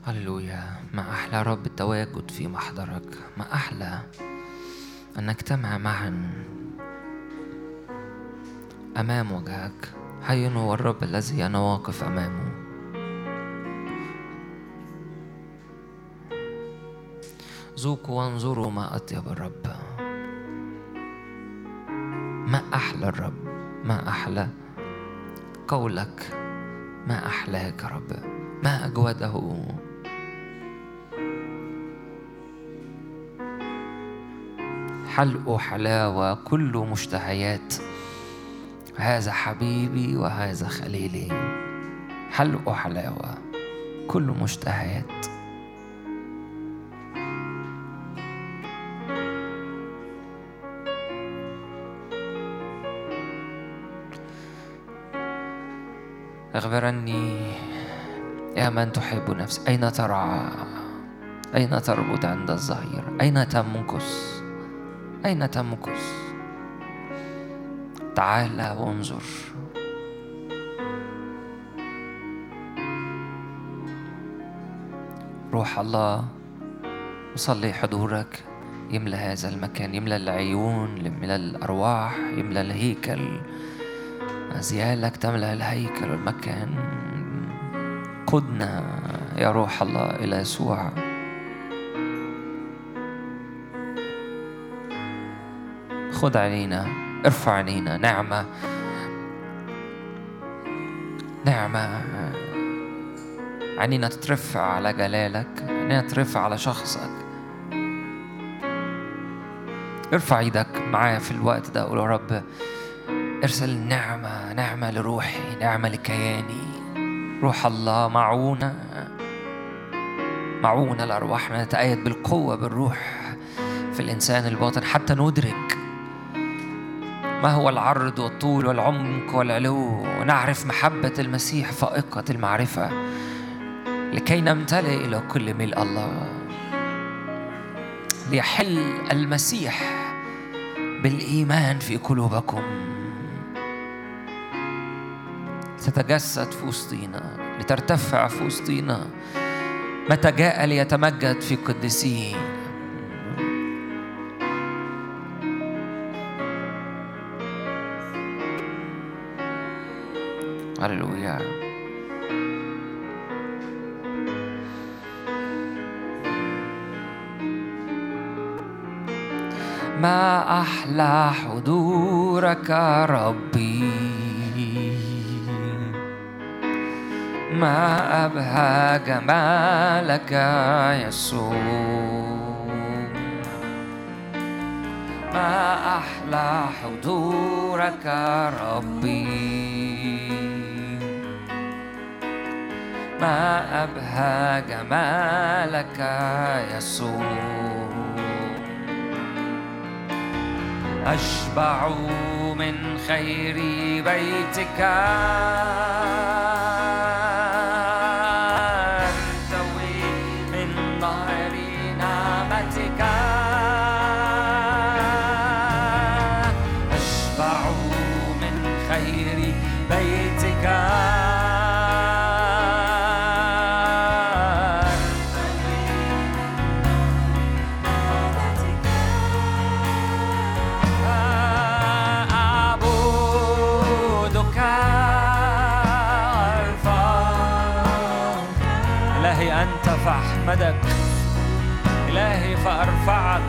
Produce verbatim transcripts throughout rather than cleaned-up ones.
هللويا. ما أحلى رب التواجد في محضرك، ما أحلى أن نجتمع معا أمام وجهك. حي هو الرب الذي أنا واقف أمامه. ذوقوا وانظروا ما أطيب الرب. ما أحلى الرب، ما أحلى قولك، ما أحلاك يا رب، ما أجوده. حلق حلاوة كل مشتهيات، هذا حبيبي وهذا خليلي. حلق حلاوة كل مشتهيات. أخبرني يا من تحب نفسي، أين ترعى؟ أين تربط عند الظهير؟ أين تمكث؟ أين تمكث؟ تعال وانظر. روح الله وصلي حضورك يملأ هذا المكان، يملأ العيون، يملأ الأرواح، يملأ الهيكل. أزيالك تملأ الهيكل والمكان. قدنا يا روح الله إلى يسوع. خد علينا، ارفع علينا نعمة، نعمة. عينينا تترفع على جلالك، عينينا تترفع على شخصك. ارفع ايدك معايا في الوقت ده، قول يا رب ارسل نعمة، نعمة لروحي، نعمة لكياني. روح الله معونة، معونة الأرواح. نتأيد بالقوة بالروح في الإنسان الباطن حتى ندرك ما هو العرض والطول والعمق والعلو، ونعرف محبة المسيح فائقة المعرفة، لكي نمتلئ إلى كل ملء الله. ليحل المسيح بالإيمان في قلوبكم، تتجسد في وسطينا، لترتفع في وسطينا. متى جاء ليتمجد في قدسيه. هللويا. ما أحلى حضورك ربي، ما أبهى جمالك يسوع. ما أحلى حضورك ربي، ما أبهى جمالك يسوع. أشبع من خير بيتك، أرتوي من نهر نعمتك. أشبع من خير بيتك، فأحمدك إلهي فأرفعك.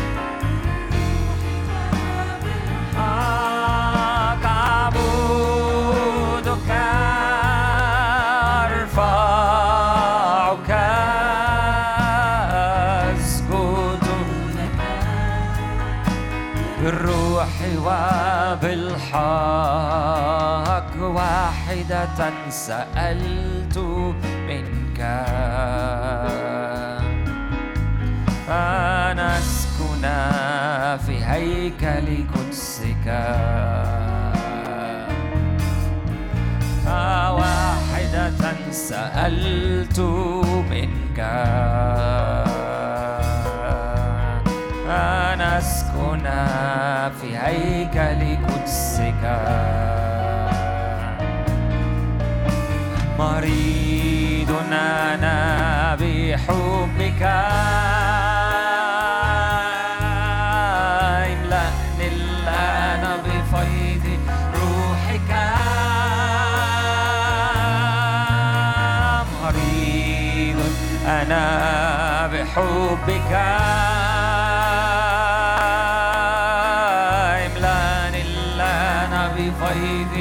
أعبدك أرفعك أسجد بالروح وبالحق. واحدة سألت منك أن أسكن في هيكل قدسك. واحدة سألت منك أن أسكن في هيكل قدسك. مريض أنا املأنا بحبك املأني لنا بفيض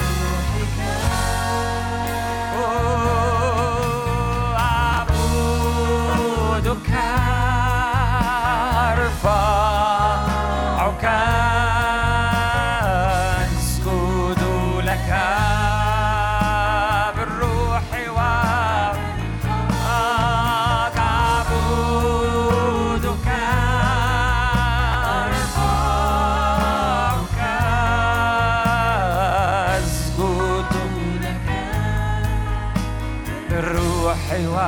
أعبدك أرفعك أسجد لك بالروح وأعبدك أرفعك أسجد لك بالروح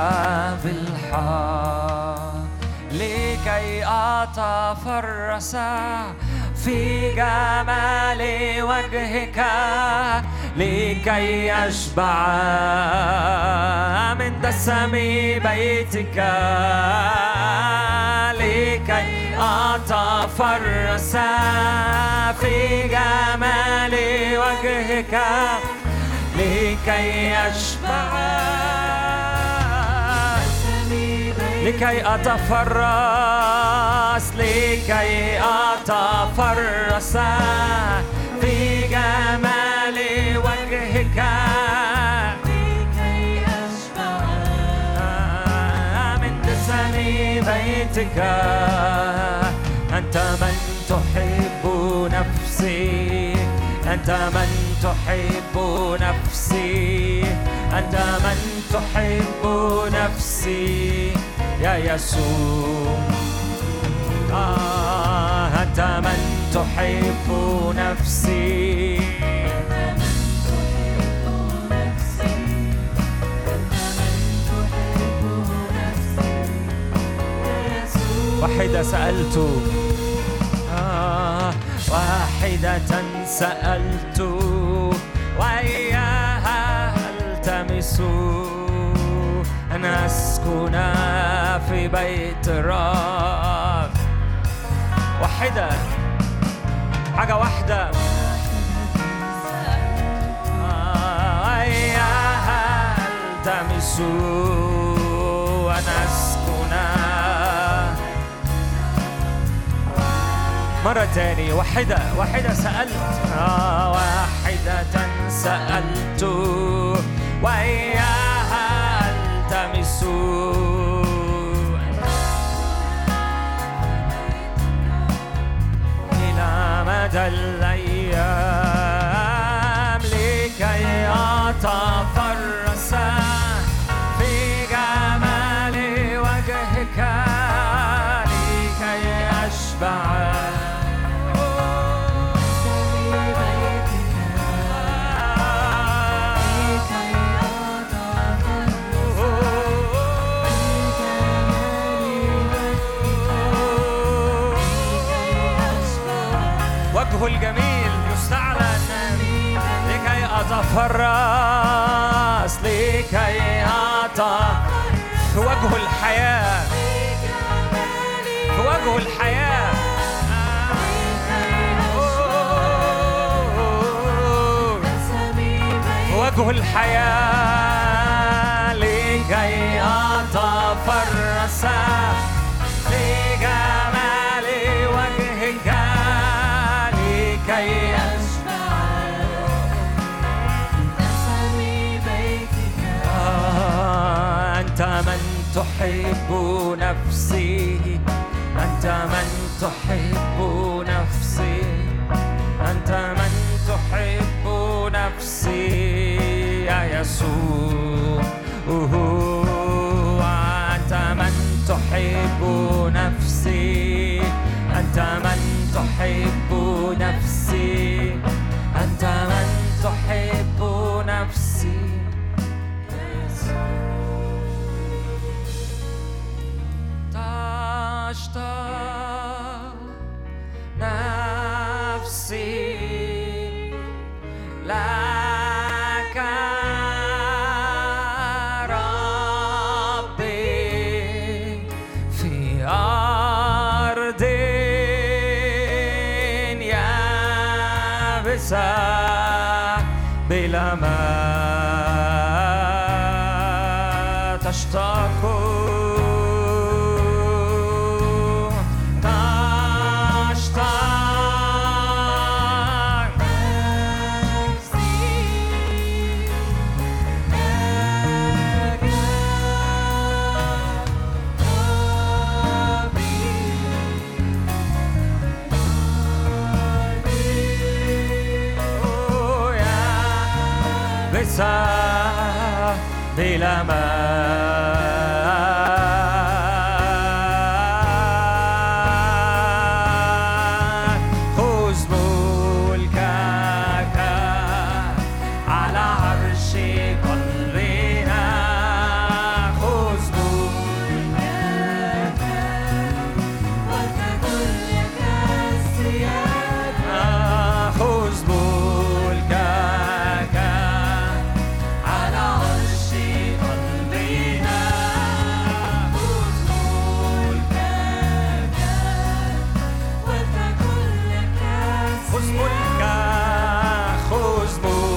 وبالحق لكي أتفرس في جمال وجهك لكي أشبع من دسم بيتك لكي أتفرس في جمال وجهك لكي أشبع لكي أتفرس لكي أتفرس في جمال وجهك لكي أشبع من دسم بيتك أنت من تحب نفسي أنت من تحب نفسي أنت من تحب نفسي يا يسوع آه أنت من تحب نفسي واحدة سألت آه واحدة سألت وإياها ألتمس أن أسكن في بيت الرب واحدة حاجة واحدة وإياها ألتمس أن أسكن مرة تاني واحدة واحدة سألت آه واحدة سألت وإياها ألتمس إلى مدى الأيام لكي أتفرس في جمال وجهك لكي أشبع وجهه الجميل يستعلن لكي أتفرس لكي أتفرس في وجه الحياة في وجه الحياة في وجه الحياة لكي أتفرس في جمال وجهك لكي أشبع دسم بيتك آه أنت من تحب نفسي أنت من تحب نفسي أنت من تحب نفسي يا يسوع أنت من تحب نفسي أنت من تحب نفسي أنت من تحب نفسي تشتاق نفسي لك ربي في أرض يابسة بلا ماء تشتاق ليس بلا مال. خذ ملكك على عرش قلبنا. خذ ملكك وتكن لك السيادة. خذ ملكك على عرش قلبنا. خذ ملكك وتكن لك خذ ملكك خذ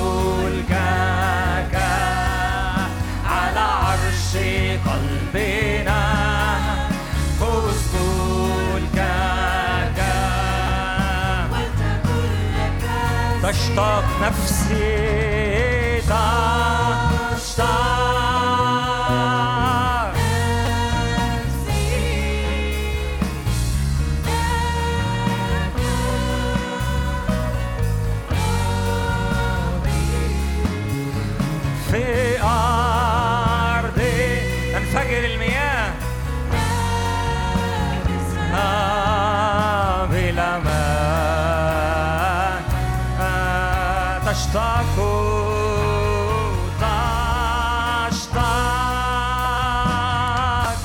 ملكك على عرش قلبنا. خذ ملكك وتكن لك تشتاق نفسي تشتاق في أرضي تنفجر المياه آه بلا ماء. آه تشتاق تشتاق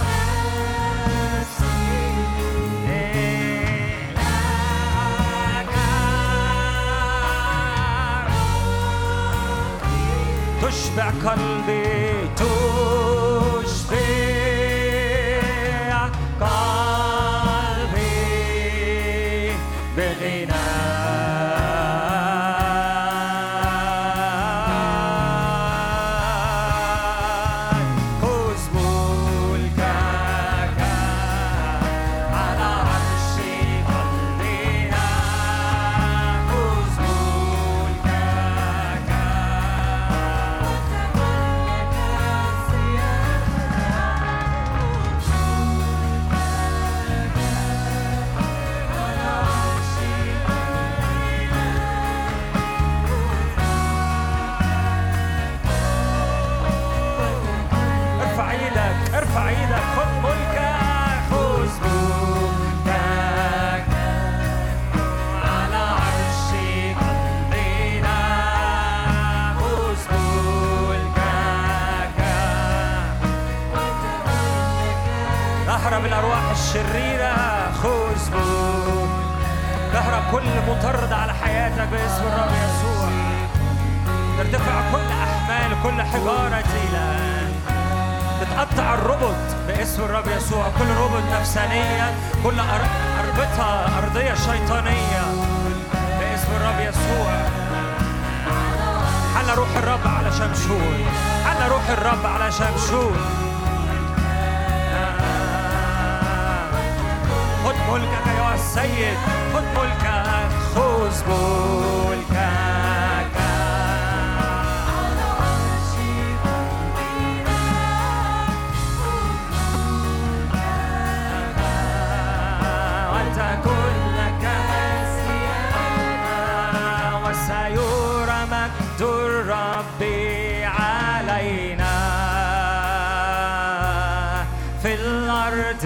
تشبع قلبي تشبع قلبي بغنى. خذ ملكك على عرش قلبنا. خذ ملكك ارفع ايدك ارفع ايدك. خذ ملكك خذ ملكك على عرش قلبنا. خذ ملكك اهرب الارواح الشريره. خذ ملكك اهرب كل مطرد على حياتك باسم الرب يسوع. ترتفع كل احمال كل حجاره تقيله. تتقطع الربط باسم الرب يسوع. كل ربط نفسانية كل أربطة أرضية شيطانية باسم الرب يسوع. حل روح الرب على شمشون. حل روح الرب على شمشون. خذ ملكك أيها السيد. خذ ملكك خذ ملكك وسيرى مجد الرب علينا في الأرض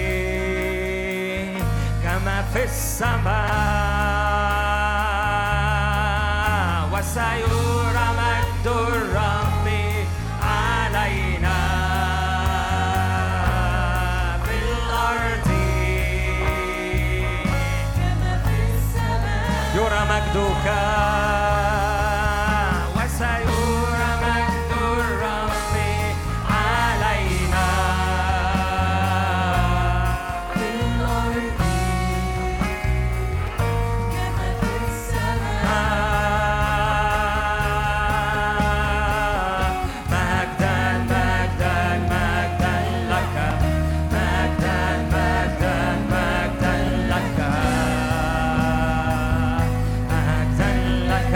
كما في السماء. وسيرى مجد الرب علينا في الأرض كما في السماء. يرى مجدك وسيرى مجد الرب علينا في الأرض كما في السماء. مجدا مجدا مجدا لك. مجدا مجدا مجدا لك. مجدا لك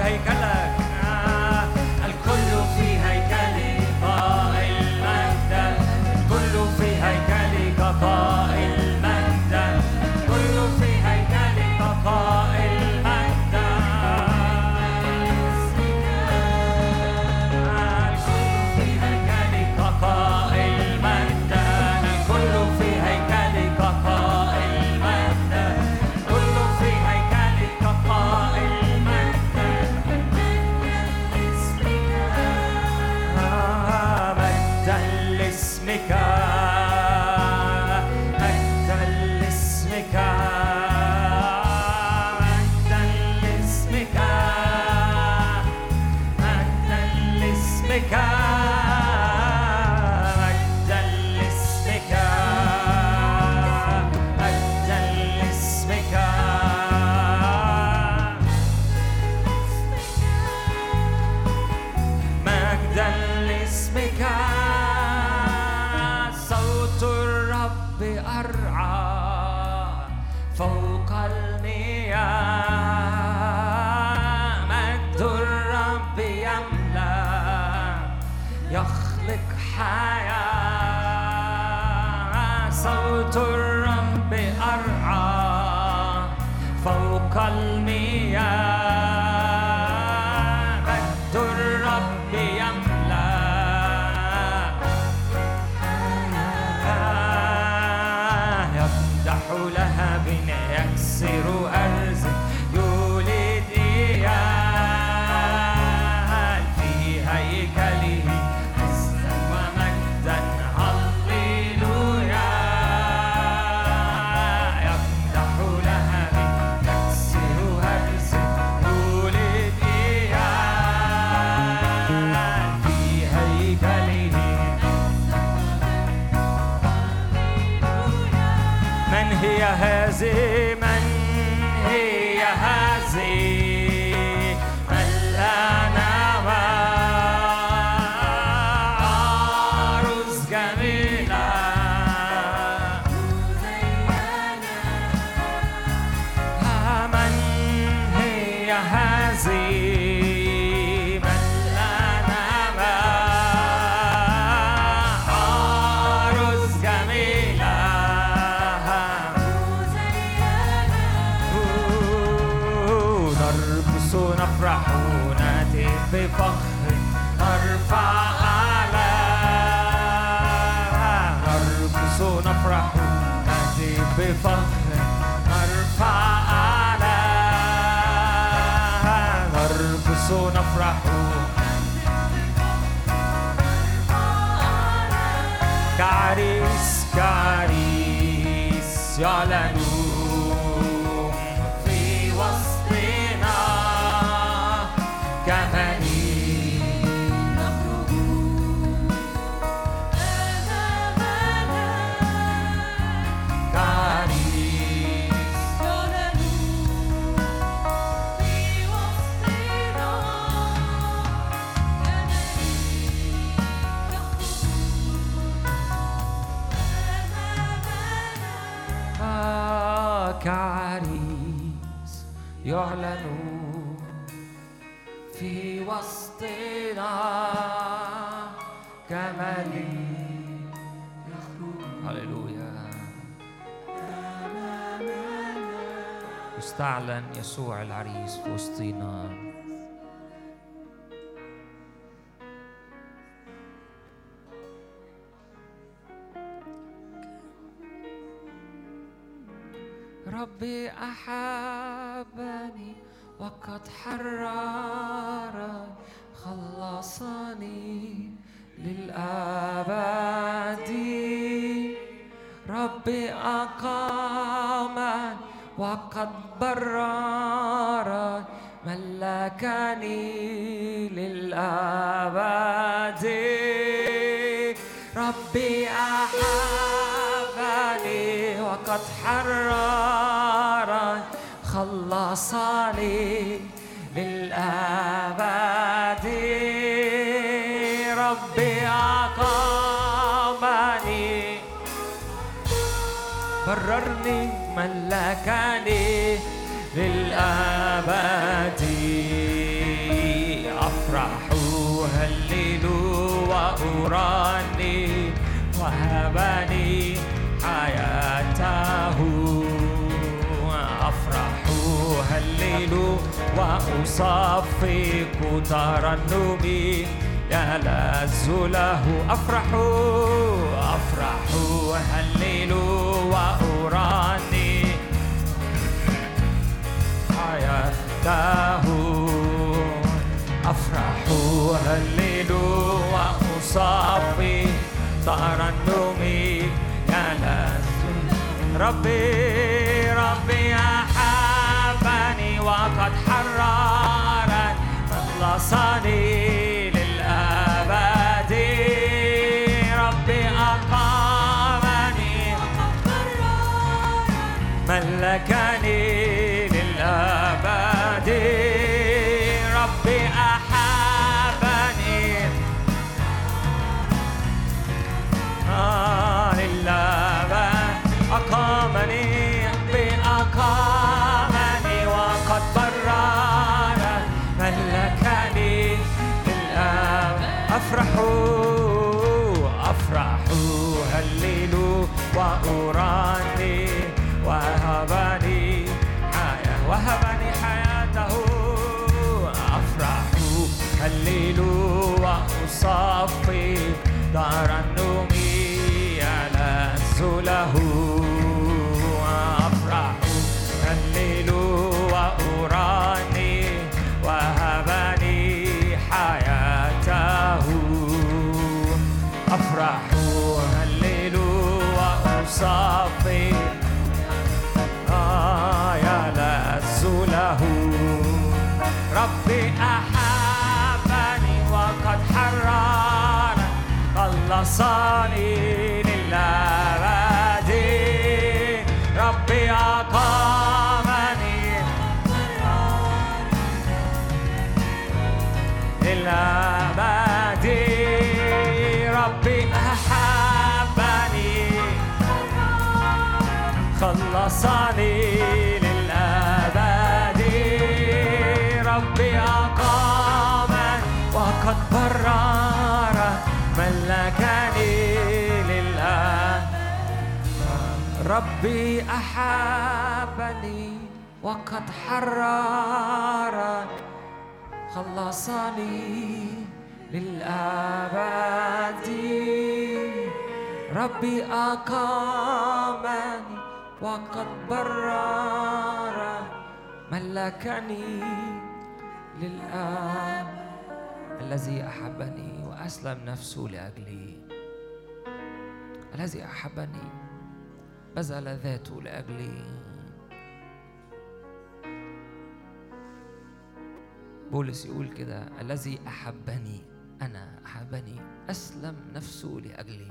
هيكلك، الكل في هيكلك قائل مجدا، الكل في هيكلك قائل مجدا، الكل في هيكلك قائل مجدا، الكل في هيكلك قائل مجدا، الكل في هيكلك قائل مجدا، الكل في هيكلك قائل مجدا، مجدا لاسمك، مجدا لاسمك، مجدا لاسمك، مجدا لاسمك، مجدا لاسمك، مجدا لاسمك، مجدا لاسمك. صوت الرب أرعى فوق المياه، مجد الرب يملأ يخلق حياة، صوت الرب أرعى فوق المياه، مجد الرب يملأ يمدح لهب يكسر أرز يولد إياه في هيكله حسنا ومجدا هللويا، يمدح لهب يكسر أرز يولد إياه في هيكله. من هي هذه؟ من هي هذه؟ من لنا عروس جميلة من هي هذه؟ من لنا عروس جميلة نرقص نفرح نهتف بفخر نرفع أعلى، نرقص نفرح نهتف بفخر نرفع أعلى، نرقص نفرح كعريس كعريس يعلن في وسطنا كمني نخرج أمامنا كعريس يعلن في وسطنا كعريس يعلن في وسطنا كملك يخرج. هللويا. يستعلن يسوع العريس في وسطنا. ربي أحبني وقد حررني خلصني للأبد، ربي أقامني وقد بررني ملكني للأبد، ربي أحبني وقد حررني خلصني للأبد، ربي أقامني بررني ملكني للأبد، أهلل وأرنم وهبني حياته. أفرح أهلل وأصفق ترنمي يلذ له. أفرح أفرح أهلل وأرنم حياته. أفرح أهلل وأصفق ترنمي يلذ. ربي ربي أحبني وقد حررني خلصني للأبد. ربي أقامني ملكني للأبد. ربي أحبني آه للأبد. أقامني بأقامني وقد بررني ملكني للأبد. أفرح أفرح هلل وأرنم وهبني حياة وهبني حياته. أفرح هلل وأصفق ترنمي يلذ له. أفرح هلل وأرنم وهبني حياته. أفرح هلل وأصفق آه يلذ له. ربي أحبني وقد حررني خلصني للأبد. ربي أقامني للأبد. ربي أحبني خلصني للأبد. ربي أقامني وقد برر ملكني للأبد. ربي أحبني وقد حررني خلصني للأبد. ربي أقامني وقد برر ملكني للأبد. الذي أحبني وأسلم نفسه لأجلي. الذي أحبني بذل ذاته لأجلي. بولس يقول كده: الذي أحبني أنا أحبني أسلم نفسه لأجلي.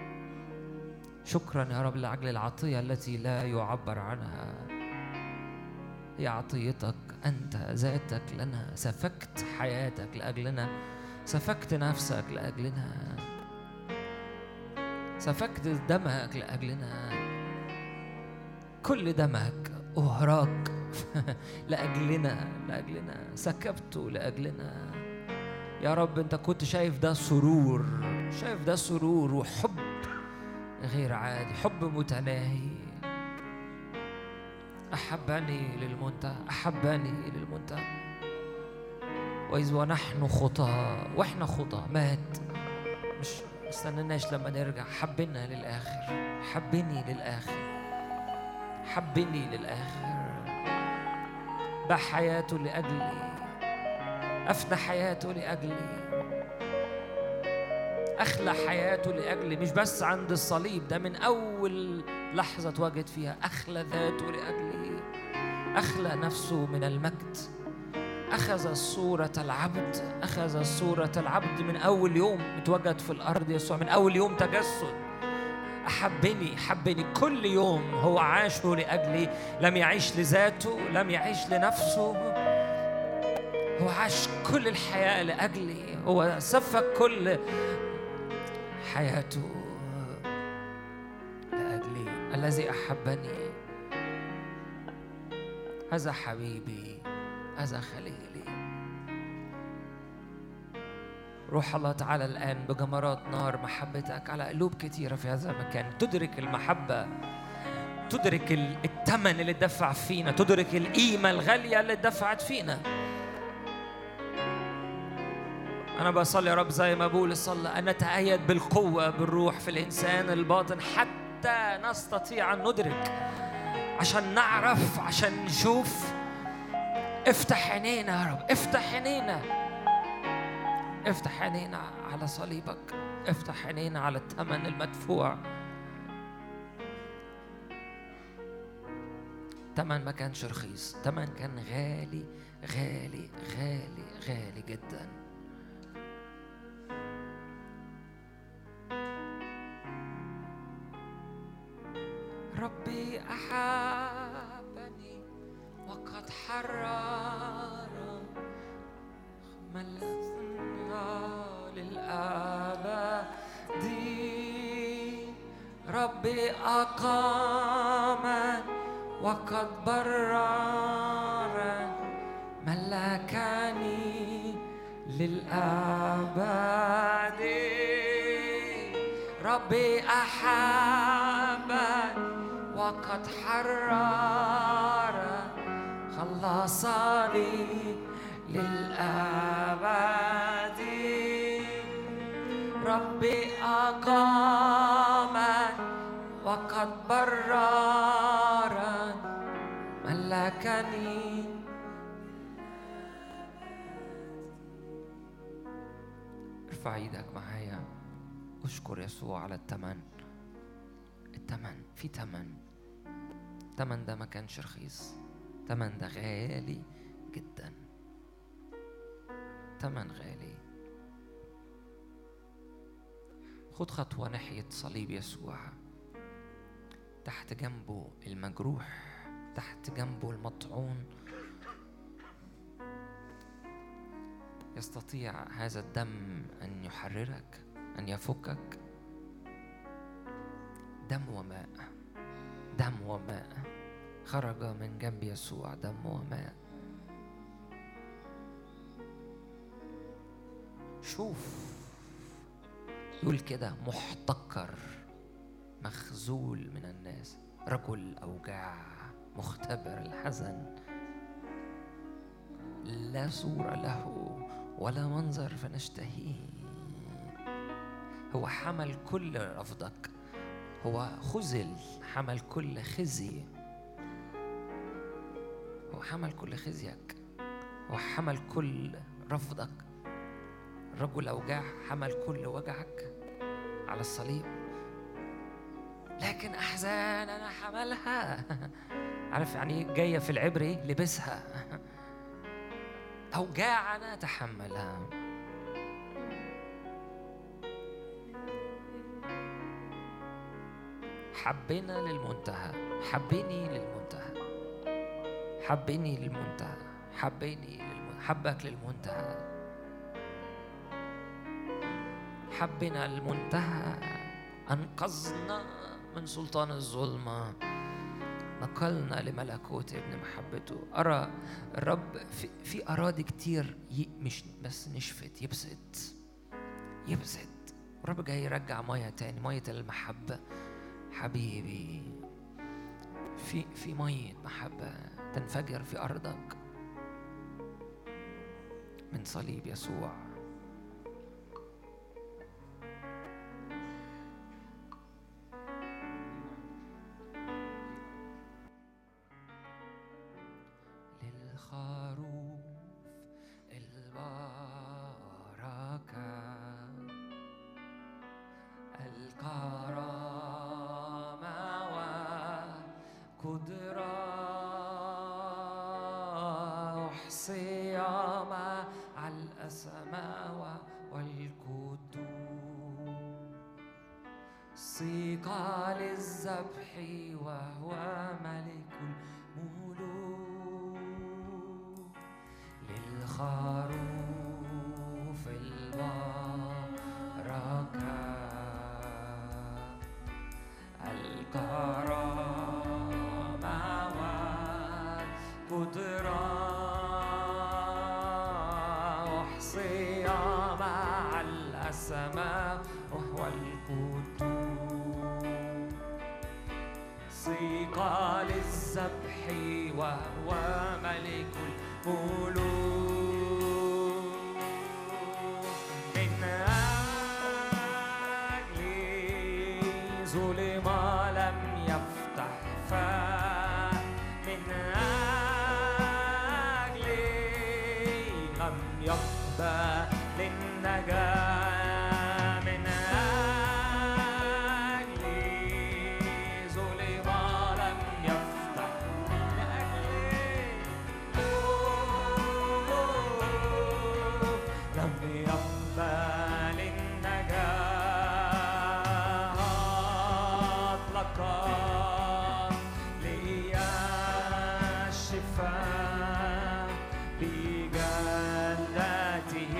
شكرا يا رب لأجل العطية التي لا يعبر عنها. هي عطيتك أنت ذاتك لنا. سفكت حياتك لأجلنا، سفكت نفسك لأجلنا، سفكت دمك لأجلنا. كل دمك أهراق لأجلنا لأجلنا سكبته لأجلنا. يا رب أنت كنت شايف ده سرور، شايف ده سرور وحب غير عادي، حب متناهي. أحبني للمنتهى، أحبني للمنتهى. وإذ ونحن خطاة، وإحنا خطاة مات، مش استنناش لما نرجع، حبنا للآخر، حبني للآخر، حبني للآخر. باع حياته لأجلي، أفنى حياته لأجلي، أخلى حياته لأجلي. مش بس عند الصليب، ده من أول لحظة اتواجد فيها أخلى ذاته لأجلي، أخلى نفسه من المجد، أخذ صورة العبد، أخذ صورة العبد من أول يوم اتوجد في الأرض. يسوع من أول يوم تجسد أحبني، حبني كل يوم هو عاشه لأجلي. لم يعيش لذاته، لم يعيش لنفسه، هو عاش كل الحياة لأجلي. هو سفك كل حياته لأجلي. الذي أحبني هذا حبيبي، هذا خليلي. روح الله تعالى الآن بجمرات نار محبتك على قلوب كتيرة في هذا المكان، تدرك المحبة، تدرك الثمن اللي اتدفع فينا، تدرك القيمة الغالية اللي اتدفعت فينا. أنا بصلي يا رب زي ما بولس صلى أن نتأيد بالقوة بالروح في الإنسان الباطن حتى نستطيع أن ندرك، عشان نعرف، عشان نشوف. افتح عينينا يا رب، افتح عينينا، افتح عينينا على صليبك، افتح عينينا على الثمن المدفوع. ثمن ما كانش رخيص، ثمن كان غالي غالي غالي غالي جدا. ربي أحبني وقد حرر ملكنا للأبد. ربي أقام وقد برر ملكني للأبد. ربي أحب وقد حرر خلصني للأبد. ربي أقام وقد برر ملكني. ارفع ايدك معايا، اشكر يسوع على الثمن. الثمن، في ثمن. الثمن ده ما كانش رخيص، الثمن ده غالي جدا، ثمن غالي. خد خطوة ناحية صليب يسوع، تحت جنبه المجروح، تحت جنبه المطعون. يستطيع هذا الدم أن يحررك، أن يفكك. دم وماء، دم وماء خرج من جنب يسوع، دم وماء. شوف، يقول كده: محتقر مخذول من الناس، رجل أوجاع مختبر الحزن، لا صورة له ولا منظر فنشتهيه. هو حمل كل رفضك، هو خذل، حمل كل خزي، هو حمل كل خزيك، هو حمل كل رفضك. رجل أوجاع حمل كل وجعك على الصليب، لكن أحزان أنا حملها. عارف يعني جاية في العبري لبسها. أوجاع أنا تحملها. حبنا للمنتهى، حبني للمنتهى، حبني للمنتهى، حبني للمنتهى، حبك للمنتهى، حبنا المنتهى. أنقذنا من سلطان الظلمة، نقلنا لملكوت ابن محبته. أرى الرب في, في أراضي كتير مش بس نشفت، يبسط يبسط. الرب جاي يرجع مية تاني، مية المحبة. حبيبي، في في مية محبة تنفجر في أرضك من صليب يسوع. للخروف البركة، الكرامة والقدرة، أحصي مع الأسماء والقدوس، صيغة للذبح وهو ملك الملوك. للخروف البركة، الكرامة والقدرة، أحصي مع السماء وهو القدوس. صيغة للذبح وهو ملك الملوك. من أجل ظلم لم يفتح فاه، من أجل لم يقبل النجاة، من أجل ظلم لم يفتح، لم يقبل النجاة. أطلق لي الشفاء بجلته،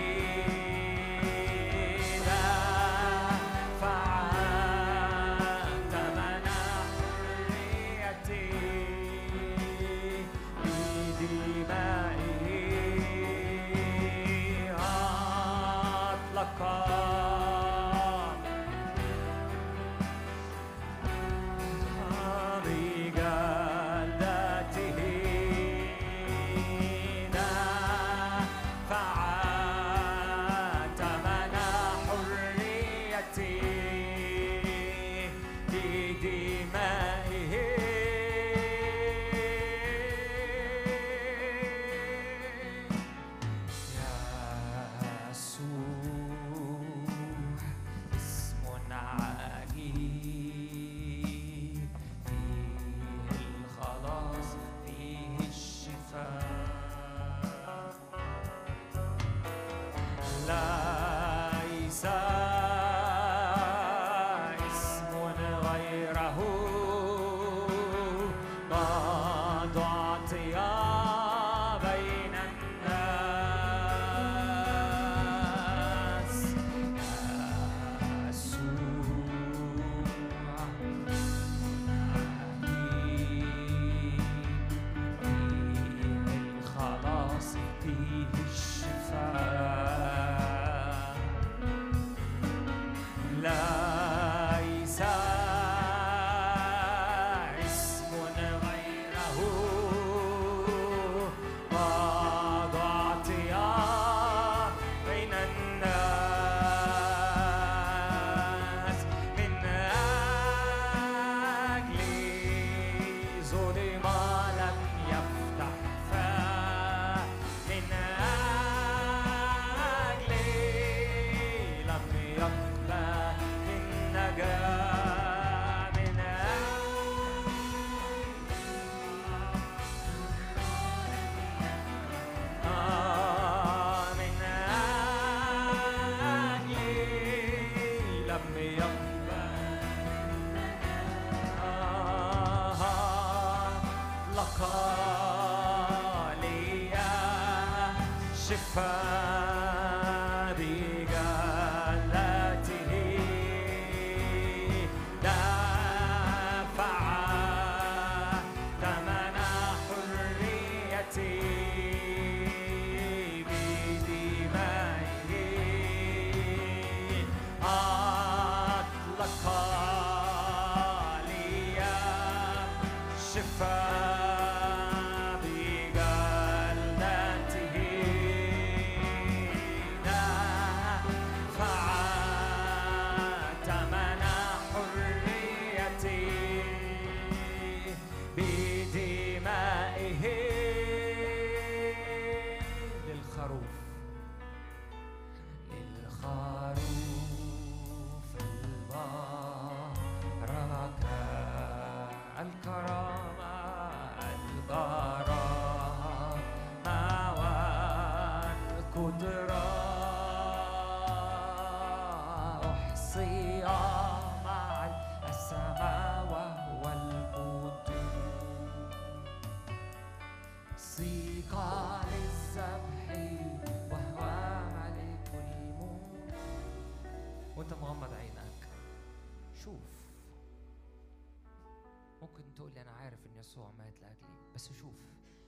يسوع مات لأجلي، بس شوف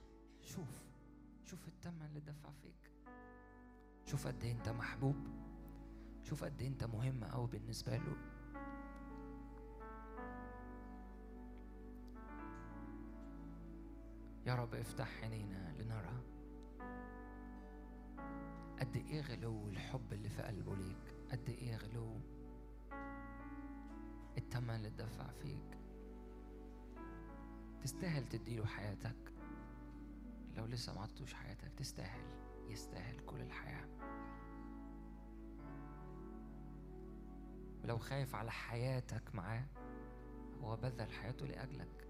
شوف شوف الثمن اللي دفع فيك، شوف قد ايه انت محبوب، شوف قد ايه انت مهم قوي بالنسبة له. يا رب افتح عينينا لنرى قد ايه غلو الحب اللي في قلبه ليك، قد ايه غلو الثمن اللي اتدفع فيك. تستاهل تديله حياتك. لو لسه ما عطتوش حياتك تستاهل، يستاهل كل الحياة. ولو خايف على حياتك معاه، هو بذل حياته لأجلك،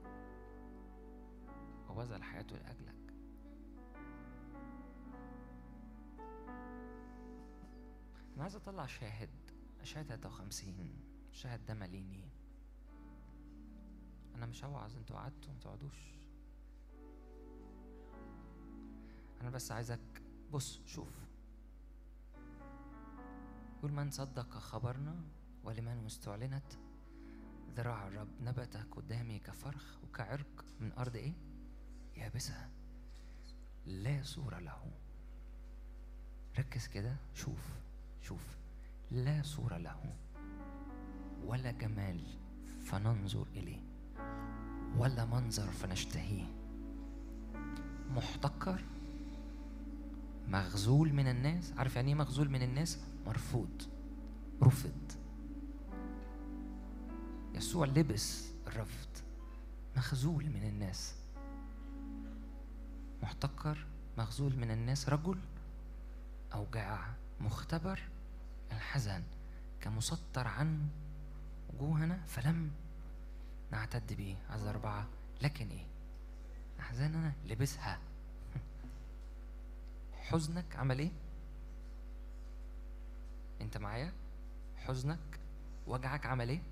هو بذل حياته لأجلك. أنا عايز أطلع شاهد، شاهد ثلاثة وخمسين. الشاهد ده ماليني. أنا مش هوعظ، أنتوا قعدتوا ما تقعدوش. أنا بس عايزك بص شوف. يقول من صدق خبرنا ولمن استعلنت ذراع الرب نبت قدامي كفرخ وكعرق من أرض إيه؟ يابسة لا صورة له. ركز كده، شوف شوف. لا صورة له ولا جمال فننظر إليه ولا منظر فنشتهيه. محتقر مغزول من الناس. عارف يعني ايه مغزول من الناس؟ مرفوض، رفض. يسوع لبس الرفض، مخزول من الناس، محتقر مغزول من الناس، رجل أوجاع مختبر الحزن كمسطر عن وجوهنا فلم نعتد به. عز أربعة لكن إيه؟ أحزاننا لبسها. حزنك عمل إيه؟ أنت معايا؟ حزنك وجعك عمل إيه؟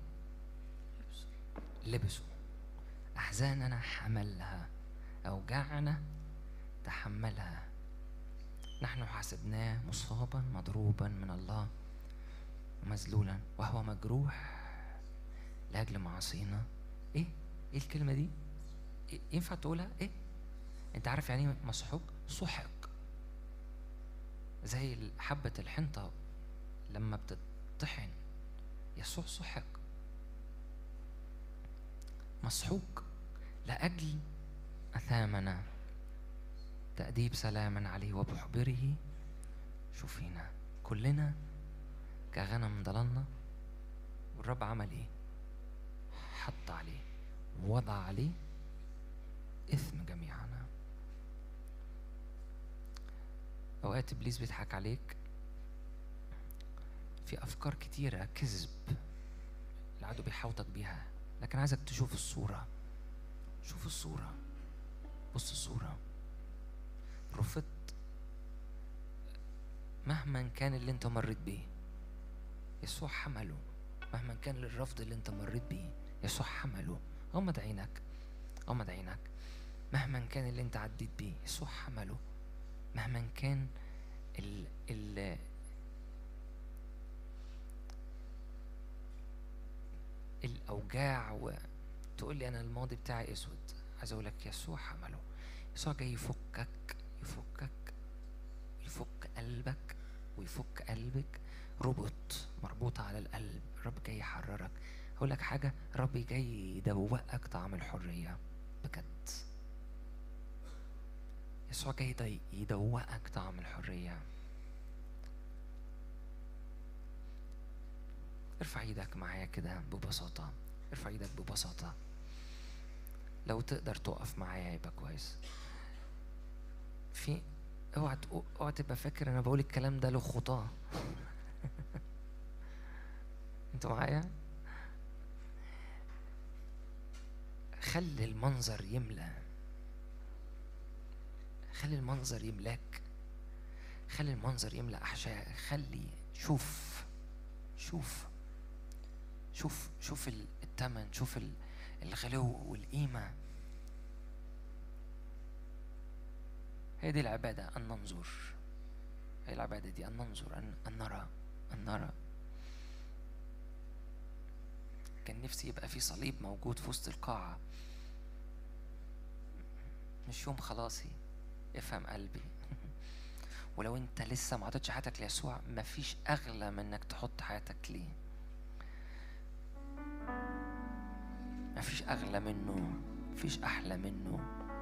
لبسه. أحزاننا حملها، أوجاعنا تحملها. نحن حسبناه مصابا مضروبا من الله ومذلولا وهو مجروح لأجل معاصينا. إيه؟ إيه الكلمة دي؟ إيه؟ ينفع تقولها؟ إيه؟ أنت عارف يعني إيه مسحوق؟ سحق، زي حبة الحنطة لما بتطحن. يسوع سحق مسحوق لأجل أثامنا، تأديب سلاما عليه وبحبره شوفينا. كلنا كغنم ضللنا، والرب عمل إيه؟ حط عليه، وضع عليه إثم جميعنا. أوقات إبليس بيضحك عليك في أفكار كتيرة كذب العدو بيحاوطك بيها، لكن عايزك تشوف الصورة. شوف الصورة، بص الصورة. رفضت مهما كان اللي انت مريت بيه، يسوع حمله. مهما كان الرفض اللي انت مريت بيه، يسوع حمله. غمض عينك، غمض عينك. مهما كان اللي انت عديت بيه، يسوع حمله. مهما كان ال ال الأوجاع، وتقول لي أنا الماضي بتاعي أسود، عايز أقول لك يسوع حمله. يسوع جاي يفكك، يفكك يفك قلبك ويفك قلبك. ربط مربوطة على القلب، الرب جاي يحررك. أقول لك حاجة، الرب جاي يدوقك طعم الحرية بجد. يسوع جاي يدوقك طعم الحرية. ارفع ايدك معايا كده ببساطة، ارفع ايدك ببساطة. لو تقدر تقف معايا يبقى كويس. في اوعى اوعى تبقى فاكر انا بقول الكلام ده للخطاة. انتوا معايا؟ خلي المنظر يملى، خلي المنظر يملاك، خلي المنظر يملى احشائك. خلي شوف شوف شوف شوف الثمن، شوف الغلو والقيمة. هي دي العبادة، أن ننظر. هي العبادة دي أن ننظر، أن, أن نرى أن نرى كان نفسي يبقى في صليب موجود في وسط القاعة، مش يوم خلاصي. افهم قلبي. ولو انت لسه ما عطيتش حياتك ليسوع، مفيش اغلى من انك تحط حياتك ليه. مفيش اغلى منه، مفيش احلى منه.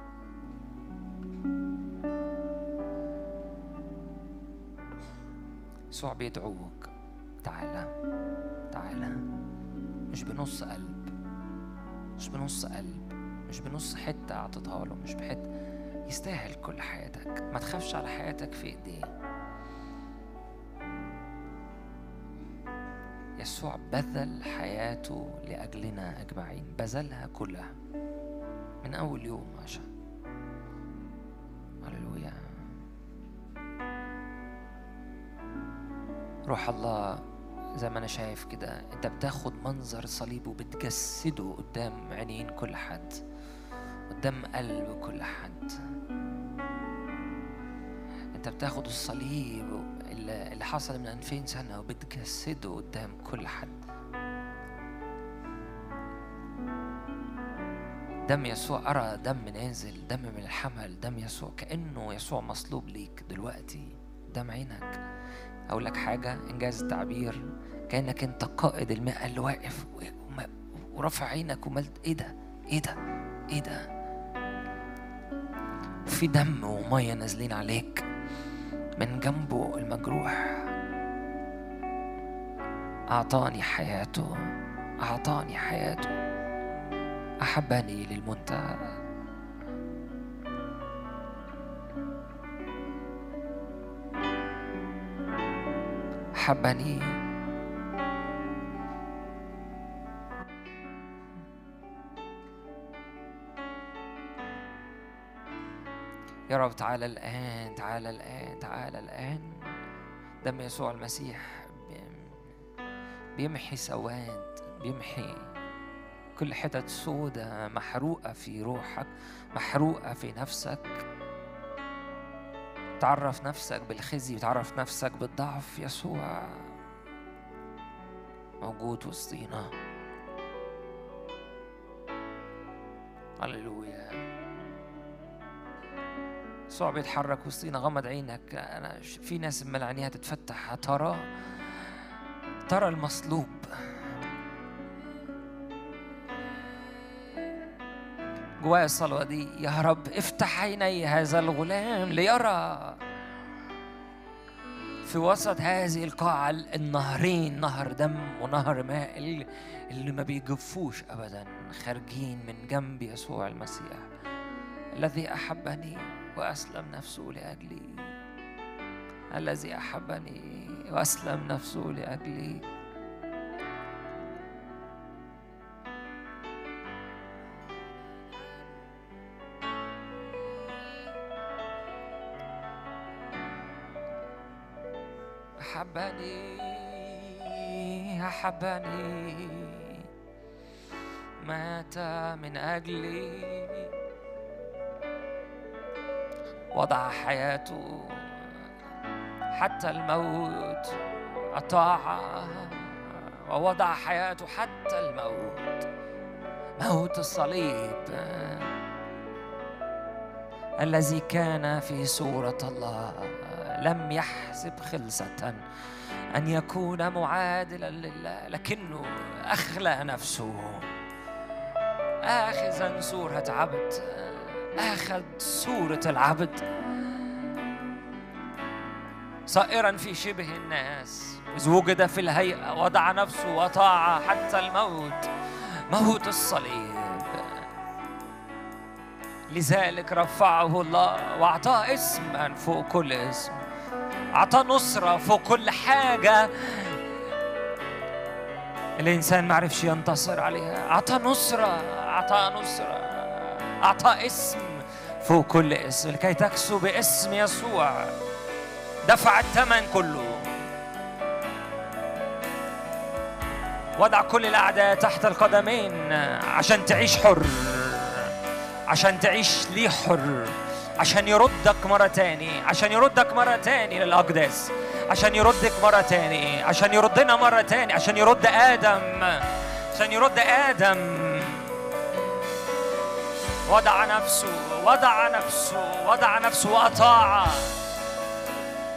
يسوع بيدعوك، تعالى تعالى، مش بنص قلب، مش بنص قلب، مش بنص حتة اعطيتها له، مش بحتة. يستاهل كل حياتك، ما تخافش على حياتك في ايديه. يسوع بذل حياته لأجلنا أجمعين، بذلها كلها من أول يوم عشان. هللويا. روح الله زي ما أنا شايف كده، أنت بتاخد منظر صليب وبتجسده قدام عينين كل حد، قدام قلب كل حد. أنت بتاخد الصليب اللي حصل من ألفين سنة وبتجسده قدام كل حد. دم يسوع، أرى دم نازل، دم من الحمل، دم يسوع، كأنه يسوع مصلوب ليك دلوقتي قدام عينك. أقول لك حاجة، إنجاز التعبير، كأنك أنت قائد المئة اللي واقف ورفع عينك وملت إيه ده إيه ده إيه ده، في دم ومية نازلين عليك من جنبه المجروح. أعطاني حياته، أعطاني حياته، أحبني للمنتهى. أحبني. يا رب تعالى الآن، تعالى الآن، تعالى الآن. دم يسوع المسيح بيمحي سواد، بيمحي كل حتة سودة محروقة في روحك، محروقة في نفسك. تعرف نفسك بالخزي، تعرف نفسك بالضعف. يسوع موجود وسطينا. هللويا. يسوع بيتحرك وسطينا. غمض عينك. أنا في ناس من عينيها تتفتح، ترى ترى المصلوب. جوايا الصلوة دي، يا رب افتح عيني هذا الغلام ليرى في وسط هذه القاعة النهرين، نهر دم ونهر ماء اللي ما بيجفوش أبدا، خارجين من جنب يسوع المسيح الذي أحبني وأسلم نفسه لأجلي، الذي أحبني وأسلم نفسه لأجلي. أحبني أحبني مات من أجلي، وضع حياته حتى الموت، أطاع ووضع حياته حتى الموت، موت الصليب الذي كان في صورة الله. لم يحسب خلسة أن يكون معادلا لله، لكنه أخلى نفسه آخذا صورة عبد، أخذ صورة العبد صائرا في شبه الناس، إذ وجد في الهيئة وضع نفسه وطاع حتى الموت، موت الصليب. لذلك رفعه الله وأعطاه اسما فوق كل اسم، أعطاه نصرة فوق كل حاجة الإنسان ما عرفش ينتصر عليها. أعطاه نصرة، أعطاه نصرة، أعطاه اسم فوق كل اسم، لكي تكسو باسم يسوع. دفع الثمن كله، وضع كل الأعداء تحت القدمين عشان تعيش حر، عشان تعيش ليه حر، عشان يردك مرة تاني، عشان يردك مرة تاني للأقداس، عشان يردك مرة تاني، عشان يردنا مرة تاني، عشان يرد آدم، عشان يرد آدم. وضع نفسه، وضع نفسه، وضع نفسه وأطاع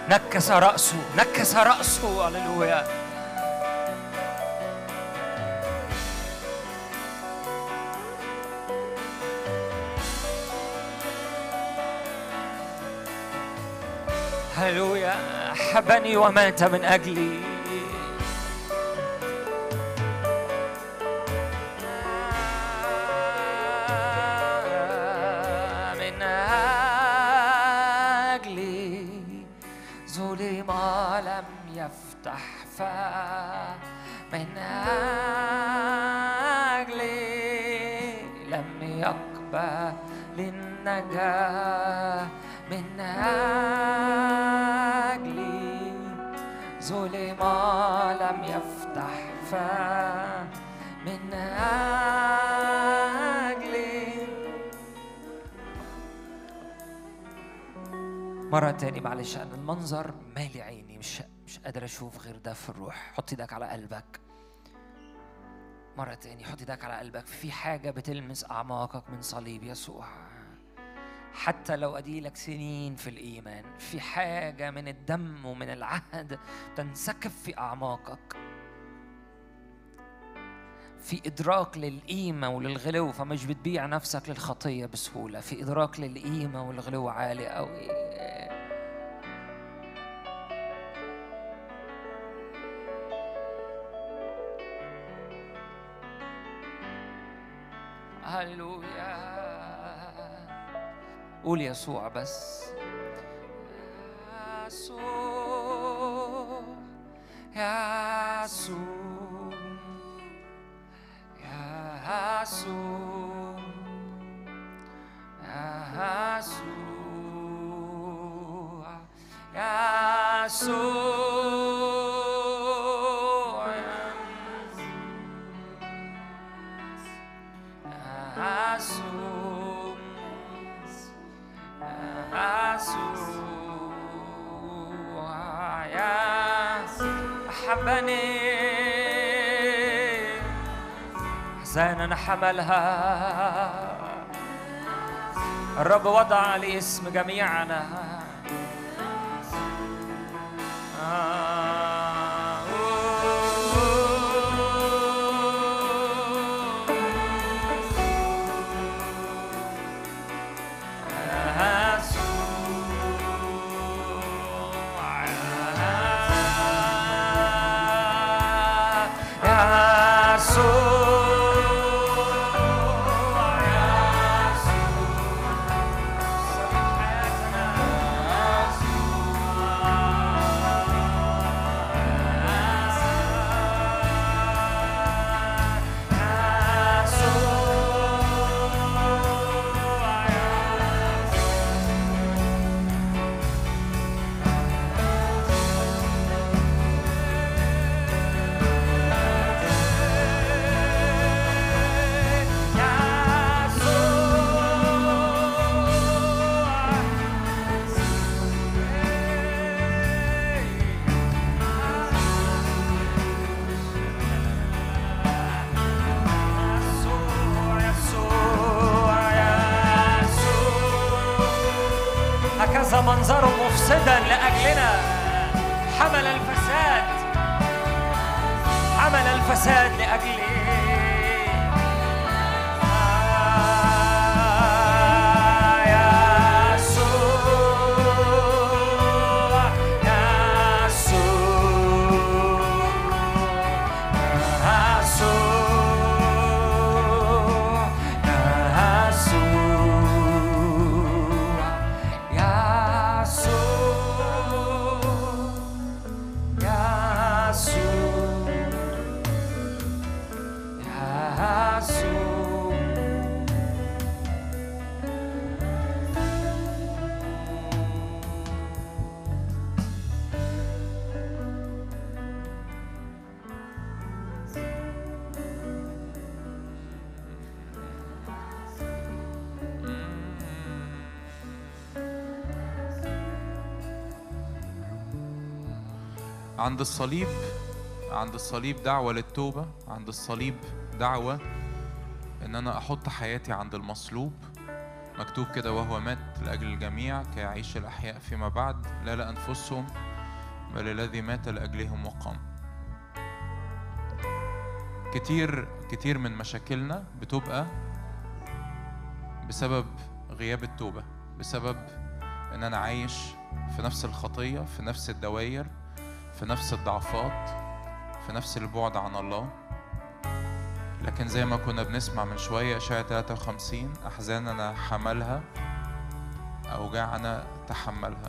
نكس رأسه، نكس رأسه. هللويا. هللويا. حبني ومات من أجلي. من أجلي ظلم لم يفتح فاه، من أجلي لم يقبل النجاة، من أجلي ظلم لم يفتح فاه، من أجلي. مرة تاني معلش، أنا المنظر مالي عيني، مش مش قادر أشوف غير ده في الروح. حط ايدك على قلبك مرة تاني، حط ايدك على قلبك. في حاجة بتلمس أعماقك من صليب يسوع، حتى لو أديلك سنين في الإيمان. في حاجة من الدم ومن العهد تنسكب في أعماقك، في إدراك للقيمة وللغلو، فمش بتبيع نفسك للخطية بسهولة. في إدراك للقيمة والغلو عالي قوي. هللويا. قول يسوع بس. يسوع يسوع يسوع يسوع يسوع يسوع يسوع يا أحبني، أحزانا حملها الرب، وضع لاسم جميعنا. منظره مفسدا لأجلنا، حمل الفساد، حمل الفساد لأجلي. عند الصليب، عند الصليب دعوة للتوبة، عند الصليب دعوة إن أنا أحط حياتي عند المصلوب. مكتوب كده: وهو مات لأجل الجميع كي يعيش الأحياء فيما بعد لا لأنفسهم بل الذي مات لأجلهم وقام. كتير كتير من مشاكلنا بتبقى بسبب غياب التوبة، بسبب إن أنا عايش في نفس الخطية، في نفس الدوائر، في نفس الضعفات، في نفس البعد عن الله. لكن زي ما كنا بنسمع من شوية إشعياء ثلاثة وخمسين، أحزاننا حملها أوجاعنا تحملها.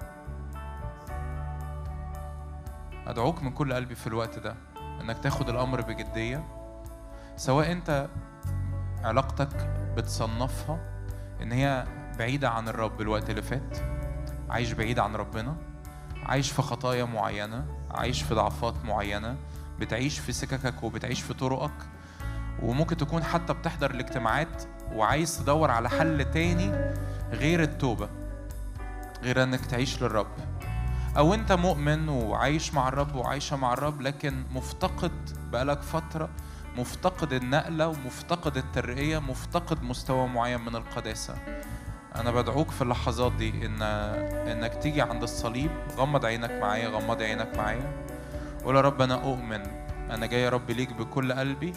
أدعوك من كل قلبي في الوقت ده إنك تاخد الأمر بجدية، سواء أنت علاقتك بتصنفها إن هي بعيدة عن الرب الوقت اللي فات، عايش بعيد عن ربنا، عايش في خطايا معينة، عايش في ضعفات معينة، بتعيش في سككك وبتعيش في طرقك، وممكن تكون حتى بتحضر الاجتماعات وعايز تدور على حل تاني غير التوبة، غير انك تعيش للرب. او انت مؤمن وعايش مع الرب وعايشة مع الرب، لكن مفتقد بقالك فترة، مفتقد النقلة ومفتقد الترقية، مفتقد مستوى معين من القداسة. أنا بدعوك في اللحظات دي إن إنك تيجي عند الصليب. غمض عينك معايا، غمض عينك معايا، قول يا رب أنا أؤمن، أنا جاي يا رب ليك بكل قلبي،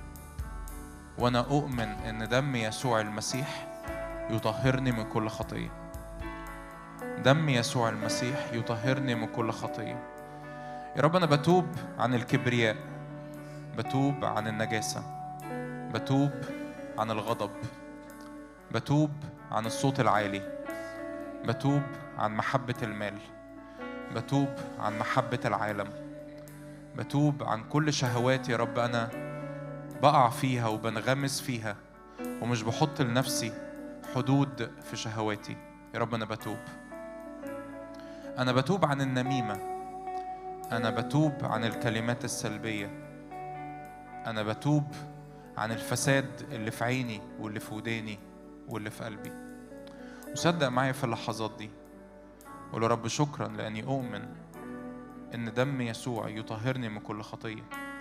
وأنا أؤمن إن دم يسوع المسيح يطهرني من كل خطية. دم يسوع المسيح يطهرني من كل خطية. يا رب أنا بتوب عن الكبرياء، بتوب عن النجاسة، بتوب عن الغضب، بتوب عن الصوت العالي، بتوب عن محبة المال، بتوب عن محبة العالم، بتوب عن كل شهوات يا رب أنا بقع فيها وبنغمس فيها ومش بحط لنفسي حدود في شهواتي. يا رب أنا بتوب، أنا بتوب عن النميمة، أنا بتوب عن الكلمات السلبية، أنا بتوب عن الفساد اللي في عيني واللي في وداني واللي في قلبي. وصدق معايا في اللحظات دي، قول يا رب شكرا لأني أؤمن إن دم يسوع يطهرني من كل خطية.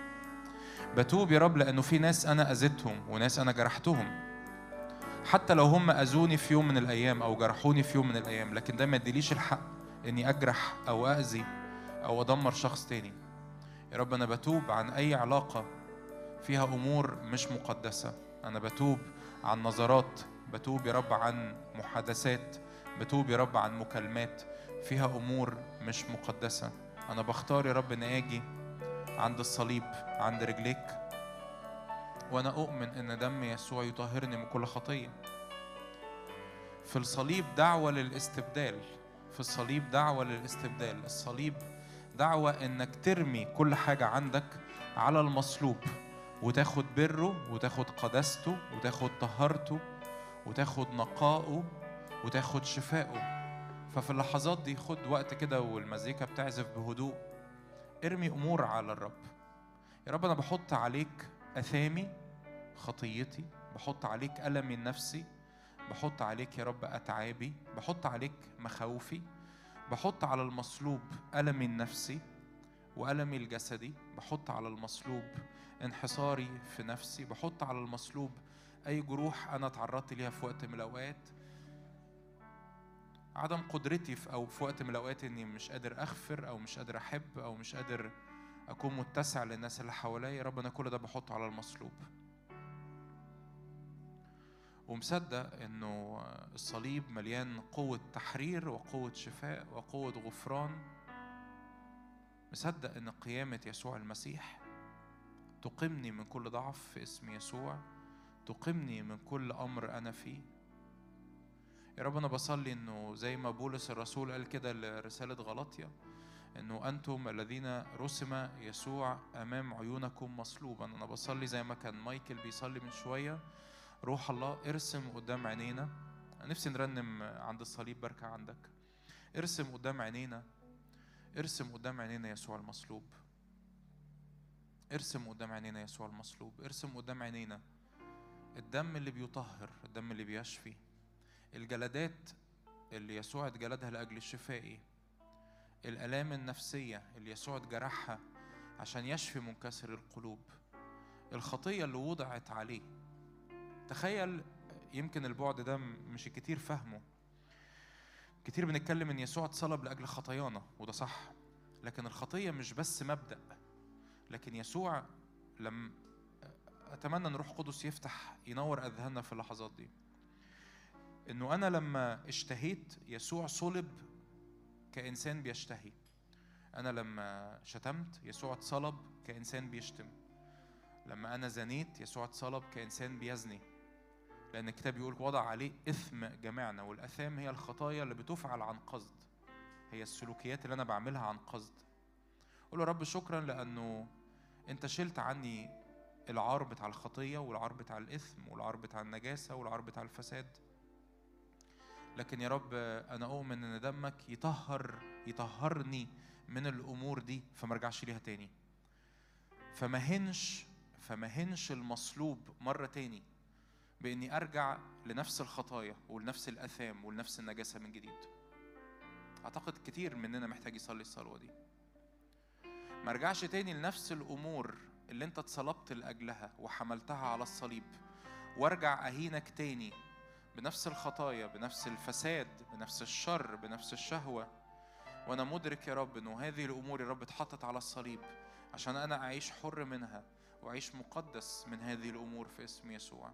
بتوب يا رب لأنه في ناس أنا أذيتهم وناس أنا جرحتهم، حتى لو هم أذوني في يوم من الأيام أو جرحوني في يوم من الأيام، لكن ده ما يديليش الحق إني أجرح أو أذي أو أدمر شخص تاني. يا رب أنا بتوب عن أي علاقة فيها أمور مش مقدسة، أنا بتوب عن نظرات، بتوب يا رب عن محادثات، بتوب يا رب عن مكالمات فيها أمور مش مقدسة. أنا بختار يا رب أن أجي عند الصليب عند رجليك، وأنا أؤمن أن دم يسوع يطهرني من كل خطية. في الصليب دعوة للاستبدال، في الصليب دعوة للاستبدال. الصليب دعوة أنك ترمي كل حاجة عندك على المصلوب وتاخد بره وتاخد قداسته وتاخد طهارته وتاخد نقائه وتاخد شفائه. ففي اللحظات دي خد وقت كده والمزيكا بتعزف بهدوء، ارمي أمور على الرب. يا رب أنا بحط عليك أثامي خطيتي، بحط عليك ألمي النفسي، بحط عليك يا رب أتعابي، بحط عليك مخاوفي، بحط على المصلوب ألمي النفسي وألمي الجسدي، بحط على المصلوب انحصاري في نفسي، بحط على المصلوب أي جروح أنا تعرضت ليها في وقت من الأوقات، عدم قدرتي في أو في وقت من الأوقات إني مش قادر أغفر أو مش قادر أحب أو مش قادر أكون متسع للناس اللي حواليا. يا رب أنا كل ده بحطه على المصلوب، ومصدق إنه الصليب مليان قوة تحرير وقوة شفاء وقوة غفران. مصدق إن قيامة يسوع المسيح تقيمني من كل ضعف في اسم يسوع، تقيمني من كل أمر أنا فيه. يا رب أنا بصلي إنه زي ما بولس الرسول قال كده لرسالة غلاطيا، إنه أنتم الذين رسم يسوع أمام عيونكم مصلوبا. أنا بصلي زي ما كان مايكل بيصلي من شوية، روح الله ارسم قدام عينينا. نفسي نرنم عند الصليب بركة عندك. ارسم قدام عينينا، ارسم قدام عينينا يسوع المصلوب، ارسم قدام عينينا يسوع المصلوب، ارسم قدام عينينا الدم اللي بيطهر، الدم اللي بيشفي، الجلدات اللي يسوع اتجلدها لأجل الشفاء، الآلام النفسية اللي يسوع اتجرحها عشان يشفي منكسر القلوب، الخطية اللي وضعت عليه. تخيل، يمكن البعد ده مش كتير فهمه، كتير بنتكلم إن يسوع اتصلب لأجل خطايانا، وده صح، لكن الخطية مش بس مبدأ، لكن يسوع لم أتمنى أن روح قدس يفتح ينور أذهاننا في اللحظات دي، إنه أنا لما اشتهيت يسوع صلب كإنسان بيشتهي. أنا لما شتمت يسوع اتصلب كإنسان بيشتم. لما أنا زنيت يسوع اتصلب كإنسان بيزني، لأن الكتاب يقول وضع عليه إثم جميعنا، والأثام هي الخطايا اللي بتفعل عن قصد، هي السلوكيات اللي أنا بعملها عن قصد. قول له رب شكرا لأنه أنت شلت عني العار بتاع الخطية والعار بتاع الإثم والعار بتاع النجاسة والعار بتاع الفساد، لكن يا رب أنا أؤمن أن دمك يطهر يطهرني من الأمور دي فما ارجعش ليها تاني، فما هنش فما هنش المصلوب مرة تاني بإني أرجع لنفس الخطايا ولنفس الأثام ولنفس النجاسة من جديد. أعتقد كتير مننا محتاج يصلي الصلوة دي، ما ارجعش تاني لنفس الأمور اللي أنت اتصلبت لأجلها وحملتها على الصليب، وارجع أهينك تاني بنفس الخطايا، بنفس الفساد، بنفس الشر، بنفس الشهوة. وأنا مدرك يا رب أنه هذه الأمور يا رب اتحطت على الصليب عشان أنا أعيش حر منها وأعيش مقدس من هذه الأمور في اسم يسوع.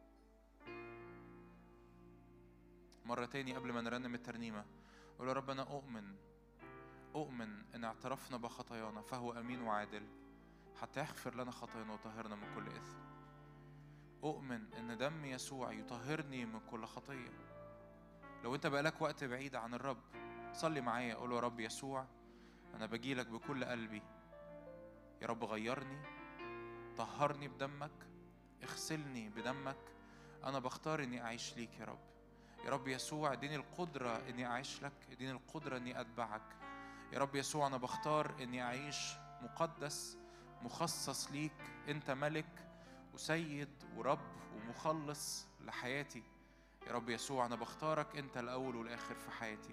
مرة تاني قبل ما نرنم الترنيمة قول يا رب أنا أؤمن أؤمن أن اعترفنا بخطايانا فهو أمين وعادل حتى يغفر لنا خطايانا وطهرنا من كل إثم. أؤمن أن دم يسوع يطهرني من كل خطية. لو أنت بقالك وقت بعيد عن الرب صلي معايا، قول يا رب يسوع أنا بجيلك بكل قلبي، يا رب غيرني، طهرني بدمك، اغسلني بدمك، أنا بختار أني أعيش ليك يا رب. يا رب يسوع اديني القدرة أني أعيش لك، اديني القدرة أني أتبعك. يا رب يسوع أنا بختار أني أعيش مقدس مخصص ليك، أنت ملك وسيد ورب ومخلص لحياتي. يا رب يسوع أنا بختارك أنت الأول والآخر في حياتي.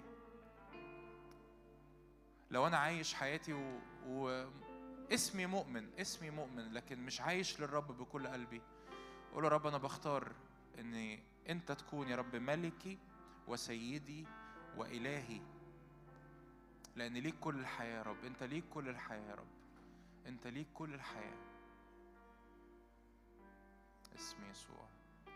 لو أنا عايش حياتي و... و... اسمي مؤمن اسمي مؤمن لكن مش عايش للرب بكل قلبي، قول يا رب أنا بختار أني أنت تكون يا رب ملكي وسيدي وإلهي، لأن ليك كل الحياة يا رب، أنت ليك كل الحياة يا رب، أنت ليك كل الحياة. اسم يسوع.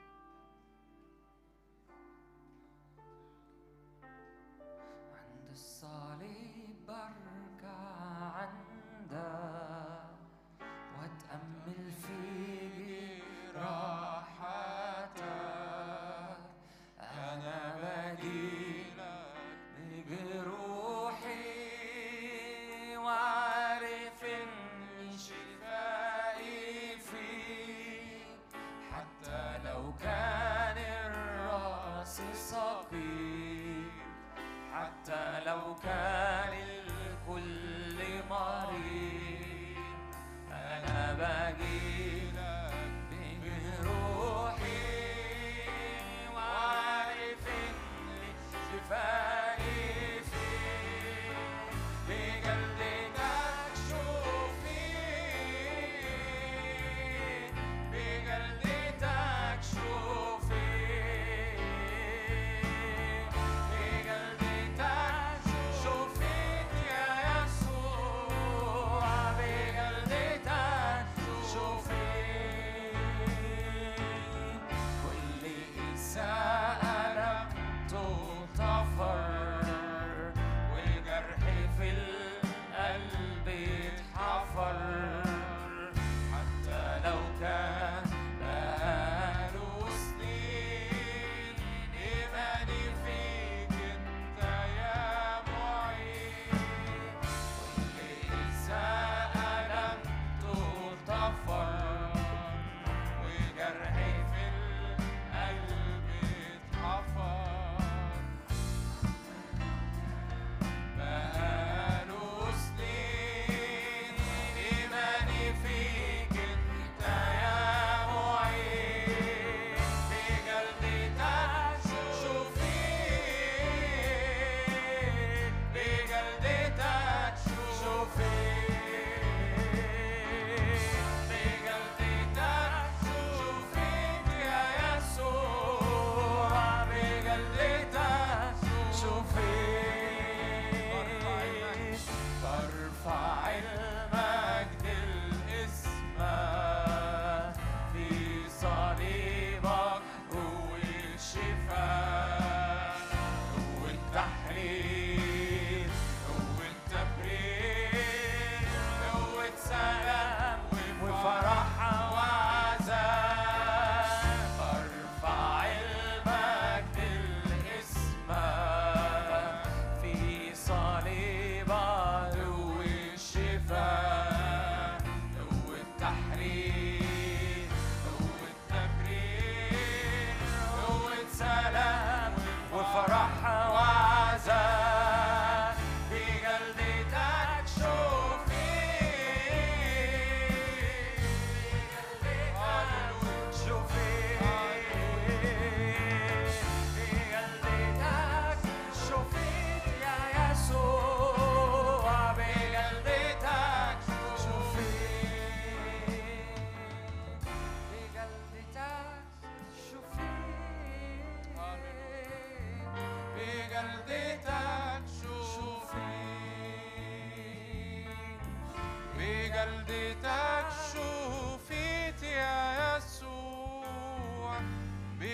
عند الصليب بركع عندك واتأمل في راحتك، أنا بجيلك بجروحي وعارف إن شفائي فيك، حتى لو كان الرأس سقيم، حتى لو كان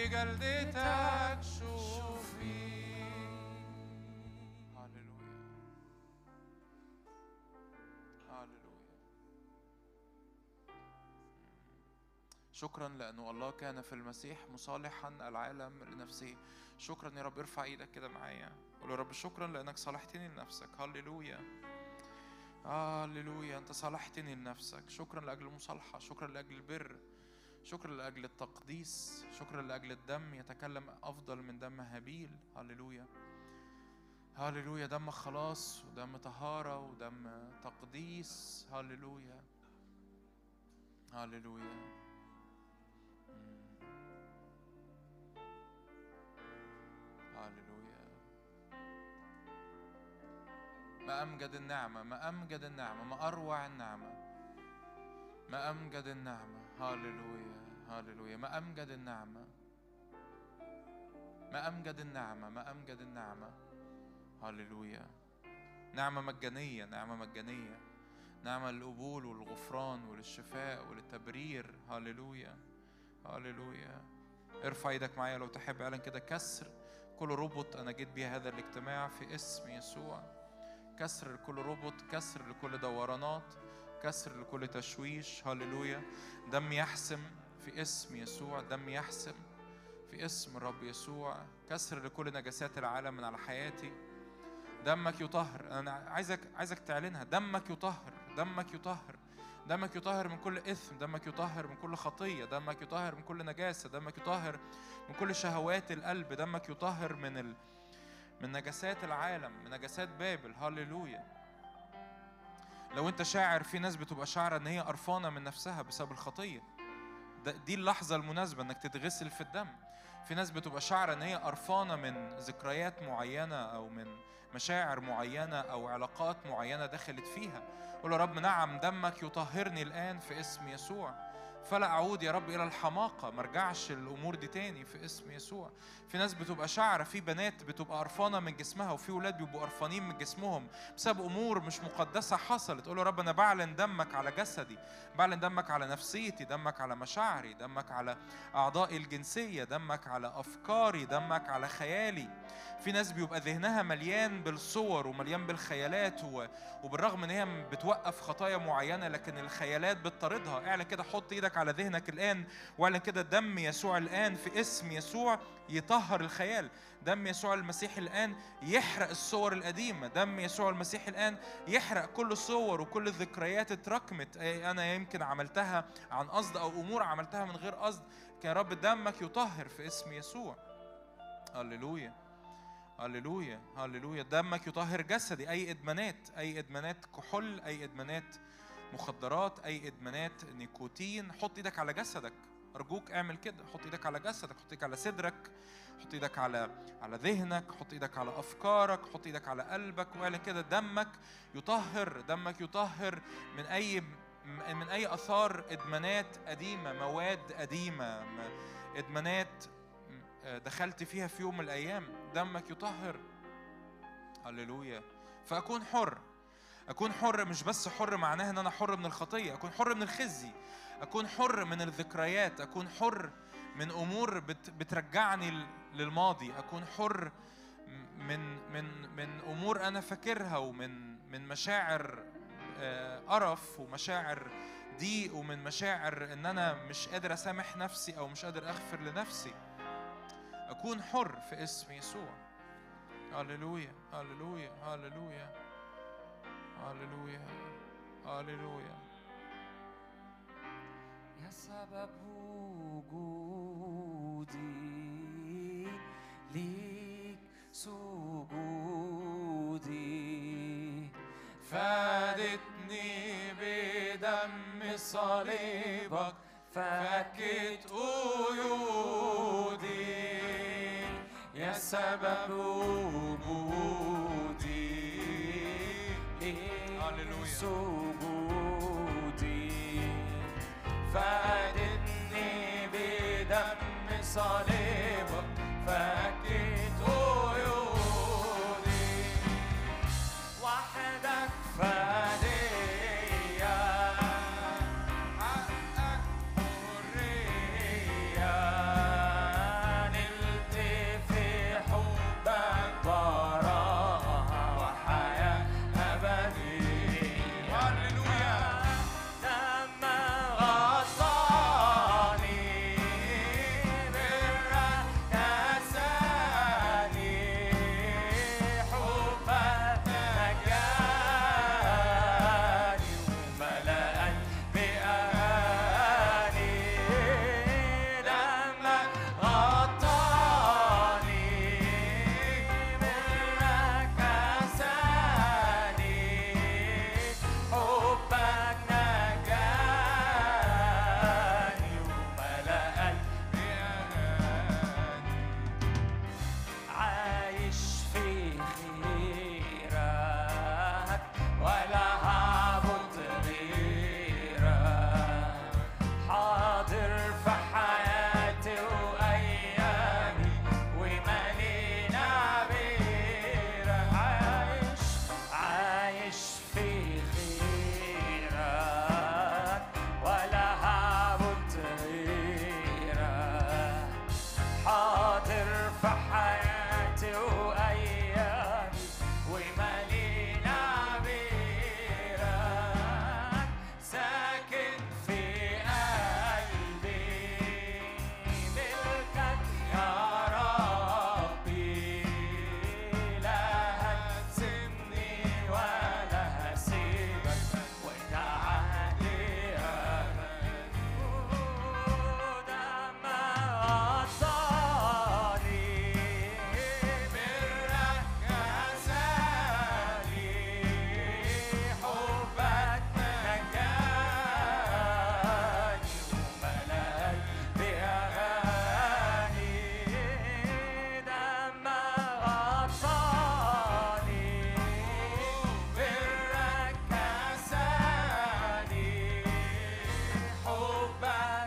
بجلدتك شوفي. هاليلويا هاليلويا. شكرا لأنه الله كان في المسيح مصالحا العالم لنفسه. شكرا يا رب. ارفع ايدك كده معايا قول يا رب شكرا لأنك صالحتني لنفسك. هاليلويا هاليلويا. أنت صالحتني لنفسك. شكرا لأجل المصالحة، شكرا لأجل البر، شكرا لأجل التقديس، شكرا لأجل الدم يتكلم أفضل من دم هابيل. هاليلويا هاليلويا. دم خلاص ودم طهارة ودم تقديس. هاليلويا هاليلويا. هاليلويا. ما أمجد النعمة، ما أمجد النعمة، ما أروع النعمة، ما أمجد النعمة. هاليلويا هاليلويا. ما أمجد النعمة، ما أمجد النعمة، ما أمجد النعمة. هاليلويا. نعمة مجانية، نعمة مجانية، نعمة للقبول والغفران وللشفاء وللتبرير. هاليلويا هاليلويا. ارفع ايدك معايا لو تحب. اعلن كده كسر كل ربط أنا جيت بيه هذا الاجتماع في اسم يسوع. كسر لكل ربط، كسر لكل دورانات، كسر لكل تشويش. هاليلويا. دم يحسم في اسم يسوع، دم يحسم في اسم الرب يسوع. كسر لكل نجاسات العالم من على حياتي. دمك يطهر. أنا عايزك عايزك تعلنها. دمك يطهر، دمك يطهر، دمك يطهر من كل إثم، دمك يطهر من كل خطية، دمك يطهر من كل نجاسة، دمك يطهر من كل شهوات القلب، دمك يطهر من ال... من نجاسات العالم، من نجاسات بابل. هاليلويا. لو انت شاعر، في ناس بتبقى شاعرة ان هي قرفانة من نفسها بسبب الخطية، دي اللحظة المناسبة انك تتغسل في الدم. في ناس بتبقى شاعرة ان هي قرفانة من ذكريات معينة او من مشاعر معينة او علاقات معينة دخلت فيها. قول يا رب نعم دمك يطهرني الآن في اسم يسوع، فلا أعود يا رب إلى الحماقة، مرجعش الأمور دي تاني في اسم يسوع. في ناس بتبقى شاعرة، في بنات بتبقى قرفانة من جسمها، وفي ولاد بيبقوا قرفانين من جسمهم بسبب أمور مش مقدسة حصلت. قول يا رب أنا بعلن دمك على جسدي، بعلن دمك على نفسيتي، دمك على مشاعري، دمك على أعضائي الجنسية، دمك على أفكاري، دمك على خيالي. في ناس بيبقى ذهنها مليان بالصور ومليان بالخيالات، وبالرغم ان هي بتوقف خطايا معينة لكن الخيالات بتطاردها. اعلن كده، حط ايدك على ذهنك الآن واعلن كده دم يسوع الآن في اسم يسوع يطهر الخيال. دم يسوع المسيح الآن يحرق الصور القديمة. دم يسوع المسيح الآن يحرق كل الصور وكل الذكريات اتركمت أنا يمكن عملتها عن قصد أو أمور عملتها من غير قصد. يا رب دمك يطهر في اسم يسوع. هللويا هللويا هللويا. دمك يطهر جسدي. أي إدمانات، أي إدمانات كحول، أي إدمانات مخدرات، أي إدمانات نيكوتين، حط إيدك على جسدك أرجوك. اعمل كده، حط إيدك على جسدك، حط إيدك على صدرك، حط إيدك على على ذهنك، حط إيدك على أفكارك، حط إيدك على قلبك، واعلن كده دمك يطهر، دمك يطهر من أي من أي آثار إدمانات قديمة، مواد قديمة، إدمانات دخلت فيها في يوم من الأيام. دمك يطهر. هللويا. فأكون حر. أكون حر، مش بس حر معناها أن أنا حر من الخطية، أكون حر من الخزي، أكون حر من الذكريات، أكون حر من أمور بت بترجعني للماضي، أكون حر من من من أمور أنا فاكرها، ومن من مشاعر قرف ومشاعر ضيق، ومن مشاعر أن أنا مش قادر أسامح نفسي أو مش قادر أغفر لنفسي. أكون حر في اسم يسوع. هللويا هللويا هللويا هللويا هللويا. يا سبب وجودي ليك سجودي، فادتني بدم صليبك، فكت قيودي. يا سبب وجودي ليك سجودي، فادتني بدم صليبك، فكت قيودي. وحدك فدية، حقك حرية، في حياتي وأيامي ومالينا بيرك ساكن في قلبي ملكك يا ربي لا هتسيبني ولا هسيبك وانت عهدي أبد وده ما عطاني برك كسالي حبك نجاني وملأت بأغاني ده ما عطاني برك كسالي حبك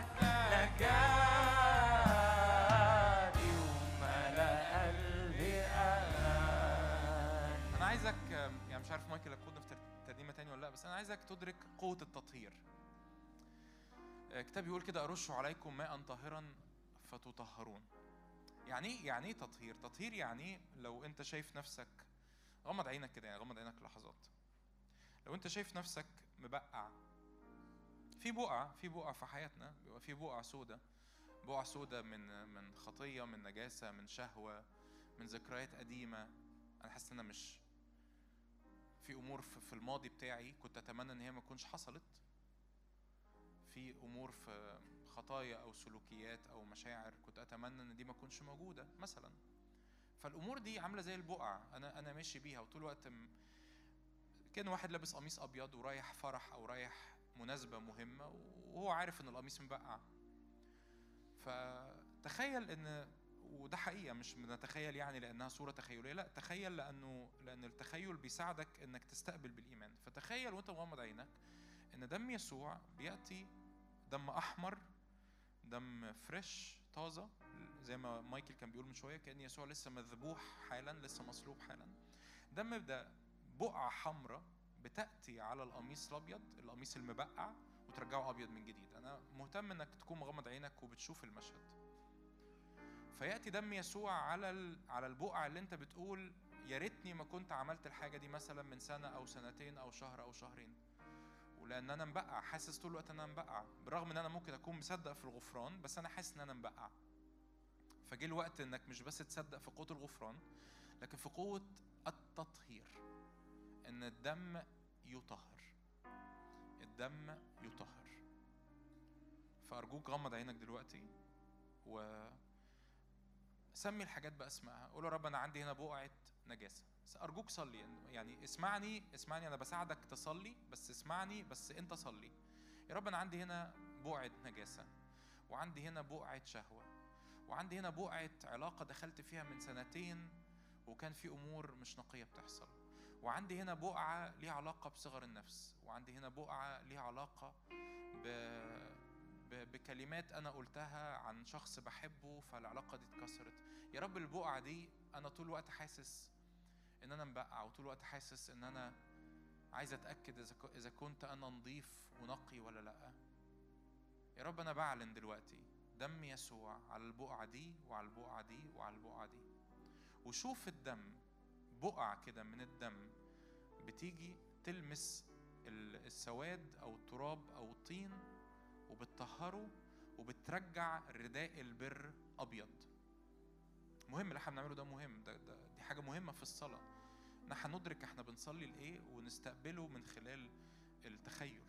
نجاني وملأ قلبي أغاني. أنا عايزك يعني مش عارف مايكل هتقودنا في ترنيمة تاني ولا لا، بس أنا عايزك تدرك قوة التطهير. الكتاب يقول كده أرش عليكم ماء طاهرا فتطهرون. يعني إيه يعني إيه تطهير؟ تطهير يعني لو أنت شايف نفسك، غمض عينك كده، يعني غمض عينك لحظات. لو أنت شايف نفسك مبقع في بقع في بقع في حياتنا، بيبقى في بقع سودة، بقع سودة من من خطية، من نجاسة، من شهوة، من ذكريات قديمة. أنا حاسس إن أنا مش في أمور في الماضي بتاعي كنت أتمنى إن هي ما تكونش حصلت. في أمور في خطايا أو سلوكيات أو مشاعر كنت أتمنى إن دي ما تكونش موجودة مثلا. فالأمور دي عاملة زي البقع، أنا أنا ماشي بيها وطول الوقت م... كان واحد لابس قميص أبيض ورايح فرح أو رايح مناسبة مهمة وهو عارف إن القميص مبقع. فتخيل إن، وده حقيقة مش بنتخيل يعني لأنها صورة تخيلية، لا تخيل لأنه لأن التخيل بيساعدك إنك تستقبل بالإيمان. فتخيل وأنت مغمض عينك إن دم يسوع بيأتي، دم أحمر، دم فريش طازة، زي ما مايكل كان بيقول من شوية، كأن يسوع لسه مذبوح حالا، لسه مصلوب حالا. دم ده بقعة حمراء بتأتي على القميص الأبيض، القميص المبقع، وترجعه أبيض من جديد. أنا مهتم إنك تكون مغمض عينك وبتشوف المشهد. فيأتي دم يسوع على على البقعة اللي أنت بتقول يا ريتني ما كنت عملت الحاجة دي مثلا من سنة أو سنتين أو شهر أو شهرين، ولأن أنا مبقع، حاسس طول الوقت أن أنا مبقع، بالرغم أن أنا ممكن أكون مصدق في الغفران، بس أنا حاسس أن أنا مبقع. فجي الوقت أنك مش بس تصدق في قوة الغفران، لكن في قوة التطهير، أن الدم يطهر، الدم يطهر. فأرجوك غمض عينك دلوقتي و سمي الحاجات بأسمائها. قول يا رب أنا عندي هنا بقعة نجاسة. أرجوك صلي، يعني اسمعني اسمعني أنا بساعدك تصلي، بس اسمعني، بس أنت صلي. يا رب أنا عندي هنا بقعة نجاسة، وعندي هنا بقعة شهوة، وعندي هنا بقعة علاقة دخلت فيها من سنتين وكان في أمور مش نقية بتحصل، وعندي هنا بقعة ليها علاقة بصغر النفس، وعندي هنا بقعة ليها علاقة ب بكلمات أنا قلتها عن شخص بحبه فالعلاقة دي اتكسرت. يا رب البقعة دي أنا طول الوقت حاسس إن أنا مبقع، وطول الوقت حاسس إن أنا عايز أتأكد إذا كنت أنا نظيف ونقي ولا لأ. يا رب أنا بعلن دلوقتي دم يسوع على البقعة دي وعلى البقعة دي وعلى البقعة دي. وشوف الدم، بقع كده من الدم بتيجي تلمس السواد أو التراب أو الطين وبتطهره وبترجع رداء البر أبيض. مهم اللي احنا بنعمله ده، مهم، ده, ده دي حاجة مهمة في الصلاة. نحن ندرك احنا بنصلي لإيه ونستقبله من خلال التخيل.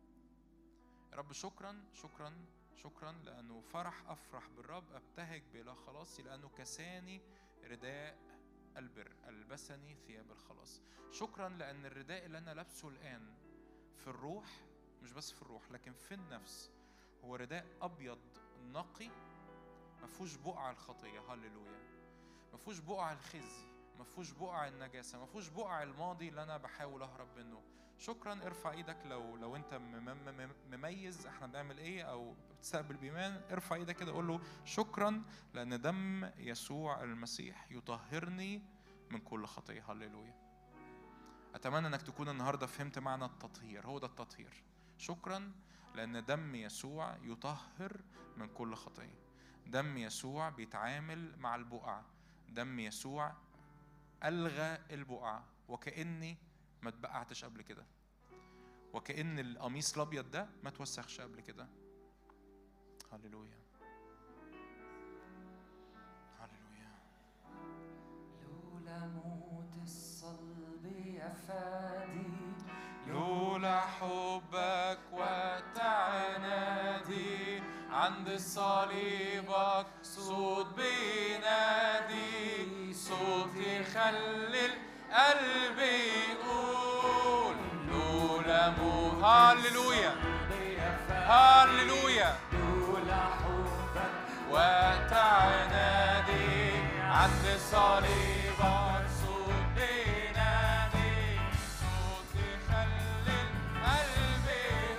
يا رب شكرا شكرا شكرا لأنه فرح أفرح بالرب، أبتهج بلا خلاصي لأنه كساني رداء البر، ألبسني ثياب الخلاص. شكرا لأن الرداء اللي أنا لابسه الآن في الروح، مش بس في الروح لكن في النفس، هو رداء أبيض نقي مفهوش بقع الخطية. هاللويا. مفهوش بقع الخزي، مفهوش بقع النجاسة، مفهوش بقع الماضي اللي أنا بحاول أهرب منه. شكرا. ارفع ايدك لو لو أنت مميز احنا بنعمل إيه أو بتستقبل بإيمان. ارفع ايدك كده قول له شكرا لأن دم يسوع المسيح يطهرني من كل خطية. هاللويا. أتمنى أنك تكون النهاردة فهمت معنى التطهير. هو ده التطهير. شكرا لأن دم يسوع يطهر من كل خطية. دم يسوع بيتعامل مع البقع. دم يسوع ألغى البقعة، وكأني ما اتبقعتش قبل كده، وكأن القميص الأبيض ده ما توسخش قبل كده. هللويا هللويا. لولا موت الصلب يا فادي، لولا حبك وتعنادي، عند صليبك صوت بينادي، صوت يخلي القلب يقول لولا موت. هللويا هللويا. لولا حبك وتعنادي، عند صليبك صوت بينادي، صوت يخلي القلب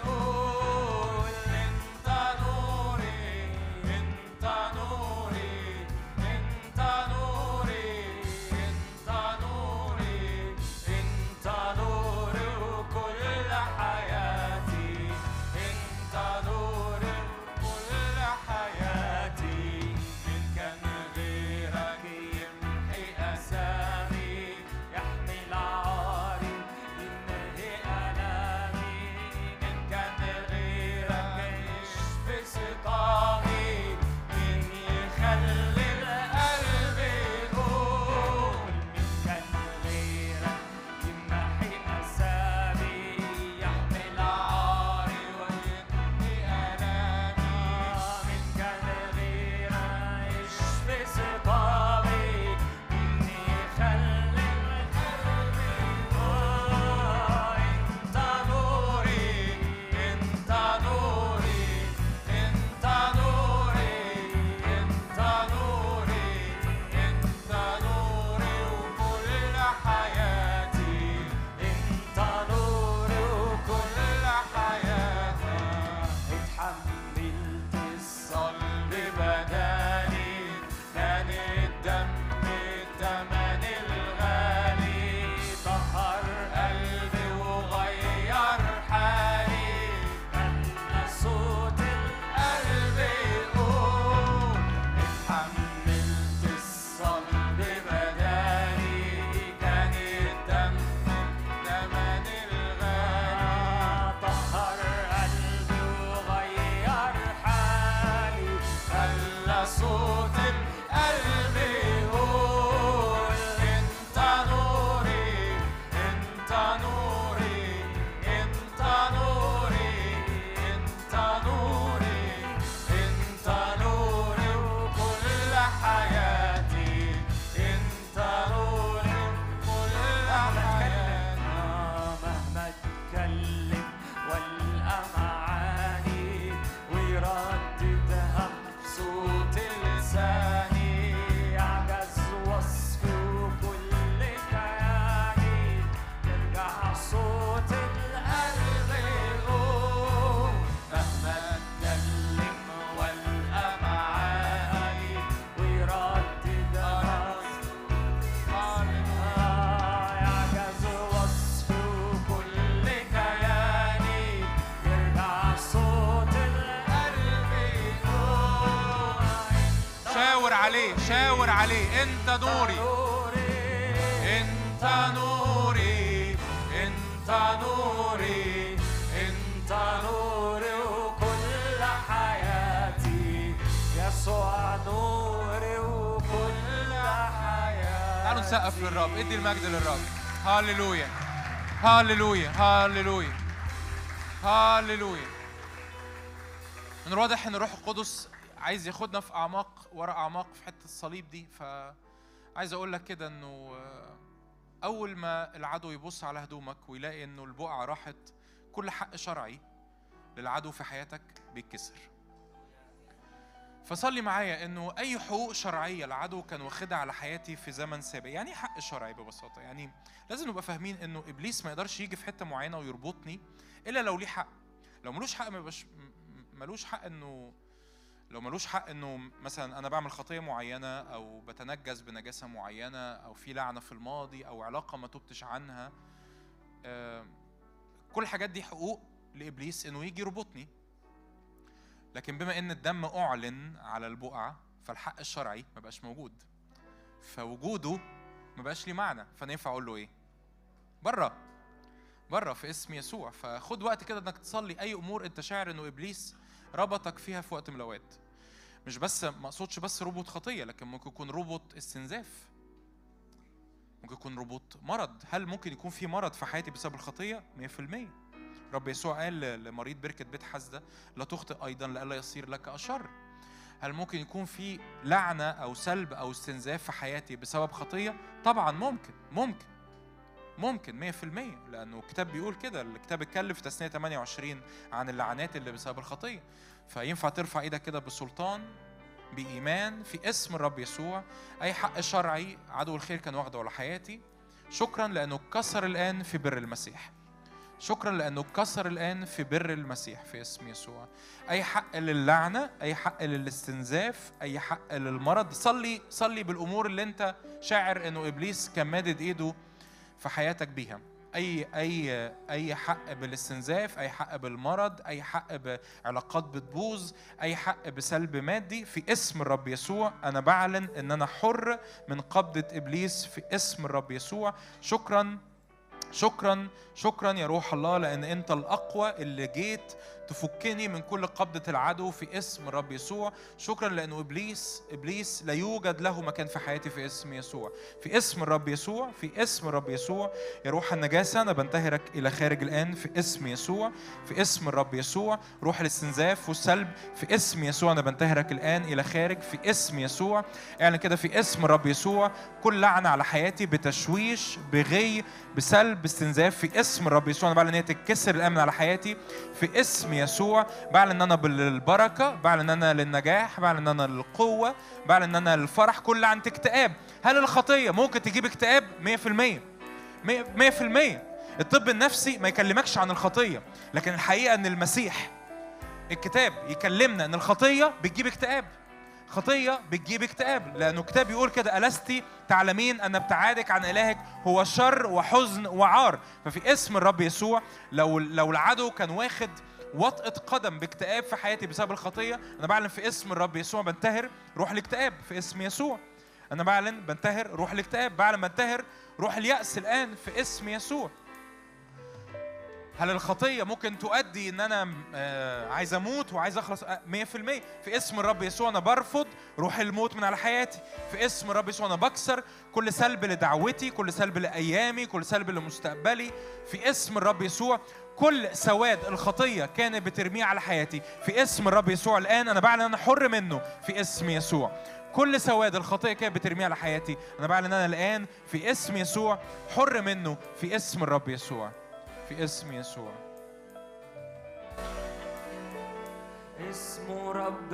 يقول انت نوري انت نوري انت نوري انت نوري انت نوري وكل حياتي، انت نوري وكل حياتي. من كان غيرك يمحي أسامي، يحمل عاري ينهي ألامي، من كان غيرك يشفي سقامي، من يخلي القلب يقول من كان غيرك يمحي أسامي، يحمل عاري وينهي ألامي، من كان غيرك يشفي سقامي، من يخلي القلب يقول انت نوري انت نوري انت نوري انت نوري انت نوري وكل حياتي، انت نوري وكل حياتي. اتحملت الصلب بدالي، كان الدم الثمن الغالي، طهر قلبي وغير حالي، خلى صوت القلب يقول اتحملت الصلب بدالي، كان الدم الثمن الغالي، طهر قلبي وغير حالي، خلى صوت القلب يقول انت نوري انت نوري انت نوري انت نوري انت نوري وكل حياتي، انت نوري وكل حياتي. مهما اتكلم والقى معاني، ويرددها بصوت لساني، يعجز وصفي وكل كياني، يرجع صوت القلب يقول مهما اتكلم والقى معاني، ويرددها يعجز وصفي وكل كياني، يرجع صوت القلب يقول شاور عليه شاور عليه انت نوري انت نوري انت نوري انت نوري وكل حياتي، يسوع نوري وكل حياتي. تعالوا نسقف للرب، ادي المجد للرب. هاليلويا هاليلويا هاليلويا هاليلويا. من الواضح ان الروح القدس عايز ياخدنا في اعماق ورا اعماق في حته الصليب دي. فعايز اقول لك كده انه اول ما العدو يبص على هدومك ويلاقي انه البقعه راحت، كل حق شرعي للعدو في حياتك بيتكسر. فصلي معايا انه اي حقوق شرعيه العدو كان واخدها على حياتي في زمن سابق. يعني حق شرعي ببساطه، يعني لازم نبقى فاهمين انه ابليس ما يقدرش يجي في حته معينه ويربطني الا لو ليه حق. لو ملوش حق ما يبقاش ملوش حق انه لو ملوش حق انه مثلا انا بعمل خطيه معينه او بتنجس بنجاسه معينه او في لعنه في الماضي او علاقه ما تبتش عنها، آه كل الحاجات دي حقوق لابليس انه يجي يربطني. لكن بما ان الدم اعلن على البقعه فالحق الشرعي ما بقاش موجود. فوجوده ما بقاش ليه معنى، فانا ينفع اقول له ايه؟ بره بره في اسم يسوع. فخد وقت كده انك تصلي اي امور انت شاعر انه ابليس ربطك فيها في وقت من الاوقات. مش بس ما اقصدش بس ربط خطيه، لكن ممكن يكون ربط استنزاف، ممكن يكون ربط مرض. هل ممكن يكون في مرض في حياتي بسبب الخطيه؟ مية في المية. رب يسوع قال لمريض بركه بيت حسده لا تخطئ ايضا لئلا يصير لك اشر. هل ممكن يكون في لعنه او سلب او استنزاف في حياتي بسبب خطيه؟ طبعا ممكن ممكن ممكن مية في المية، لأنه الكتاب بيقول كده. الكتاب اتكلم في تثنية ثمانية وعشرين عن اللعنات اللي بسبب الخطية. فينفع ترفع ايدك كده بسلطان بإيمان في اسم الرب يسوع. أي حق شرعي عدو الخير كان واخده على حياتي، شكرا لأنه كسر الآن في بر المسيح. شكرا لأنه كسر الآن في بر المسيح في اسم يسوع. أي حق للعنة، أي حق للاستنزاف، أي حق للمرض. صلي صلي بالأمور اللي أنت شاعر إنه إبليس كان مادد إيده في حياتك بيها. أي أي أي حق بالاستنزاف، أي حق بالمرض، أي حق بعلاقات بتبوظ، أي حق بسلب مادي، في اسم الرب يسوع أنا بعلن إن أنا حر من قبضة إبليس في اسم الرب يسوع. شكرا شكرا شكرا يا روح الله، لأن أنت الأقوى اللي جيت تفكني من كل قبضة العدو في اسم الرب يسوع. شكرا لأنه إبليس إبليس لا يوجد له مكان في حياتي في اسم يسوع. في اسم الرب يسوع، في اسم الرب يسوع. يا روح النجاسة أنا بنتهرك إلى خارج الآن في اسم يسوع. في اسم الرب يسوع. روح الاستنزاف والسلب في اسم يسوع أنا بنتهرك الآن إلى خارج في اسم يسوع. يعني كده في اسم الرب يسوع كل لعنة على حياتي بتشويش بغي بسلب باستنزاف في اسم الرب يسوع أنا بعلن إن هي تتكسر الآن على حياتي في اسم يسوع. بعلن ان انا بالبركه، بعلن ان انا للنجاح، بعلن ان انا للقوه، بعلن ان انا للفرح. كل عن اكتئاب. هل الخطيه ممكن تجيب اكتئاب؟ مية في المية مية في المية. الطب النفسي ما يكلمكش عن الخطيه، لكن الحقيقه ان المسيح الكتاب يكلمنا ان الخطيه بتجيب اكتئاب. خطيه بتجيب اكتئاب، لانه الكتاب يقول كده: ألستِ تعلمين ان ابتعادك عن الهك هو شر وحزن وعار. ففي اسم الرب يسوع لو لو العدو كان واخد وطئة قدم باكتئاب في حياتي بسبب الخطية، أنا بعلن في اسم الرب يسوع بنتهر روح الاكتئاب في اسم يسوع. أنا بعلن بنتهر روح الاكتئاب، بعلن بنتهر روح اليأس الآن في اسم يسوع. هل الخطية ممكن تؤدي إن أنا عايز أموت وعايز أخلص؟ مية في المية. في اسم الرب يسوع أنا برفض روح الموت من على حياتي. في اسم الرب يسوع أنا بكسر كل سلب لدعوتي، كل سلب لأيامي، كل سلب لمستقبلي في اسم الرب يسوع. كل سواد الخطية كانت بترميه على حياتي في اسم الرب يسوع الآن أنا بعلن أنا حر منه في اسم يسوع. كل سواد الخطية كانت بترميه على حياتي أنا بعلن أنا الآن في اسم يسوع حر منه في اسم الرب يسوع. في اسم يسوع. اسم رب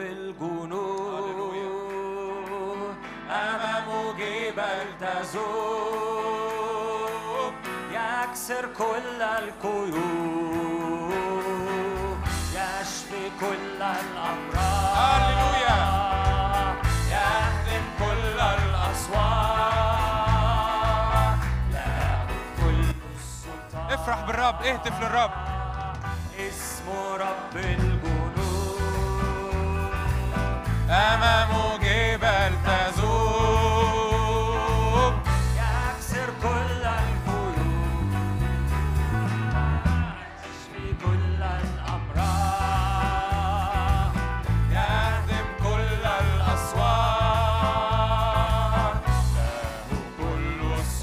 الجنود أمام جبال تذوب، يكسر كل القيود، يشفي كل الأمراض. هللويا. يهدم كل الأسوار، له كل السلطان. افرح بالرب، اهتف للرب. اسم رب الجنود أمام جبال تذوب، يكسر كل القيود، يشفي كل الأمراض، يهدم كل الأسوار، له كل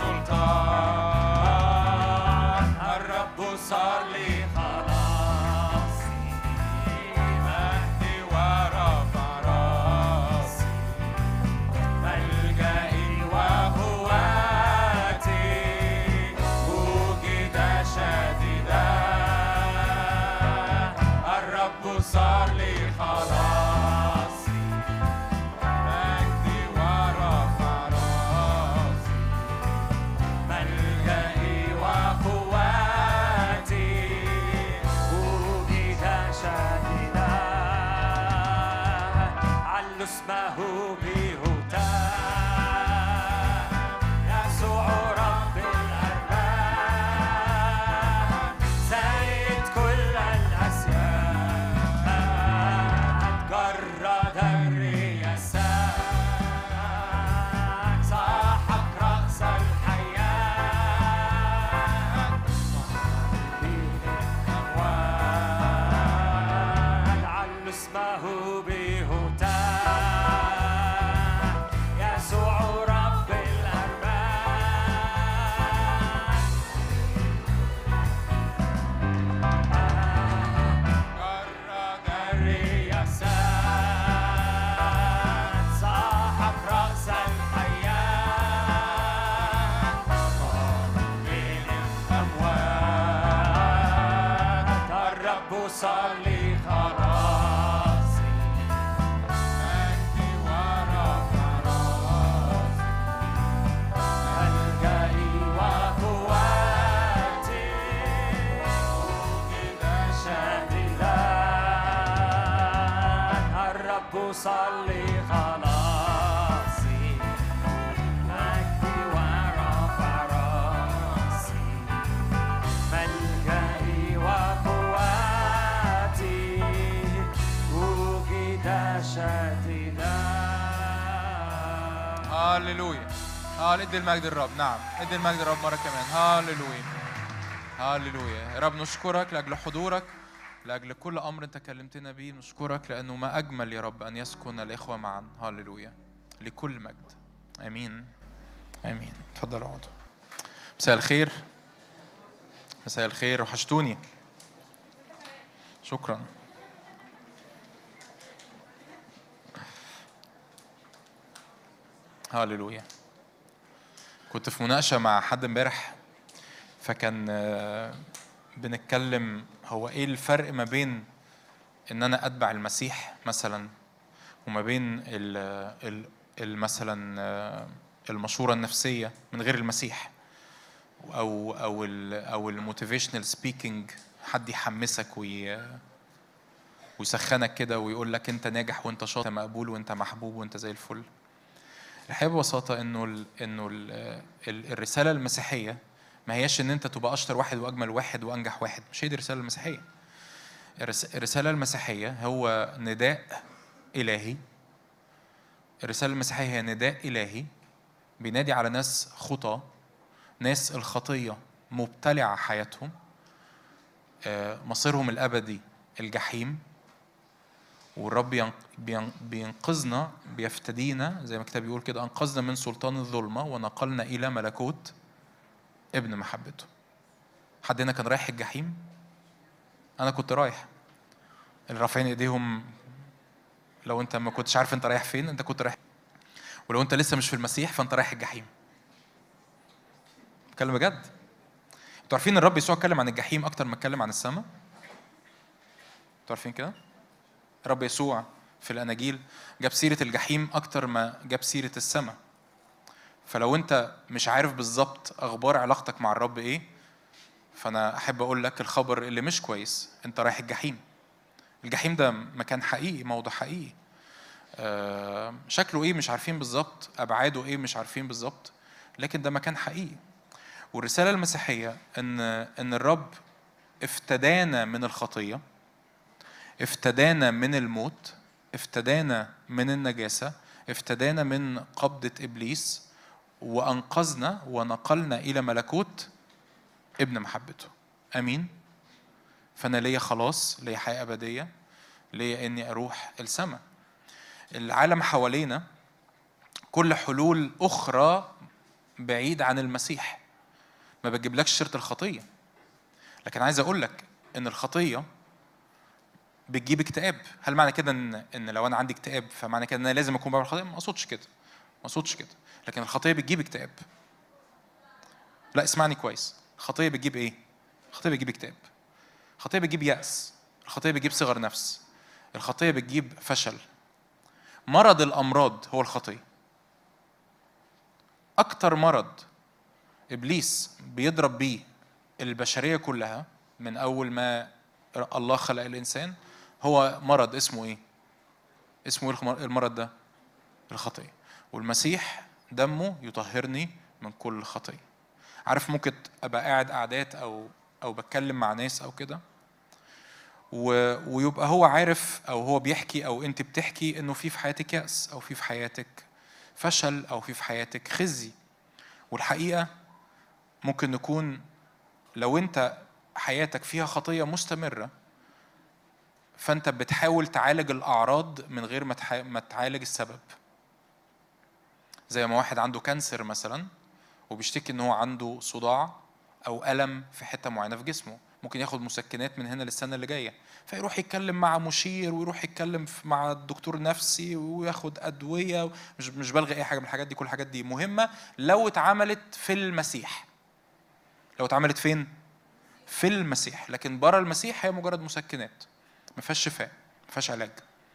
السلطان. الرب صار لي صار لي خلاصي، مجدي ورفع راسي، ملجئي وقوتي، وجد شديدا، علوا اسمه بهتاف، يسوع رب الأرباب، سيد كل الأسياد. صلي خلاصي مجدي ورفع راسي ملجئي وقوتي وجد شديدا الرب صلي خلاصي مجدي ورفع راسي ملجئي وقوتي وجد شديدا. هاليلويا. هال ادي المجد للرب. نعم ادي المجد للرب مرة كمان. هاليلويا هاليلويا. يا رب نشكرك لأجل حضورك، لأجل كل أمر أنت كلمتنا بيه. نشكرك لأنه ما أجمل يا رب أن يسكن الإخوة معا. هاليلويا. لكل مجد. آمين آمين. تفضلوا اقعدوا. مساء الخير. مساء الخير. وحشتوني. شكرا. هاليلويا. كنت في مناقشة مع حد امبارح، فكان بنتكلم هو ايه الفرق ما بين ان انا اتبع المسيح مثلا وما بين ال ال مثلا المشورة النفسية من غير المسيح، او او ال او الموتيفيشنال سبيكينج، حد يحمسك وي ويسخنك كده ويقول لك انت ناجح وانت شاطر مقبول وانت محبوب وانت زي الفل. الحقيقة ببساطة انه ال انه ال ال الرسالة المسيحية ما هياش ان انت تبقى اشطر واحد واجمل واحد وانجح واحد. مش هي دي الرسالة المسيحية. الرسالة المسيحية هو نداء إلهي. الرسالة المسيحية هي نداء إلهي بينادي على ناس خطى، ناس الخطية مبتلعة حياتهم، مصيرهم الأبدي الجحيم، والرب بينقذنا بيفتدينا زي ما الكتاب بيقول كده، أنقذنا من سلطان الظلمة ونقلنا إلى ملكوت ابن محبته. حد هنا كان رايح الجحيم؟ أنا كنت رايح. اللي رافعين إيديهم لو أنت ما كنتش عارف أنت رايح فين، أنت كنت رايح. ولو أنت لسه مش في المسيح فأنت رايح الجحيم. بتكلم بجد. أنتوا عارفين الرب يسوع اتكلم عن الجحيم أكتر ما اتكلم عن السماء؟ أنتوا عارفين كده؟ الرب يسوع في الأناجيل جاب سيرة الجحيم أكتر ما جاب سيرة السماء. فلو أنت مش عارف بالظبط أخبار علاقتك مع الرب إيه، فأنا أحب أقول لك الخبر اللي مش كويس، أنت رايح الجحيم. الجحيم ده مكان حقيقي، موضوع حقيقي. أه شكله إيه مش عارفين بالظبط، أبعاده إيه مش عارفين بالظبط، لكن ده مكان حقيقي. والرسالة المسيحية إن إن الرب افتدانا من الخطية، افتدانا من الموت، افتدانا من النجاسة، افتدانا من قبضة إبليس، وأنقذنا ونقلنا إلى ملكوت ابن محبته. أمين. فأنا ليا خلاص، ليا حياة أبدية، ليا إني أروح السماء. العالم حوالينا كل حلول أخرى بعيد عن المسيح ما بتجيبلكش سيرة الخطية. لكن عايز أقول لك إن الخطية بتجيب اكتئاب. هل معنى كده إن إن لو أنا عندي اكتئاب فمعنى كده إن أنا لازم أكون بعمل خطية؟ ما أقصدش كده، ما أقصدش كده. لكن الخطية بتجيب اكتئاب. لا اسمعني كويس. الخطية بتجيب إيه؟ الخطية بتجيب اكتئاب. الخطية بتجيب يأس. الخطية بتجيب صغر نفس. الخطية بتجيب فشل. مرض الأمراض هو الخطية. أكتر مرض إبليس بيضرب بيه البشرية كلها من أول ما الله خلق الإنسان هو مرض اسمه إيه؟ اسمه إيه المرض ده؟ الخطية. والمسيح دمه يطهرني من كل خطية. عارف ممكن أبقى قاعد قعدات أو أو بتكلم مع ناس أو كده، ويبقى هو عارف أو هو بيحكي أو أنت بتحكي إنه في في حياتك يأس أو في في حياتك فشل أو في في حياتك خزي. والحقيقة ممكن نكون لو أنت حياتك فيها خطية مستمرة فأنت بتحاول تعالج الأعراض من غير ما تعالج السبب. زي ما واحد عنده كانسر مثلا وبيشتكي إنه عنده صداع أو ألم في حتة معينة في جسمه، ممكن ياخد مسكنات من هنا للسنة اللي جاية، فيروح يتكلم مع مشير ويروح يتكلم مع الدكتور نفسي وياخد أدوية. مش مش بلغي أي حاجة من الحاجات دي، كل الحاجات دي مهمة لو اتعملت في المسيح. لو اتعملت فين؟ في المسيح. لكن برا المسيح هي مجرد مسكنات. ما فيهاش شفاء، ما فيهاش علاج.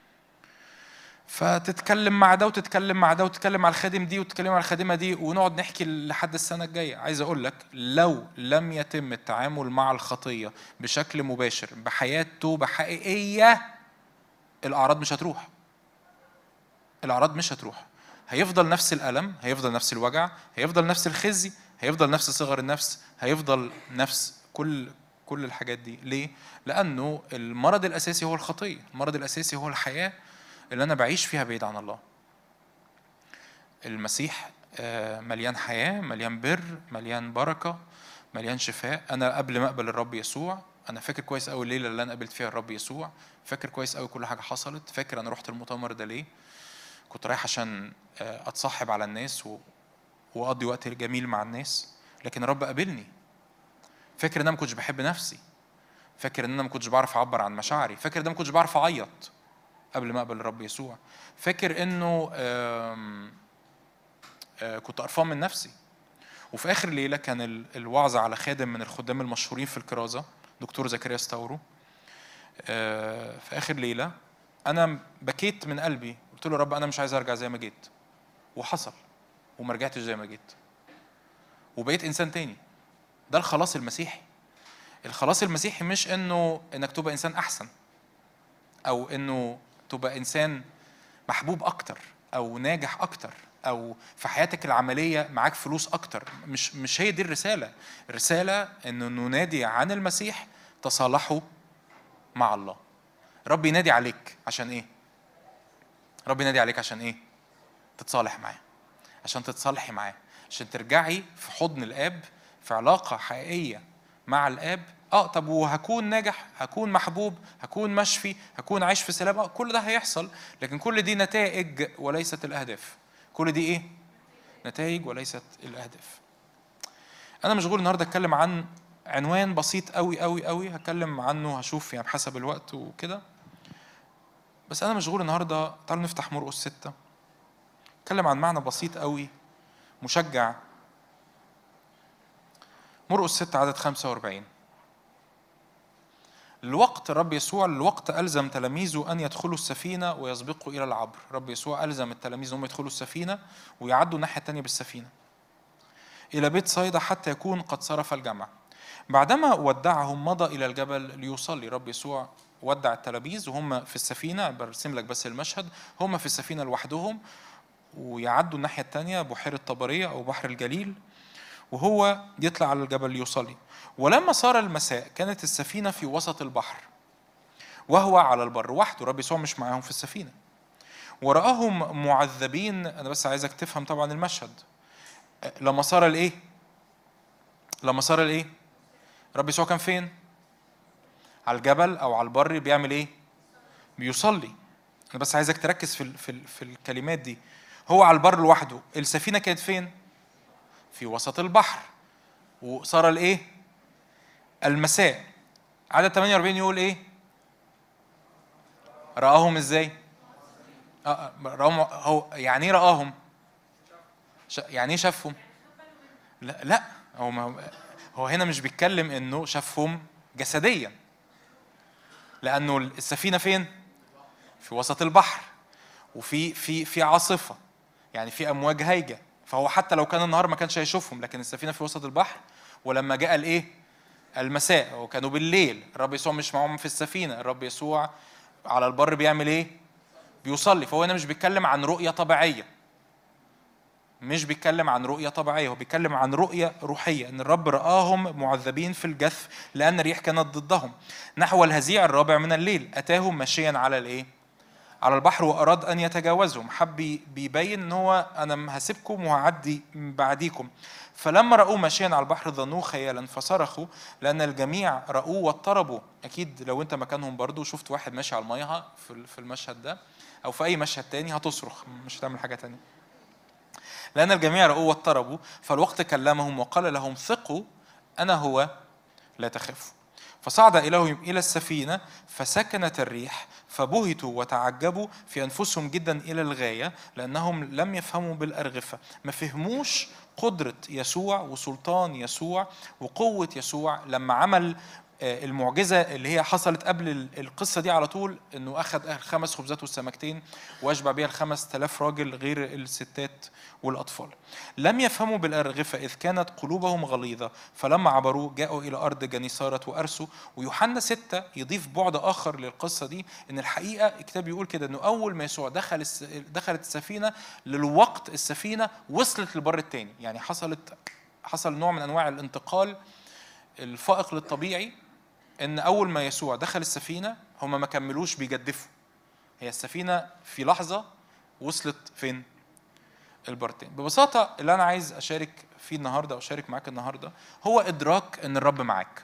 فتتكلم مع ده وتتكلم مع ده وتتكلم مع الخادم دي وتتكلم مع الخادمه دي ونقعد نحكي لحد السنه الجايه. عايز اقول لك لو لم يتم التعامل مع الخطيه بشكل مباشر بحياه توبه حقيقيه، الاعراض مش هتروح. الاعراض مش هتروح. هيفضل نفس الالم، هيفضل نفس الوجع، هيفضل نفس الخزي، هيفضل نفس صغر النفس، هيفضل نفس كل كل الحاجات دي. ليه؟ لانه المرض الاساسي هو الخطيه. المرض الاساسي هو الحياه اللي أنا بعيش فيها بعيد عن الله. المسيح مليان حياة، مليان بر، مليان بركة، مليان شفاء. أنا قبل ما أقبل الرب يسوع أنا فاكر كويس أوي الليلة اللي أنا قبلت فيها الرب يسوع، فاكر كويس أوي كل حاجة حصلت، فاكر أنا رحت المؤتمر ده ليه، كنت رايح عشان أتصاحب على الناس وأقضي وقت جميل مع الناس، لكن الرب قابلني. فاكر إن أنا ما كنتش بحب نفسي، فاكر إن أنا ما كنتش بعرف أعبر عن مشاعري، فاكر إن أنا ما كنتش بعرف أعيط قبل ما أقبل الرب يسوع، فاكر إنه آم آم كنت قرفان من نفسي. وفي آخر ليلة كان الوعظة على خادم من الخدام المشهورين في الكرازة، دكتور زكريا ستاورو. في آخر ليلة أنا بكيت من قلبي، قلت له رب أنا مش عايز أرجع زي ما جيت، وحصل وما رجعتش زي ما جيت وبقيت إنسان تاني. ده الخلاص المسيحي. الخلاص المسيحي مش إنه إنك تبقى إنسان أحسن، أو إنه تبقى إنسان محبوب أكتر، أو ناجح أكتر، أو في حياتك العملية معاك فلوس أكتر. مش مش هي دي الرسالة. الرسالة إنه ننادي عن المسيح تصالحوا مع الله. رب ينادي عليك عشان إيه؟ رب ينادي عليك عشان إيه؟ تتصالح معاه، عشان تتصالحي معاه، عشان ترجعي في حضن الآب، في علاقة حقيقية مع الآب. اه طب وهكون ناجح، هكون محبوب، هكون مشفي، هكون عايش في سلام، اه كل ده هيحصل، لكن كل دي نتائج وليست الأهداف. كل دي ايه؟ نتائج وليست الأهداف. أنا مشغول النهاردة أتكلم عن عنوان بسيط قوي قوي قوي، هتكلم عنه هشوف يعني بحسب الوقت وكده، بس أنا مشغول النهاردة. تعالوا نفتح مرقس ستة، أتكلم عن معنى بسيط قوي مشجع. مرقس ستة عدد خمسة وأربعين. الوقت الرب يسوع الوقت ألزم تلاميذه أن يدخلوا السفينة ويسبقوا إلى العبر. رب يسوع ألزم التلاميذ أنهم يدخلوا السفينة ويعدوا الناحية التانية بالسفينة إلى بيت صيدا حتى يكون قد صرف الجمع. بعدما ودعهم مضى إلى الجبل ليصلي. رب يسوع ودع التلاميذ وهم في السفينة، برسم لك بس المشهد، هم في السفينة لوحدهم ويعدوا الناحية التانية بحيرة طبرية أو بحر الجليل، وهو يطلع على الجبل ليصلي. ولما صار المساء كانت السفينة في وسط البحر وهو على البر وحده. رب يسوع مش معاهم في السفينة. ورآهم معذبين. أنا بس عايزك تفهم طبعا المشهد. لما صار الإيه؟ لما صار الإيه؟ رب يسوع كان فين؟ على الجبل أو على البر بيعمل إيه؟ بيصلي. أنا بس عايزك تركز في في في الكلمات دي. هو على البر لوحده، السفينة كانت فين؟ في وسط البحر. وصار الإيه؟ المساء. عدد ثمانية وأربعين يقول إيه؟ رآهم إزاي؟ آه رآهم. هو يعني إيه رآهم؟ يعني إيه شافهم؟ لا لا هو ما هو هنا مش بيتكلم إنه شافهم جسديا، لأنه السفينة فين؟ في وسط البحر، وفي في في عاصفة، يعني في أمواج هايجة، فهو حتى لو كان النهار ما كانش هيشوفهم، لكن السفينة في وسط البحر. ولما جاء الإيه؟ المساء، وكانوا بالليل. الرب يسوع مش معهم في السفينة، الرب يسوع على البر بيعمل إيه؟ بيصلي. فهو هنا مش بيتكلم عن رؤية طبيعية، مش بيتكلم عن رؤية طبيعية، هو بيتكلم عن رؤية روحية، إن الرب رآهم معذبين في الجثف لأن الريح كانت ضدهم. نحو الهزيع الرابع من الليل أتاهم ماشيا على الإيه؟ على البحر، وأراد أن يتجاوزهم. حب بيبين إن هو أنا هسيبكم وهعدي بعديكم. فلما رأوه ماشيا على البحر ظنوه خيالا فصرخوا، لأن الجميع رأوه واضطربوا. أكيد لو أنت مكانهم برضو شفت واحد ماشي على المياه في المشهد ده أو في أي مشهد تاني هتصرخ، مش هتعمل حاجة تانية. لأن الجميع رأوه واضطربوا. فالوقت كلمهم وقال لهم ثقوا أنا هو لا تخافوا. فصعد إليهم إلى السفينة فسكنت الريح، فبهتوا وتعجبوا في أنفسهم جدا إلى الغاية، لأنهم لم يفهموا بالأرغفة. ما فهموش قدرة يسوع وسلطان يسوع وقوة يسوع لما عمل المعجزة اللي هي حصلت قبل القصة دي على طول، إنه أخذ الخمس خبزات والسمكتين وأشبع بها الخمس تلاف راجل غير الستات والأطفال. لم يفهموا بالأرغفة إذ كانت قلوبهم غليظة، فلما عبروا جاءوا إلى أرض جنيسارة وأرسوا. ويوحنا ستة يضيف بعد آخر للقصة دي، إن الحقيقة الكتاب يقول كده إنه أول ما يسوع دخل دخلت السفينة، للوقت السفينة وصلت للبر التاني. يعني حصلت حصل نوع من أنواع الانتقال الفائق للطبيعي، إن أول ما يسوع دخل السفينة هم ما كملوش بيجدفوا، هي السفينة في لحظة وصلت فين؟ البرتين. ببساطة اللي أنا عايز أشارك فيه النهاردة أو أشارك معاك النهاردة هو إدراك إن الرب معاك.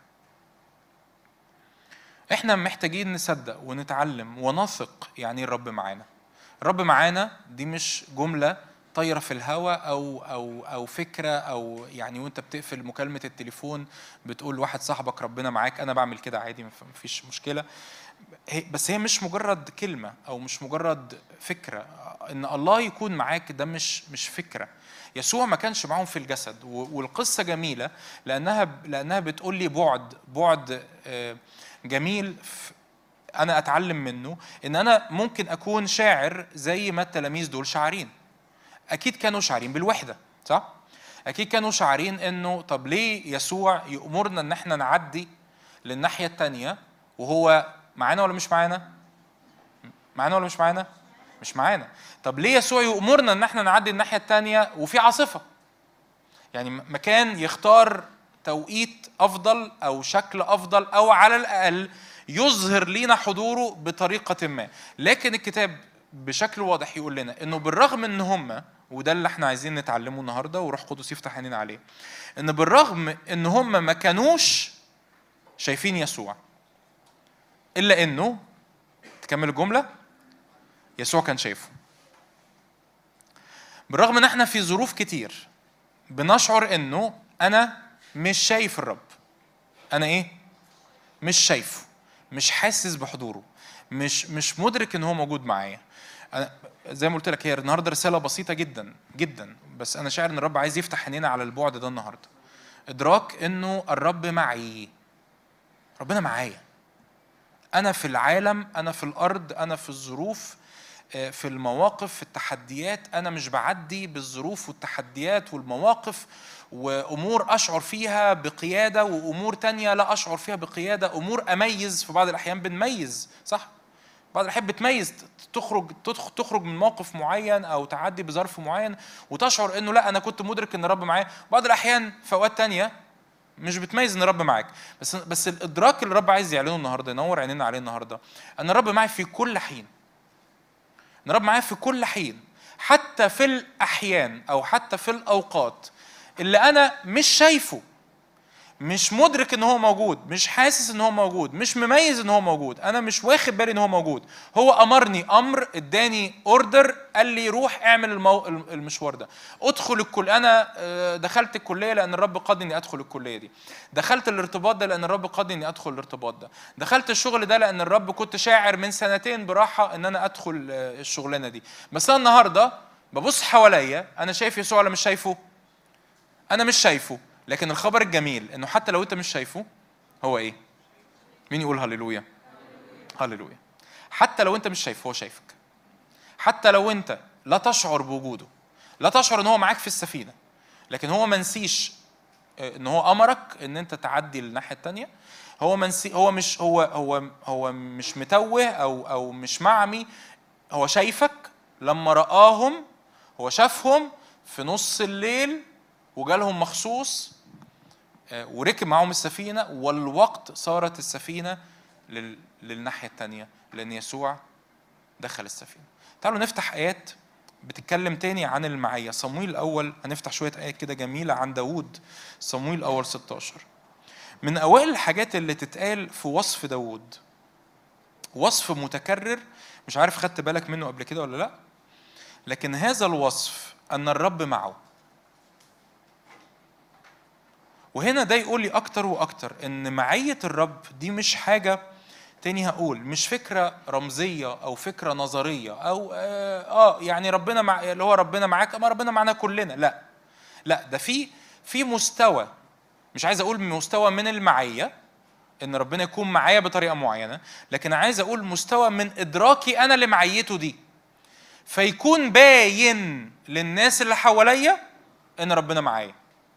إحنا محتاجين نصدق ونتعلم ونثق يعني الرب معانا. الرب معانا دي مش جملة طايرة في الهواء أو أو أو فكرة، أو يعني وأنت بتقفل مكالمة التليفون بتقول لواحد صاحبك ربنا معاك. أنا بعمل كده عادي، مفيش مشكلة. بس هي مش مجرد كلمة أو مش مجرد فكرة. إن الله يكون معاك ده مش مش فكرة. يسوع ما كانش معهم في الجسد، والقصة جميلة لأنها لأنها بتقول لي بعد بعد جميل أنا أتعلم منه. إن أنا ممكن أكون شاعر زي ما التلاميذ دول شاعرين. أكيد كانوا شاعرين بالوحدة، صح؟ أكيد كانوا شاعرين إنه طب ليه يسوع يأمرنا إن إحنا نعدي للناحية التانية وهو معانا ولا مش معانا؟ معانا ولا مش معانا؟ مش معانا. طب ليه يسوع يأمرنا إن إحنا نعدي الناحية التانية وفي عاصفة؟ يعني مكان يختار توقيت أفضل أو شكل أفضل، أو على الأقل يظهر لنا حضوره بطريقة ما. لكن الكتاب بشكل واضح يقول لنا إنه بالرغم إن هم، وده اللي احنا عايزين نتعلمه النهاردة وروح قدس يفتح عينينا عليه، إن بالرغم إن هم ما كانوش شايفين يسوع، إلا إنه تكمل الجملة يسوع كان شايفه. بالرغم إن احنا في ظروف كتير بنشعر إنه أنا مش شايف الرب، أنا إيه؟ مش شايفه، مش حاسس بحضوره، مش مش مدرك إن هو موجود معايا. أنا زي ما قلت لك هي النهارده رسالة بسيطة جدا جدا، بس أنا شاعر إن الرب عايز يفتح عينينا على البعد ده النهارده. إدراك إنه الرب معي، ربنا معايا. أنا في العالم، أنا في الأرض، أنا في الظروف، في المواقف، في التحديات. أنا مش بعدي بالظروف والتحديات والمواقف وأمور أشعر فيها بقيادة وأمور تانية لا أشعر فيها بقيادة. أمور أميز في بعض الأحيان، بنميز صح؟ بعض الأحيان بتميز، تخرج تخرج من موقف معين أو تعدي بظرف معين وتشعر إنه لا أنا كنت مدرك إن الرب معايا. بعض الأحيان في أوقات تانية مش بتميز إن الرب معاك. بس بس الإدراك اللي الرب عايز يعلنه النهاردة، ينور عينينا عليه النهاردة، أن الرب معي في كل حين. أن الرب معي في كل حين، حتى في الأحيان أو حتى في الأوقات اللي أنا مش شايفه، مش مدرك ان هو موجود، مش حاسس ان هو موجود، مش مميز ان هو موجود، انا مش واخد بالي ان هو موجود. هو امرني امر، اداني اوردر، قال لي روح اعمل المو... المشوار ده، ادخل الكل. انا دخلت الكليه لان الرب قادني اني ادخل الكليه دي، دخلت الارتباط ده لان الرب قادني اني ادخل الارتباط ده، دخلت الشغل ده لان الرب كنت شاعر من سنتين براحه ان انا ادخل الشغلانه دي. بس انا النهارده ببص حواليا، انا شايف يسوع ولا مش شايفه؟ انا مش شايفه. لكن الخبر الجميل انه حتى لو انت مش شايفه هو ايه؟ مين يقول هللويا؟ هللويا. حتى لو انت مش شايفه هو شايفك. حتى لو انت لا تشعر بوجوده، لا تشعر ان هو معاك في السفينة، لكن هو منسيش ان هو امرك ان انت تعدي للناحية التانية. هو منسي، هو مش هو هو هو مش متوه او او مش معمي. هو شايفك. لما رآهم هو شافهم في نص الليل وجالهم مخصوص وركب معهم السفينة، والوقت صارت السفينة لل... للناحية التانية لأن يسوع دخل السفينة. تعالوا نفتح آيات بتتكلم تاني عن المعية. صمويل الأول، هنفتح شوية آيات كده جميلة عن داود. صمويل الأول ستة عشر، من أوائل الحاجات اللي تتقال في وصف داود، وصف متكرر، مش عارف خدت بالك منه قبل كده ولا لا، لكن هذا الوصف أن الرب معه. وهنا ده يقول لي أكتر وأكتر إن معية الرب دي مش حاجة تاني، هقول مش فكرة رمزية أو فكرة نظرية أو آه, آه يعني ربنا مع اللي هو ربنا معاك أما ربنا معنا كلنا. لا لا، ده في في مستوى، مش عايز أقول مستوى من المعية ان ربنا يكون معايا بطريقه معينه، لكن عايز اقول مستوى من ادراكي انا لمعيته دي، فيكون باين للناس اللي حواليا ان ربنا معايا،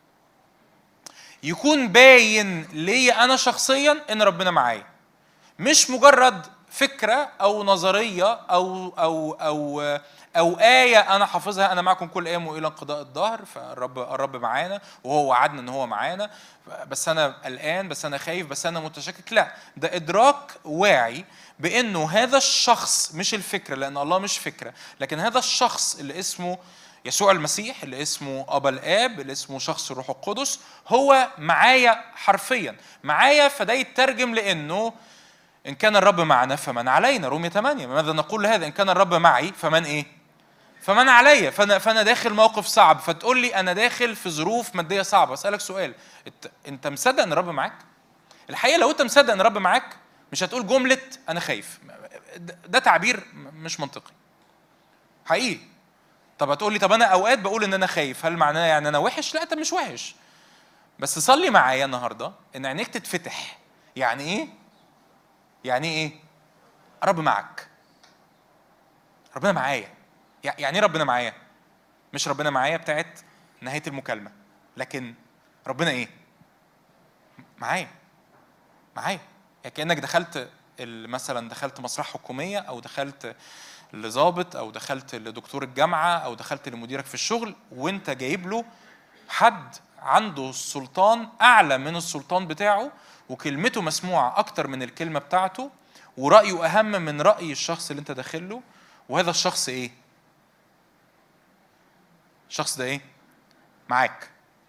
يكون باين ليا انا شخصيا ان ربنا معايا، مش مجرد فكره او نظريه او او او او ايه انا حافظها، انا معكم كل ايام والى انقضاء الدهر، فالرب الرب معانا وهو وعدنا ان هو معانا، بس انا قلقان، بس انا خايف، بس انا متشكك. لا، ده ادراك واعي بانه هذا الشخص مش الفكره، لان الله مش فكره، لكن هذا الشخص اللي اسمه يسوع المسيح، اللي اسمه أبا الآب، اللي اسمه شخص الروح القدس، هو معايا حرفيا معايا. فده يترجم لأنه إن كان الرب معنا فمن علينا. رومية ثمانية. ماذا نقول لهذا؟ إن كان الرب معي فمن إيه؟ فمن عليا. فأنا, فأنا داخل موقف صعب، فتقول لي أنا داخل في ظروف مادية صعبة. أسألك سؤال، أنت مصدق أن الرب معاك؟ الحقيقة لو أنت مصدق أن الرب معاك مش هتقول جملة أنا خايف. ده تعبير مش منطقي حقيقي. طب هتقول لي طب انا اوقات بقول ان انا خايف، هل معناه يعني انا وحش؟ لا، انت مش وحش، بس صلي معايا النهارده ان عينيك تتفتح. يعني ايه؟ يعني ايه رب معك؟ ربنا معايا. يعني ايه ربنا معايا؟ مش ربنا معايا بتاعت نهايه المكالمه، لكن ربنا ايه؟ معايا. معايا يعني كانك دخلت مثلا دخلت مسرح حكوميه، او دخلت لضابط، او دخلت لدكتور الجامعه، او دخلت لمديرك في الشغل، وانت جايب له حد عنده السلطان اعلى من السلطان بتاعه، وكلمته مسموعه اكتر من الكلمه بتاعته، ورايه اهم من راي الشخص اللي انت داخله. وهذا الشخص ايه؟ الشخص ده ايه؟ معاك.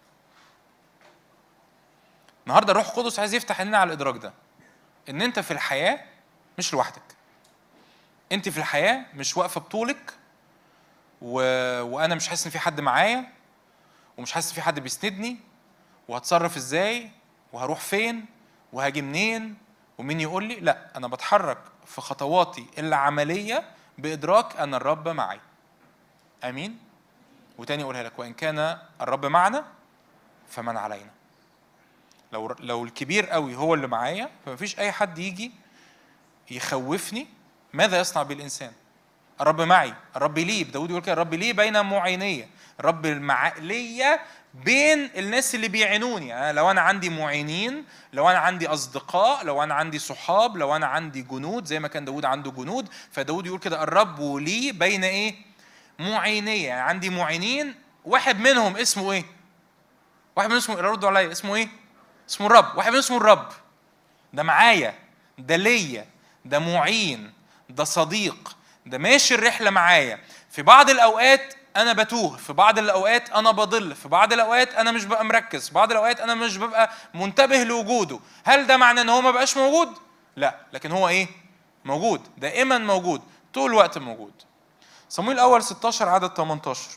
النهارده الروح القدس عايز يفتح عيننا على الادراك ده، ان انت في الحياه مش لوحدك. انت في الحياه مش واقفه بطولك و... وانا مش حاسس ان في حد معايا، ومش حاسس ان في حد بيسندني، وهتصرف ازاي، وهروح فين، وهاجي منين، ومين يقول لي. لا، انا بتحرك في خطواتي العمليه بادراك ان الرب معي. امين. وتاني اقولها لك، وان كان الرب معنا فمن علينا. لو لو الكبير قوي هو اللي معايا، فمفيش اي حد يجي يخوفني. ماذا يصنع بالإنسان؟ الرب معي، الرب لي. داود يقول كده، الرب لي بين معينية. الرب مع ليا بين الناس اللي بيعينوني. يعني لو أنا عندي معينين، لو أنا عندي أصدقاء، لو أنا عندي صحاب، لو أنا عندي جنود، زي ما كان داود عنده جنود، فداود يقول كده الرب لي بين إيه؟ معينية. يعني عندي معينين، واحد منهم اسمه إيه؟ واحد منهم اسمه، ردوا عليا، اسمه إيه؟ اسمه الرب. واحد منهم اسمه الرب. ده معايا، ده ليا، ده معين، ده صديق، ده ماشي الرحلة معايا. في بعض الأوقات أنا بتوه، في بعض الأوقات أنا بضل، في بعض الأوقات أنا مش ببقى مركز، في بعض الأوقات أنا مش ببقى منتبه لوجوده. هل ده معنى أن هو ما بقاش موجود؟ لا، لكن هو إيه؟ موجود، دائما موجود، طول الوقت موجود. صموئيل الأول ستاشر عدد تمنتاشر.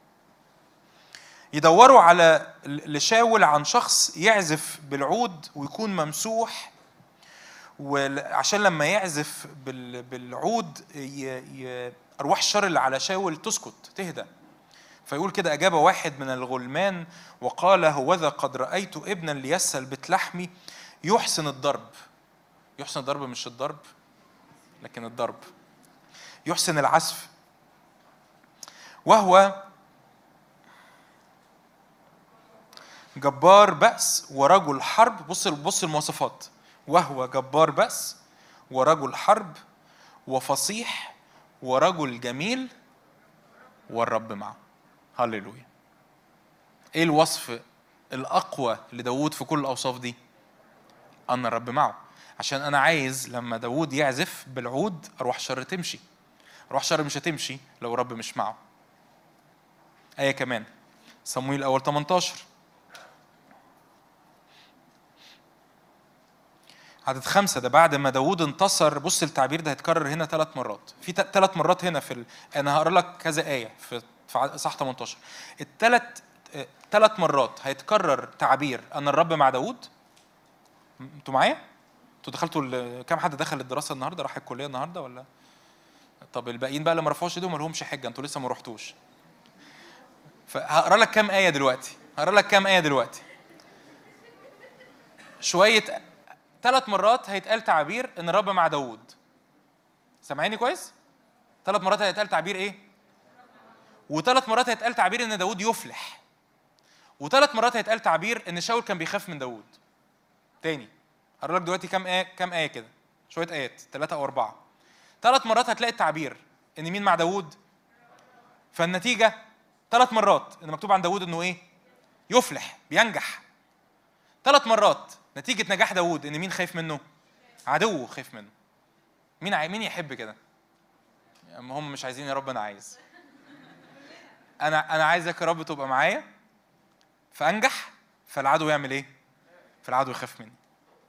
يدوروا على لشاول عن شخص يعزف بالعود ويكون ممسوح، وعشان لما يعزف بالعود أرواح الشر اللي على شاول تسكت، تهدى. فيقول كده، أجاب واحد من الغلمان وقال، هوذا قد رأيت ابنا ليسل بيت لحمي يحسن الضرب. يحسن الضرب، مش الضرب لكن الضرب. يحسن العزف، وهو جبار بأس ورجل حرب. بص بص المواصفات، وهو جبار بأس ورجل حرب وفصيح ورجل جميل والرب معه. هللويا. ايه الوصف الأقوى لداود في كل الأوصاف دي؟ أن الرب معه. عشان أنا عايز لما داود يعزف بالعود أروح شر تمشي. أروح شر مش هتمشي لو الرب مش معه. آية كمان، صموئيل الأول تمنتاشر عدد خمسة. ده بعد ما داود انتصر. بص التعبير ده هيتكرر هنا ثلاث مرات، في ثلاث مرات هنا في ال... أنا هقرأ لك كذا آية في صح تمنتاشر. الثلاث ثلاث مرات هيتكرر تعبير أن الرب مع داود. أنتوا معايا؟ أنتوا دخلتوا ال... كم حد دخل الدراسة النهاردة؟ راح الكلية النهاردة ولا؟ طب الباقيين بقى اللي ما رفعوش ايدهم ما لهمش حجة، أنتوا لسه ما رحتوش. فهقرأ لك كم آية دلوقتي. هقرأ لك كم آية دلوقتي. شوية ثلاث مرات هيتقال تعبير ان الرب مع داوود. سامعيني كويس؟ ثلاث مرات هيتقال تعبير ايه؟ وثلاث مرات هيتقال تعبير ان داوود يفلح. وثلاث مرات هيتقال تعبير ان شاول كان بيخاف من داوود. تاني هقول لك دلوقتي كام ايه كام ايه كده، شويه ايات، ثلاثه او اربعه. ثلاث مرات هتلاقي التعبير ان مين مع داوود، فالنتيجه ثلاث مرات ان مكتوب عن داوود انه ايه؟ يفلح، بينجح. ثلاث مرات نتيجه نجاح داوود ان مين خايف منه؟ عدوه خايف منه. مين ع... مين يحب كده؟ يعني هم مش عايزين يا رب، انا عايز. انا انا عايزك يا رب تبقى معايا فانجح، فالعدو يعمل ايه؟ فالعدو يخاف مني.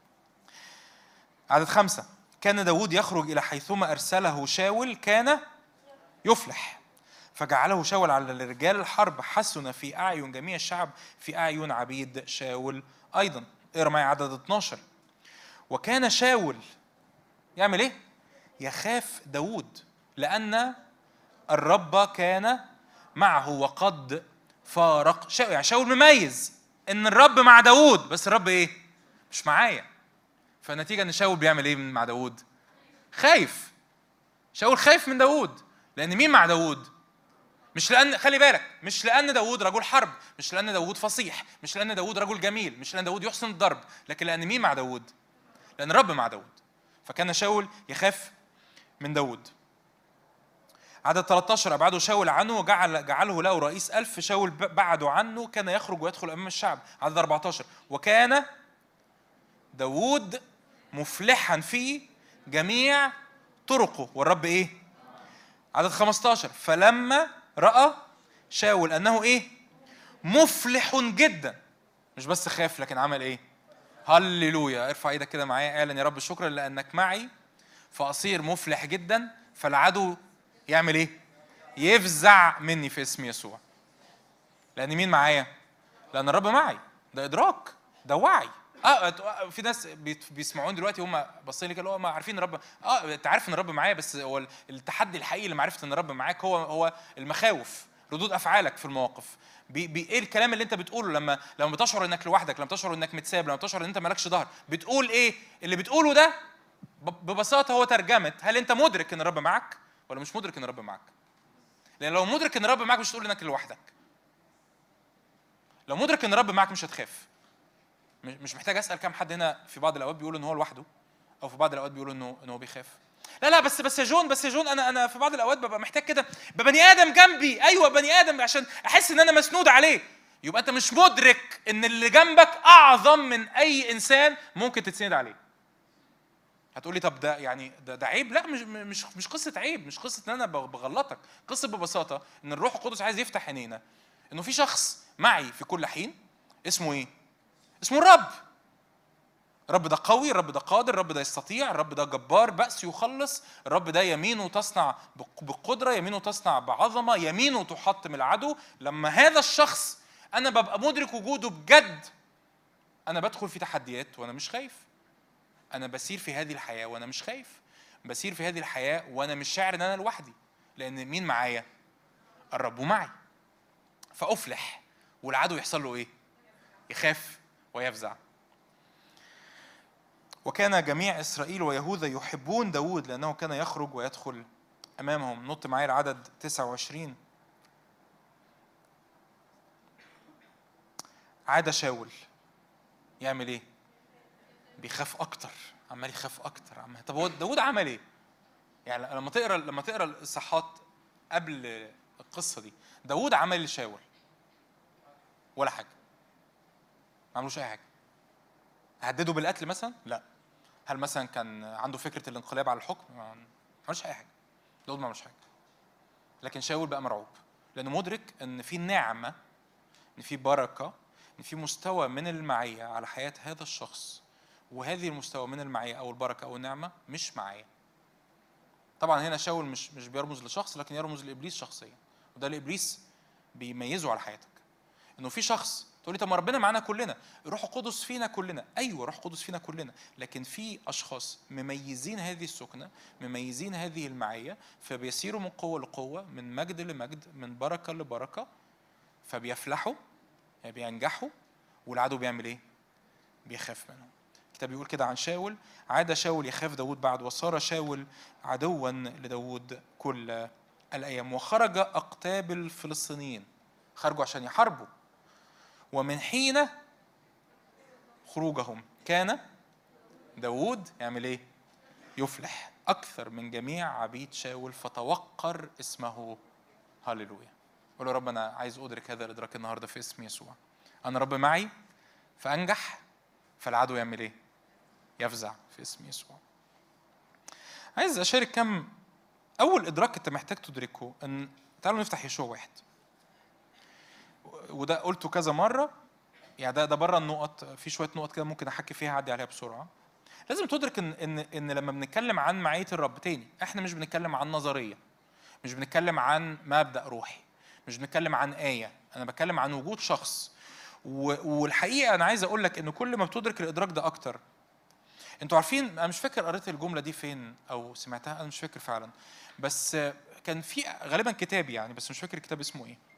عدد خمسة، كان داود يخرج إلى حيثما أرسله شاول كان يفلح، فجعله شاول على رجال الحرب حسن في أعين جميع الشعب، في أعين عبيد شاول أيضا. اقرأ معي عدد اتناشر. وكان شاول يعمل إيه؟ يخاف داود لأن الرب كان معه وقد فارق شاول. يعني شاول مميز إن الرب مع داود، بس الرب إيه؟ مش معايا. فالنتيجة إن شاول بيعمل إيه مع داود؟ خايف. شاول خايف من داود لأن مين مع داود؟ مش لأن، خلي بالك، مش لأن داود رجل حرب، مش لأن داود فصيح، مش لأن داود رجل جميل، مش لأن داود يحسن الضرب، لكن لأن مين مع داود؟ لأن الرب مع داود. فكان شاول يخاف من داود. عدد ثلاثة عشر، أبعده شاول عنه وجعل جعله له رئيس ألف. شاول بعده عنه، كان يخرج ويدخل أمام الشعب. عدد أربعة عشر، وكان داود مفلحا في جميع طرقه والرب إيه؟ عدد خمسة عشر، فلما رأى شاول أنه إيه؟ مفلح جدا، مش بس خاف لكن عمل إيه؟ هللويا. ارفع ايدك كده معايا، اعلن يا رب شكرا لأنك معي فأصير مفلح جدا، فالعدو يعمل إيه؟ يفزع مني في اسم يسوع. لأن مين معايا؟ لأن الرب معي. ده إدراك، ده وعي. اه في ناس بيسمعون دلوقتي هم باصين لي كده، هم عارفين الرب. اه انت عارف ان الرب معايا، بس هو التحدي الحقيقي لمعرفه ان الرب معاك هو هو المخاوف، ردود افعالك في المواقف. بي بي ايه الكلام اللي انت بتقوله لما لما بتشعر انك لوحدك، لما تشعر انك متساب، لما تشعر ان انت مالكش ظهر، بتقول ايه؟ اللي بتقوله ده ببساطه هو ترجمه هل انت مدرك ان الرب معاك ولا مش مدرك ان الرب معاك. لان لو مدرك ان الرب معاك مش هتقول انك لوحدك. لو مدرك ان الرب معاك مش هتخاف. مش محتاج اسال كم حد هنا في بعض الاوقات بيقول ان هو لوحده، او في بعض الاوقات بيقول انه انه هو بيخاف. لا لا بس بس يا جون بس يا جون انا انا في بعض الاوقات ببقى محتاج كده ببني ادم جنبي. ايوه بني ادم عشان احس ان انا مسنود عليه. يبقى انت مش مدرك ان اللي جنبك اعظم من اي انسان ممكن تتسند عليه. هتقولي طب ده يعني ده, ده عيب؟ لا، مش مش مش قصه عيب، مش قصه ان انا بغلطك. قصه ببساطه ان الروح القدس عايز يفتح عينينا انه في شخص معي في كل حين. اسمه ايه؟ اسمه الرب. الرب ده قوي، الرب ده قادر، الرب ده يستطيع، الرب ده جبار بأس يخلص، الرب ده يمينه تصنع بقدرة، يمينه تصنع بعظمة، يمينه تحطم العدو. لما هذا الشخص أنا ببقى مدرك وجوده بجد، أنا بدخل في تحديات وأنا مش خايف. أنا بسير في هذه الحياة وأنا مش خايف. بسير في هذه الحياة وأنا مش شاعر أن أنا لوحدي، لأن مين معايا؟ الرب معي. فأفلح، والعدو يحصل له إيه؟ يخاف ويفزع. وكان جميع إسرائيل ويهوذا يحبون داود لأنه كان يخرج ويدخل أمامهم. نط معي العدد تسعة وعشرين. عاد شاول يعمل إيه؟ بيخاف أكتر، عمال يخاف أكتر. عمال. طب هو داود عمل إيه؟ يعني لما تقرأ لما تقرأ الإصحاحات قبل القصة دي، داود عمل لشاول ولا حاجة، ما عملوش أي حاجة. هدده بالقتل مثلا؟ لا. هل مثلا كان عنده فكرة الانقلاب على الحكم؟ ما عملش أي حاجة. داود ما عملش حاجة. لكن شاول بقى مرعوب لأنه مدرك إن في نعمة، إن في بركة، إن في مستوى من المعية على حياة هذا الشخص، وهذه المستوى من المعية أو البركة أو النعمة مش معايا. طبعا هنا شاول مش مش بيرمز لشخص، لكن يرمز لإبليس شخصيا، وده الإبليس بيميزه على حياتك. إنه في شخص تقول لي طب ما ربنا معانا كلنا، روح القدس فينا كلنا. ايوه روح القدس فينا كلنا، لكن في اشخاص مميزين هذه السكنه، مميزين هذه المعيه، فبيسيروا من قوه لقوه، من مجد لمجد، من بركه لبركه، فبيفلحوا، يعني بينجحوا، والعدو بيعمل ايه؟ بيخاف منهم. الكتاب بيقول كده عن شاول: عاد شاول يخاف داود بعد، وصار شاول عدوا لداود كل الأيام. وخرج أقطاب الفلسطينيين، خرجوا عشان يحاربوا، ومن حين خروجهم كان داود يعمل ايه؟ يفلح أكثر من جميع عبيد شاول، فتوقر اسمه. هاليلويا. قول يا رب أنا عايز أدرك هذا الإدراك النهاردة في اسم يسوع. أنا رب معي فأنجح، فالعدو يعمل ايه؟ يفزع في اسم يسوع. عايز أشارك كم أول إدراك أنت محتاج تدركه. أن تعالوا نفتح يشوع واحد، وده قلته كذا مرة، يعني ده ده بره النقط، في شوية نقط كده ممكن أحكي فيها عدي عليها بسرعة. لازم تدرك إن إن إن لما بنتكلم عن معية الرب تاني، إحنا مش بنتكلم عن نظرية، مش بنتكلم عن مبدأ روحي، مش بنتكلم عن آية، أنا بتكلم عن وجود شخص. والحقيقة أنا عايز أقول لك إن كل ما بتدرك الإدراك ده أكتر. أنتوا عارفين، أنا مش فاكر قريت الجملة دي فين أو سمعتها، أنا مش فاكر فعلا، بس كان في غالبا كتاب يعني، بس مش فاكر الكتاب اسمه إيه.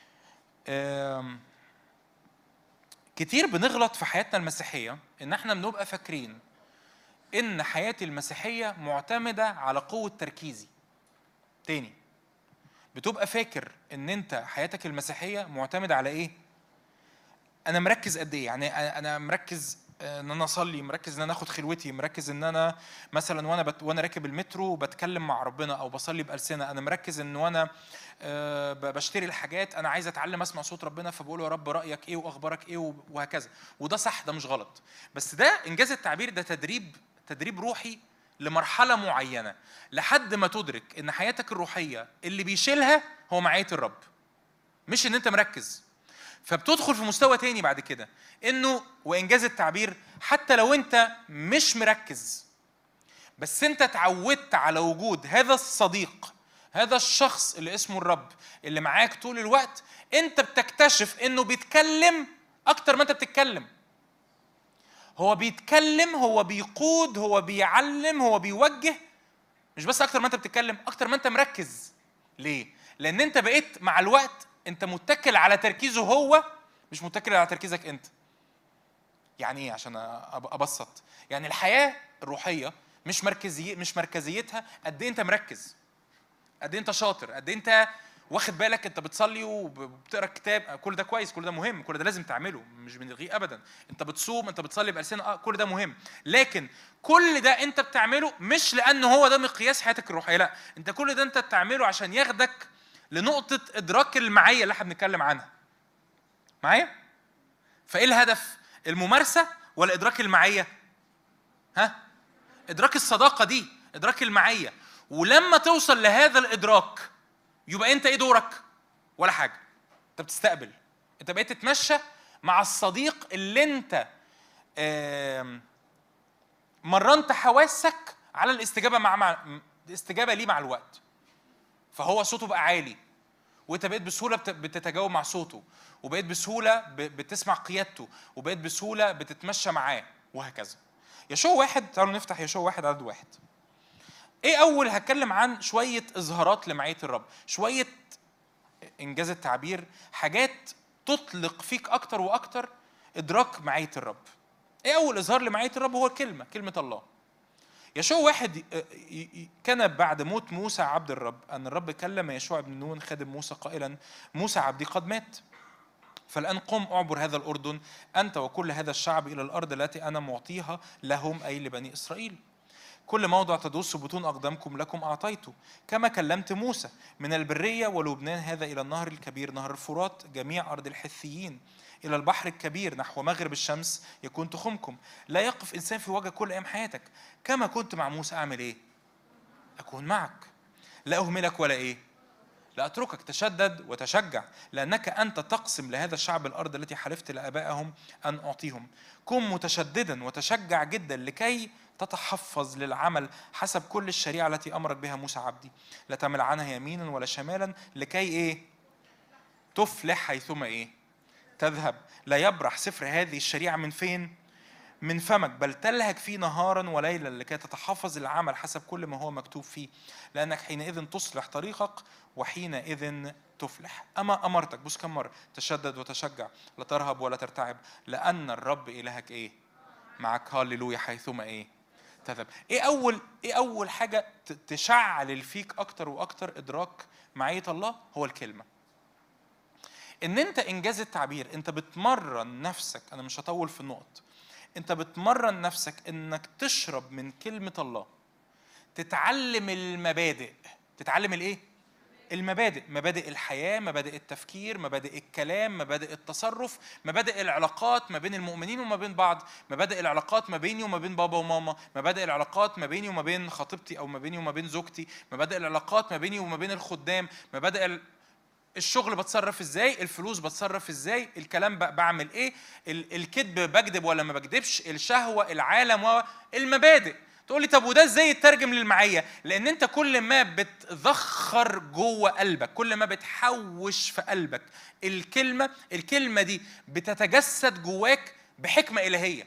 كتير بنغلط في حياتنا المسيحية إن إحنا بنبقى فاكرين إن حياتي المسيحية معتمدة على قوة تركيزي. تاني، بتبقى فاكر إن أنت حياتك المسيحية معتمدة على إيه؟ أنا مركز قد إيه؟ يعني أنا مركز ان انا اصلي، مركز ان انا اخد خلوتي، مركز ان انا مثلا وانا بت... وانا راكب المترو بتكلم مع ربنا او بصلي بألسنة، انا مركز ان وانا أه بشتري الحاجات انا عايز اتعلم اسمع صوت ربنا، فبقول يا رب رايك ايه واخبارك ايه وهكذا. وده صح، ده مش غلط، بس ده انجاز التعبير، ده تدريب تدريب روحي لمرحله معينه، لحد ما تدرك ان حياتك الروحيه اللي بيشيلها هو معية الرب، مش ان انت مركز. فبتدخل في مستوى تاني بعد كده، انه وانجاز التعبير حتى لو انت مش مركز، بس انت اتعودت على وجود هذا الصديق، هذا الشخص اللي اسمه الرب اللي معاك طول الوقت، انت بتكتشف انه بيتكلم اكتر ما انت بتتكلم. هو بيتكلم، هو بيقود، هو بيعلم، هو بيوجه، مش بس اكتر ما انت بتتكلم، اكتر ما انت مركز. ليه؟ لان انت بقيت مع الوقت انت متكل على تركيزه هو، مش متكل على تركيزك انت. يعني ايه؟ عشان ابسط، يعني الحياه الروحيه مش مركزيه، مش مركزيتها قد ايه انت مركز، قد ايه انت شاطر، قد ايه انت واخد بالك انت بتصلي وبتقرا كتاب. كل ده كويس، كل ده مهم، كل ده لازم تعمله، مش بنلغيه ابدا. انت بتصوم، انت بتصلي بألسنة، اه كل ده مهم، لكن كل ده انت بتعمله مش لانه هو ده مقياس حياتك الروحيه، لا، انت كل ده انت بتعمله عشان ياخدك لنقطه ادراك المعيه اللي احنا بنتكلم عنها. معايا؟ فايه الهدف؟ الممارسه ولا ادراك المعيه؟ ها؟ ادراك الصداقه دي، ادراك المعيه. ولما توصل لهذا الادراك يبقى انت ايه دورك؟ ولا حاجه، انت بتستقبل. انت بقيت تتمشى مع الصديق اللي انت مرنت حواسك على الاستجابه مع, مع الاستجابه ليه مع الوقت. فهو صوته بقى عالي وانت بقيت بسهوله بتتجاوب مع صوته، وبقيت بسهوله بتسمع قيادته، وبقيت بسهوله بتتمشى معاه، وهكذا. يشوع واحد، تعالوا نفتح يشوع واحد عدد واحد. ايه اول؟ هتكلم عن شويه اظهارات لمعيه الرب، شويه انجاز التعبير، حاجات تطلق فيك اكتر واكتر ادراك معيه الرب. ايه اول اظهار لمعيه الرب؟ هو كلمه كلمه الله. يشوع واحد، كان بعد موت موسى عبد الرب ان الرب كلم يشوع بن نون خادم موسى قائلا: موسى عبدي قد مات، فالآن قم أعبر هذا الأردن أنت وكل هذا الشعب إلى الأرض التي أنا معطيها لهم، أي لبني إسرائيل. كل موضع تدوس بطون أقدامكم لكم أعطيته، كما كلمت موسى، من البرية ولبنان هذا إلى النهر الكبير نهر الفرات، جميع أرض الحثيين إلى البحر الكبير نحو مغرب الشمس يكون تخمكم. لا يقف إنسان في وجه كل أيام حياتك. كما كنت مع موسى أعمل إيه؟ أكون معك. لا أهملك ولا إيه؟ لا أتركك. تشدد وتشجع، لأنك أنت تقسم لهذا الشعب الأرض التي حلفت لآبائهم أن أعطيهم. كن متشددا وتشجع جدا لكي تتحفظ للعمل حسب كل الشريعة التي أمرك بها موسى عبدي، لا تعمل عنها يمينا ولا شمالا، لكي إيه؟ تفلح حيثما إيه؟ تذهب. لا يبرح سفر هذه الشريعة من فين؟ من فمك، بل تلهج فيه نهارا وليلا لكي تتحفظ العمل حسب كل ما هو مكتوب فيه، لأنك حينئذ تصلح طريقك وحينئذ تفلح. أما أمرتك، بص كم مرة، تشدد وتشجع، لا ترهب ولا ترتعب، لأن الرب إلهك إيه؟ معك هاليلويا حيثما ايه تذهب. ايه اول ايه اول حاجه تشعل فيك اكتر واكتر ادراك معيه الله؟ هو الكلمه. ان انت انجاز التعبير، انت بتمرن نفسك، انا مش هطول في النقط، انت بتمرن نفسك انك تشرب من كلمه الله، تتعلم المبادئ. تتعلم الايه؟ المبادئ، مبادئ الحياة، مبادئ التفكير، مبادئ الكلام، مبادئ التصرف، مبادئ العلاقات ما بين المؤمنين وما بين بعض، مبادئ العلاقات ما بيني وما بين بابا وماما، مبادئ العلاقات ما بيني وما بين خطيبتي أو ما بيني وما بين زوجتي، مبادئ العلاقات ما بيني وما بين الخدام، مبادئ الشغل بتصرف ازاي، الفلوس بتصرف ازاي، الكلام بعمل ايه، الكذب بكذب ولا ما بكذبش، الشهوة، العالم، والمبادئ. تقول لي طب وده ازاي يترجم للمعيه؟ لان انت كل ما بتذخر جوه قلبك، كل ما بتحوش في قلبك الكلمه، الكلمه دي بتتجسد جواك بحكمه الهيه.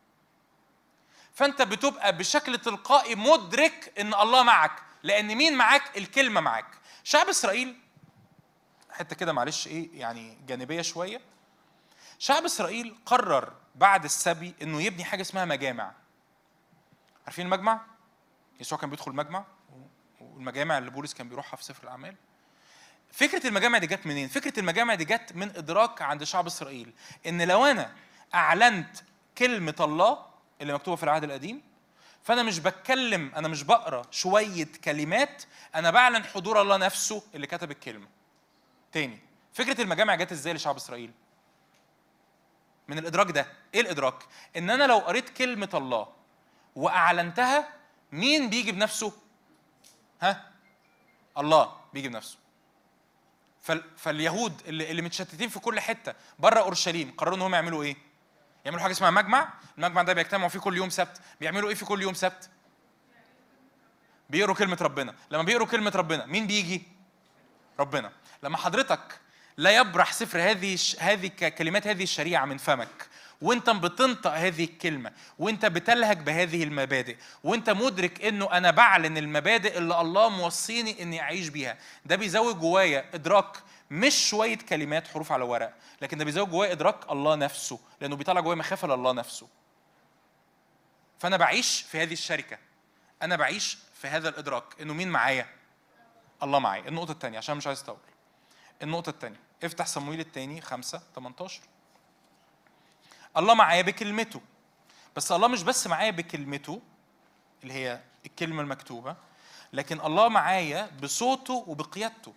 فانت بتبقى بشكل تلقائي مدرك ان الله معك، لان مين معاك؟ الكلمه معاك. شعب اسرائيل، حته كده معلش ايه يعني جانبيه شويه، شعب اسرائيل قرر بعد السبي انه يبني حاجه اسمها مجامع. عارفين المجمع؟ يسوع كان بيدخل مجمع، والمجامع اللي بولس كان بيروحها في سفر الأعمال. فكرة المجامع دي جت منين؟ فكرة المجامع دي جت من إدراك عند شعب إسرائيل إن لو أنا أعلنت كلمة الله اللي مكتوبة في العهد القديم، فأنا مش بتكلم، أنا مش بقرأ شوية كلمات، أنا بعلن حضور الله نفسه اللي كتب الكلمة. تاني، فكرة المجامع جت إزاي لشعب إسرائيل؟ من الإدراك ده. إيه الإدراك؟ إن أنا لو قريت كلمة الله وأعلنتها، مين بيجي بنفسه؟ ها؟ الله بيجي بنفسه. فاليهود اللي, اللي متشتتين في كل حتة بره أورشليم قرروا إنهم يعملوا إيه؟ يعملوا حاجة اسمها مجمع. المجمع ده بيجتمعوا فيه كل يوم سبت. بيعملوا إيه في كل يوم سبت؟ بيقروا كلمة ربنا. لما بيقروا كلمة ربنا مين بيجي؟ ربنا. لما حضرتك لا يبرح سفر هذه هذه كلمات هذه الشريعة من فمك، وانت بتنطق هذه الكلمة، وانت بتلهج بهذه المبادئ، وانت مدرك انه انا بعلن المبادئ اللي الله موصيني اني اعيش بيها، ده بيزود جوايا ادراك مش شوية كلمات حروف على ورق، لكن ده بيزود جوايا ادراك الله نفسه، لانه بيطلع جوايا مخافة لله نفسه. فانا بعيش في هذه الشركة، انا بعيش في هذا الادراك انه مين معايا؟ الله معايا. النقطة الثانية عشان مش عايز اطول. النقطة الثانية، افتح صموئيل الثاني خمسة ثمانية عشر. الله معايا بكلمته، بس الله مش بس معايا بكلمته اللي هي الكلمة المكتوبة، لكن الله معايا بصوته وبقيادته.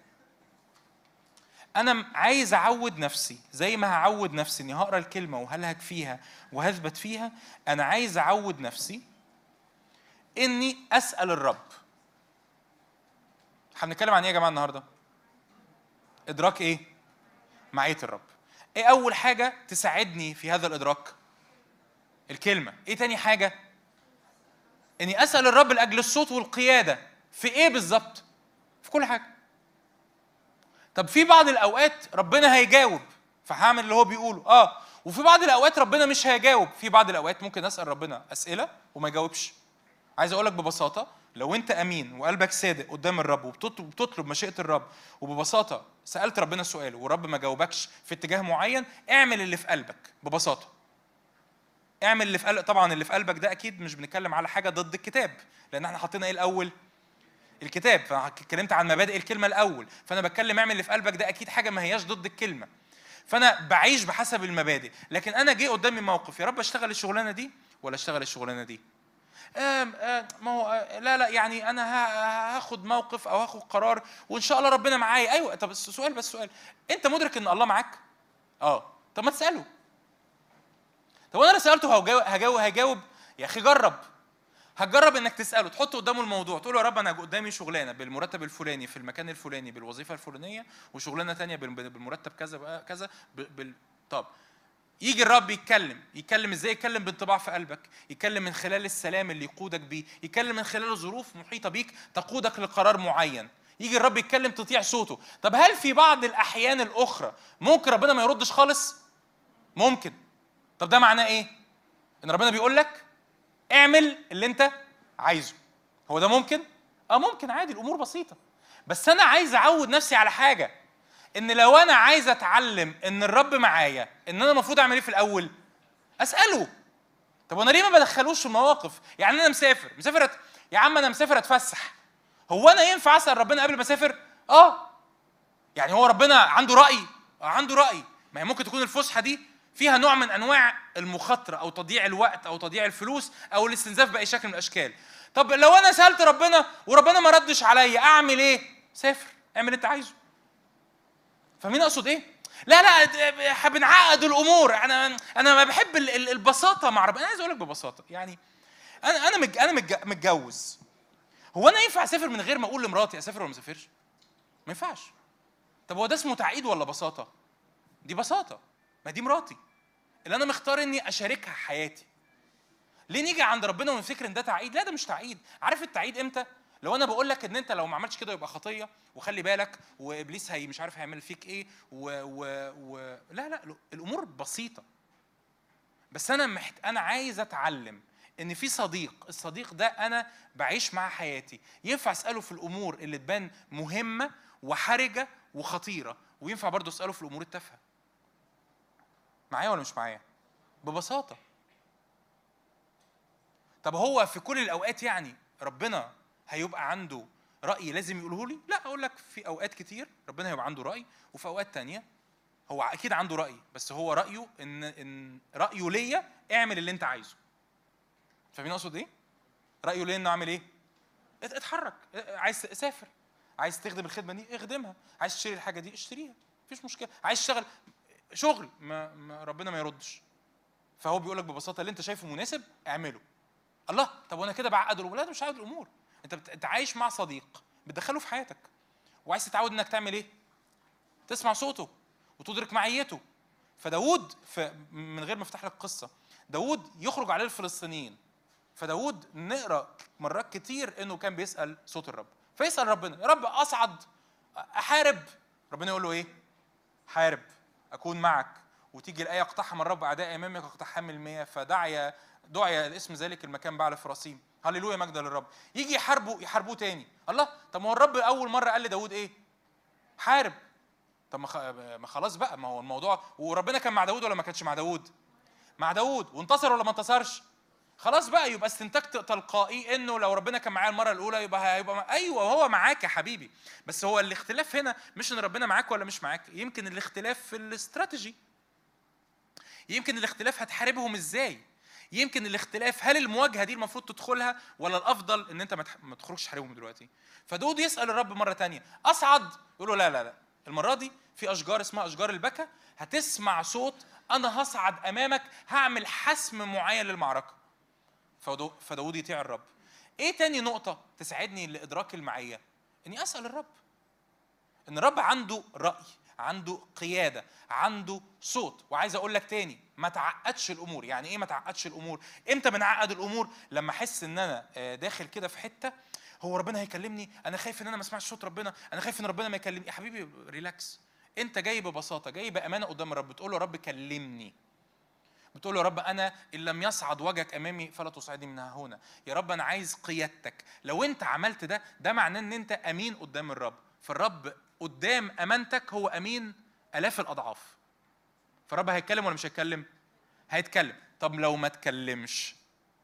أنا عايز أعود نفسي زي ما هعود نفسي إني هقرأ الكلمة وهلهج فيها وهثبت فيها، أنا عايز أعود نفسي إني أسأل الرب. هنتكلم عن إيه يا جماعة النهاردة؟ إدراك إيه؟ معية الرب. إيه أول حاجة تساعدني في هذا الإدراك؟ الكلمة. إيه تاني حاجة؟ إني أسأل الرب لأجل الصوت والقيادة. في إيه بالظبط؟ في كل حاجة. طب في بعض الأوقات ربنا هيجاوب فهعمل اللي هو بيقوله، آه وفي بعض الأوقات ربنا مش هيجاوب. في بعض الأوقات ممكن أسأل ربنا أسئلة وما يجاوبش. عايز أقولك ببساطة، لو أنت أمين وقلبك صادق قدام الرب وبتطلب مشيئة الرب، وببساطة سألت ربنا سؤال ورب ما جاوبكش في اتجاه معين، اعمل اللي في قلبك ببساطة. اعمل اللي في قلبك. طبعا اللي في قلبك ده أكيد مش بنتكلم على حاجة ضد الكتاب، لأن احنا حطينا إيه الأول؟ الكتاب. فاتكلمت عن مبادئ الكلمة الأول، فأنا بتكلم اعمل اللي في قلبك ده أكيد حاجة ما هياش ضد الكلمة، فأنا بعيش بحسب المبادئ. لكن أنا جه قدامي موقف، يا رب أشتغل الشغلانة دي ولا أشتغل الشغلانة دي؟ آه آه ما هو لا لا يعني أنا هاخد موقف أو هاخد قرار وإن شاء الله ربنا معايا. أيوة. طب السؤال بس سؤال، أنت مدرك إن الله معاك؟ آه. طب ما تسأله. طب أنا لو سألته هجاوب هجاوب هجاوب يا أخي جرب. هتجرب انك تساله، تحط قدامه الموضوع، تقول له يا رب انا قدامي شغلانه بالمرتب الفلاني في المكان الفلاني بالوظيفه الفلانيه، وشغلانه ثانيه بالمرتب كذا كذا بال... طب يجي الرب يتكلم. يتكلم ازاي؟ يتكلم بانطباع في قلبك، يتكلم من خلال السلام اللي يقودك بيه، يتكلم من خلال ظروف محيطه بيك تقودك لقرار معين. يجي الرب يتكلم تطيع صوته. طب هل في بعض الاحيان الاخرى ممكن ربنا ما يردش خالص؟ ممكن. طب ده معناه ايه؟ ان ربنا بيقول لك اعمل اللي انت عايزه. هو ده ممكن؟ اه ممكن عادي، الامور بسيطه. بس انا عايز اعود نفسي على حاجه، ان لو انا عايز اتعلم ان الرب معايا، ان انا المفروض اعمل ايه في الاول؟ اساله. طب وانا ليه ما بدخلوش في المواقف؟ يعني انا مسافر مسافر أت... يا عم انا مسافر اتفسح، هو انا ينفع اسال ربنا قبل ما اسافر؟ اه يعني هو ربنا عنده راي؟ اه عنده راي. ما هي ممكن تكون الفسحه دي فيها نوع من انواع المخاطره او تضييع الوقت او تضييع الفلوس او الاستنزاف باي شكل من الاشكال. طب لو انا سالت ربنا وربنا ما ردش عليا اعمل ايه؟ سافر، اعمل اللي انت عايزه. فاهمين اقصد ايه؟ لا لا بنعقد الامور. انا انا ما بحب البساطه مع ربنا. انا عايز اقول لك ببساطه، يعني انا انا انا متجوز، هو انا ينفع اسافر من غير ما اقول لمراتي اسافر ولا ما اسافرش؟ ما ينفعش. طب هو ده اسمه تعقيد ولا بساطه؟ دي بساطه، ما دي مراتي اللي انا مختار اني اشاركها حياتي. ليه نيجي عند ربنا ونفتكر ان ده تعقيد؟ لا ده مش تعقيد. عارف التعقيد امتى؟ لو انا بقول لك ان انت لو ما عملتش كده يبقى خطيه، وخلي بالك وابليس هي مش عارف هيعمل فيك ايه و... و... و... لا لا الامور بسيطه. بس انا محت... انا عايز اتعلم ان في صديق، الصديق ده انا بعيش معاه حياتي، ينفع اساله في الامور اللي تبان مهمه وحرجه وخطيره، وينفع برضه اساله في الامور التافهه. معايا ولا مش معايا؟ ببساطه. طب هو في كل الاوقات يعني ربنا هيبقى عنده راي لازم يقوله لي؟ لا، اقول لك في اوقات كتير ربنا هيبقى عنده راي، وفي اوقات تانية هو اكيد عنده راي، بس هو رايه ان ان رايه ليا اعمل اللي انت عايزه. فاهمين اقصد ايه؟ رايه ليا انه اعمل ايه؟ اتحرك. عايز تسافر، عايز تخدم الخدمه دي اخدمها، عايز تشتري الحاجه دي اشتريها، مفيش مشكله، عايز تشتغل شغل ما, ما ربنا ما يردش. فهو بيقول لك ببساطه اللي انت شايفه مناسب اعمله. الله، طب وانا كده بعقد الامور؟ لا، مش عقد الامور. انت بت... انت عايش مع صديق بتدخله في حياتك، وعايز تتعود انك تعمل ايه؟ تسمع صوته وتدرك معيته. فداود في... من غير ما افتح لك قصه، داود يخرج عليه الفلسطينيين، فداود نقرا مرات كتير انه كان بيسال صوت الرب، فيسال ربنا يا رب اصعد احارب؟ ربنا يقول له ايه؟ حارب اكون معك. وتيجي الايه اقتحم الرب اعداء امامك اقتحام المياه فدعي دعي اسم ذلك المكان بعل فراسيم. هللويا، مجد للرب. يجي يحاربوا يحاربوه تاني. الله، طب ما هو الرب اول مره قال لداود ايه؟ حارب. طب ما خلاص بقى، ما هو الموضوع. وربنا كان مع داود ولا ما كانش مع داود؟ مع داود. وانتصر ولا ما انتصرش؟ خلاص بقى، يبقى استنتجت تلقائي انه لو ربنا كان معايا المره الاولى يبقى هيبقى ايوه هو معاك يا حبيبي. بس هو الاختلاف هنا مش ان ربنا معاك ولا مش معاك، يمكن الاختلاف في الاستراتيجي، يمكن الاختلاف هتحاربهم ازاي، يمكن الاختلاف هل المواجهه دي المفروض تدخلها ولا الافضل ان انت ما تخرجش تحاربهم دلوقتي. فداود يسال الرب مره ثانيه اصعد؟ يقول له لا لا لا، المره دي في اشجار اسمها اشجار البكا، هتسمع صوت، انا هصعد امامك، هعمل حسم معين للمعركه. فداود يطيع الرب. ايه تاني نقطه تساعدني لادراك المعيه؟ اني اسال الرب، ان الرب عنده راي، عنده قياده، عنده صوت. وعايز اقول لك تاني، ما تعقدش الامور. يعني ايه ما تعقدش الامور؟ امتى بنعقد الامور؟ لما احس ان انا داخل كده في حته هو ربنا هيكلمني، انا خايف ان انا ما اسمعش صوت ربنا، انا خايف ان ربنا ما يكلمني. يا حبيبي ريلاكس، انت جاي ببساطه، جاي بامانه قدام الرب، بتقول له يا رب كلمني، بتقول له يا رب انا ان لم يصعد وجهك امامي فلا تصعدني منها هنا. يا رب انا عايز قيادتك. لو انت عملت ده، ده معناه ان انت امين قدام الرب. فالرب قدام امانتك هو امين الاف الاضعاف. فالرب هيتكلم ولا مش هيتكلم؟ هيتكلم. طب لو ما تكلمش،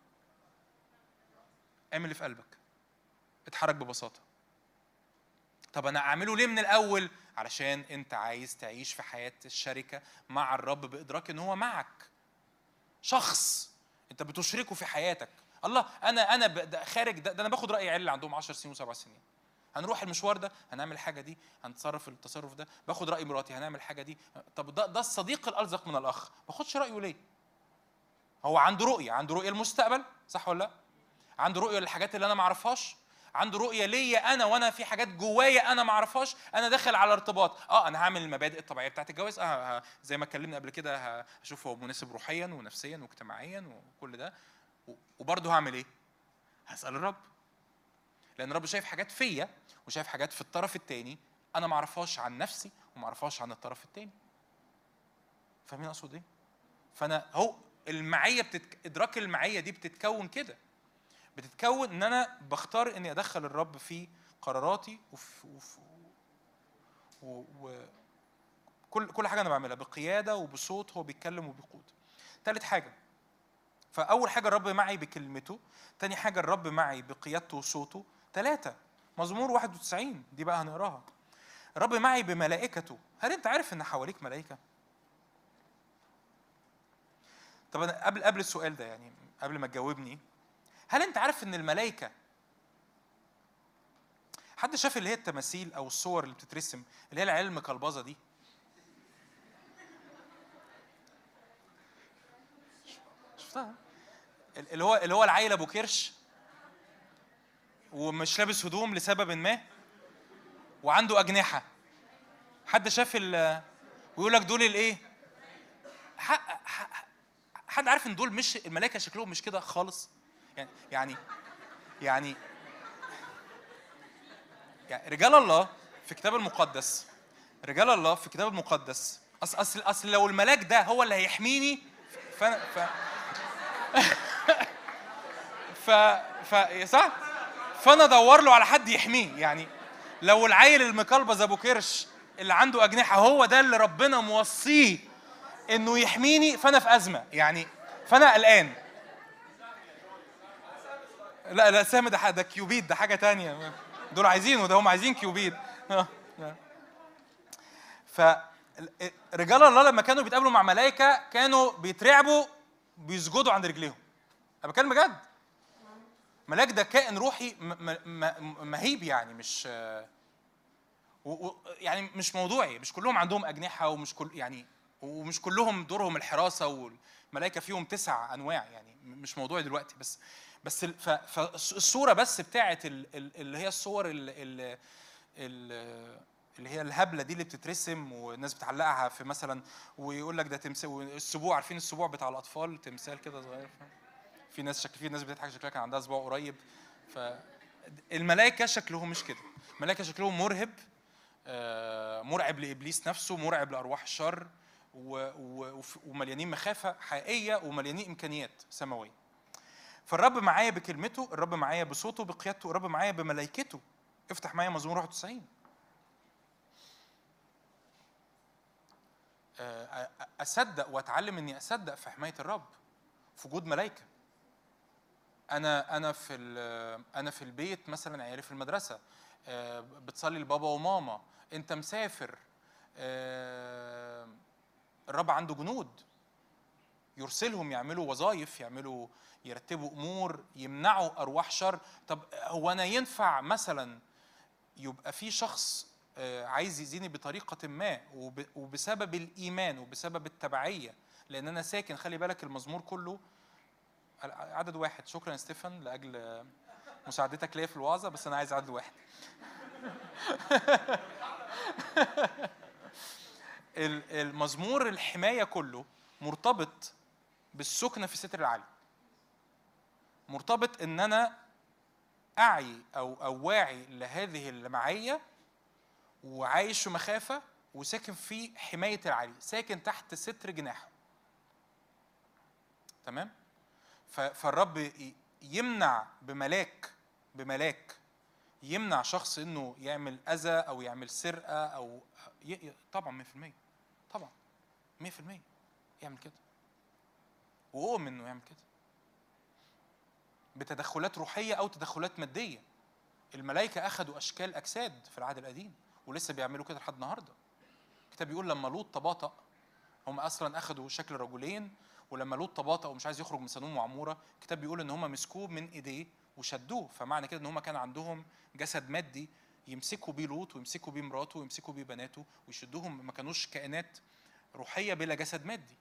اعمل اللي في قلبك، اتحرك ببساطه. طب انا اعمله ليه من الاول؟ علشان انت عايز تعيش في حياه الشركه مع الرب بادراك ان هو معك، شخص انت بتشركه في حياتك. الله، انا انا خارج ده, ده انا باخد راي عيال اللي عندهم عشر سنين وسبع سنين، هنروح المشوار ده، هنعمل حاجه دي، هنتصرف التصرف ده، باخد راي مراتي هنعمل حاجه دي. طب ده ده الصديق الالزق من الاخ، ما باخدش رايه ليه؟ هو عنده رؤيه، عنده رؤيه المستقبل، صح ولا لا؟ عنده رؤيه للحاجات اللي انا ما اعرفهاش، عنده رؤيه ليا انا وانا في حاجات جوايا انا ما اعرفهاش. انا داخل على ارتباط، اه انا هعمل المبادئ الطبيعيه بتاعت الجواز، اه زي ما اتكلمنا قبل كده، هشوف هو مناسب روحيا ونفسيا واجتماعيا وكل ده، وبرضه هعمل ايه؟ هسال الرب، لان الرب شايف حاجات فيا وشايف حاجات في الطرف الثاني انا ما اعرفهاش عن نفسي وما اعرفهاش عن الطرف الثاني. فاهمين اقصد ايه؟ فانا هو المعيه بتتك... ادراك المعيه دي بتتكون كده، بتتكون ان انا بختار اني ادخل الرب في قراراتي وفي وفي و... و... كل كل حاجه انا بعملها بقياده وبصوت هو بيتكلم وبيقود. ثالث حاجه، فاول حاجه الرب معي بكلمته، تاني حاجه الرب معي بقيادته وصوته، ثلاثه مزمور واحد وتسعين دي بقى هنقراها. الرب معي بملائكته. هل انت عارف ان حواليك ملائكه؟ طب انا قبل قبل السؤال ده، يعني قبل ما تجاوبني، هل انت عارف ان الملائكه، حد شاف اللي هي التماثيل او الصور اللي بتترسم اللي هي العيال المكلبظه دي؟ شفتها؟ اللي هو اللي هو العيل ابو كرش ومش لابس هدوم لسبب ما وعنده اجنحه. حد شاف ال ويقول لك دول الايه؟ حد عارف ان دول مش الملائكه، شكلهم مش كده خالص. يعني يعني يعني يعني رجال الله في الكتاب المقدس، رجال الله في الكتاب المقدس، اصل اصل اصل لو الملاك ده هو اللي هيحميني فانا ف ف ف صح؟ فانا ادور له على حد يحميه. يعني لو العيل المكلبز ابو كرش اللي عنده اجنحه هو ده اللي ربنا موصيه انه يحميني، فانا في ازمه. يعني فانا قلقان. لا لا سامي ده ده كيوبيد، ده حاجه تانية. دول عايزينه، ده هم عايزين كيوبيد. ف رجال الله لما كانوا بيتقابلوا مع ملائكه كانوا بيترعبوا، بيسجدوا عند رجليهم. انا بتكلم بجد. ملاك ده كائن روحي مهيب، يعني مش يعني مش موضوعي. مش كلهم عندهم اجنحه، ومش كل يعني ومش كلهم دورهم الحراسه، والملائكه فيهم تسع انواع. يعني مش موضوعي دلوقتي. بس بس فالصوره بس بتاعه اللي هي الصور اللي اللي هي الهبله دي اللي بتترسم والناس بتعلقها في مثلا، ويقول لك ده تمثال السبوع. عارفين السبوع بتاع الاطفال؟ تمثال كده صغير. في ناس شكل في ناس بتضحك شكلها كان عندها اسبوع قريب. فالملائكه شكلهم مش كده. الملائكه شكلهم مرهب، مرعب لابليس نفسه، مرعب لارواح الشر، ومليانين مخافه حقيقيه ومليانين امكانيات سماويه. فالرب معايا بكلمته، الرب معايا بصوته بقيادته، الرب معايا بملائكته. افتح معايا مزمور واحد وتسعين. اصدق واتعلم اني اصدق في حمايه الرب، في وجود ملائكه. انا انا في انا في البيت مثلا، عيالي في المدرسه، بتصلي لبابا وماما، انت مسافر، الرب عنده جنود يرسلهم يعملوا وظائف، يعملوا يرتبوا امور، يمنعوا ارواح شر. طب هو انا ينفع مثلا يبقى في شخص عايز يزيني بطريقه ما، وبسبب الايمان وبسبب التبعيه، لان انا ساكن، خلي بالك المزمور كله عدد واحد. شكرا يا ستيفن لاجل مساعدتك ليا في الوعظه، بس انا عايز عدد واحد. المزمور الحمايه كله مرتبط بالسكنه في ستر العلي، مرتبط ان انا اعي او او واعي لهذه المعيه، وعايش في مخافه، وساكن في حمايه العلي، ساكن تحت ستر جناحه. تمام؟ فالرب يمنع بملاك بملاك يمنع شخص انه يعمل اذى او يعمل سرقه او ي... طبعا مية في المية، طبعا مية في المية يعمل كده، وأؤمن انه يعمل كده بتدخلات روحيه او تدخلات ماديه. الملائكه اخذوا اشكال اجساد في العهد القديم ولسه بيعملوا كده لحد النهارده. الكتاب بيقول لما لوط تباطأ، هم اصلا اخذوا شكل رجلين، ولما لوط تباطأ ومش عايز يخرج من سدوم وعموره، الكتاب بيقول ان هم مسكوه من ايديه وشدوه. فمعنى كده ان هم كان عندهم جسد مادي يمسكوا بيه لوط ويمسكوا بيه مراته ويمسكوا بيه بناته ويشدوهم. ما كانوش كائنات روحيه بلا جسد مادي.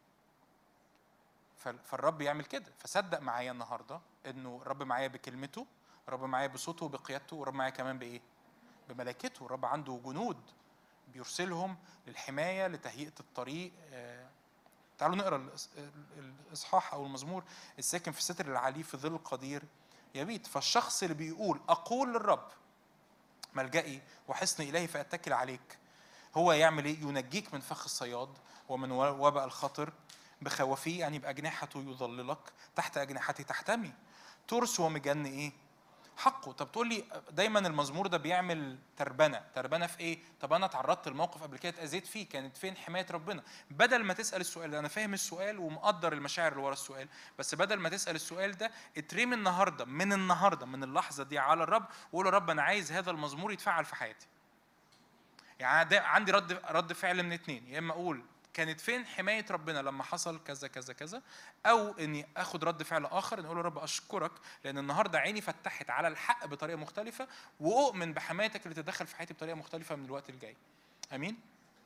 فالرب يعمل كده. فصدق معايا النهارده انه الرب معايا بكلمته، الرب معايا بصوته وبقيادته، والرب معايا كمان بايه؟ بملائكته. الرب عنده جنود بيرسلهم للحمايه، لتهيئه الطريق. تعالوا نقرا الاصحاح او المزمور. الساكن في ستر العلي في ظل القدير يبيت. فالشخص اللي بيقول اقول للرب ملجئي وحصن الهي فاتكل عليك، هو يعمل ايه؟ ينجيك من فخ الصياد ومن وباء الخطر، بخوافيه يعني باجنحته يظللك، تحت اجنحته تحتمي، ترس ومجن ايه؟ حقه. طب تقول لي دايما المزمور ده بيعمل تربنه، تربنه في ايه؟ طب انا اتعرضت لموقف قبل كده اتاذيت فيه، كانت فين حمايه ربنا؟ بدل ما تسال السؤال ده، انا فاهم السؤال ومقدر المشاعر اللي ورا السؤال، بس بدل ما تسال السؤال ده اترمي النهارده من النهارده من اللحظه دي على الرب، وقول يا رب انا عايز هذا المزمور يتفعل في حياتي. يعني عندي رد رد فعل من اتنين، يا اما اقول كانت فين حماية ربنا لما حصل كذا كذا كذا، أو إني أخد رد فعل آخر نقول يا رب أشكرك لأن النهاردة عيني فتحت على الحق بطريقة مختلفة، وأؤمن بحمايتك اللي تتدخل في حياتي بطريقة مختلفة من الوقت الجاي. أمين؟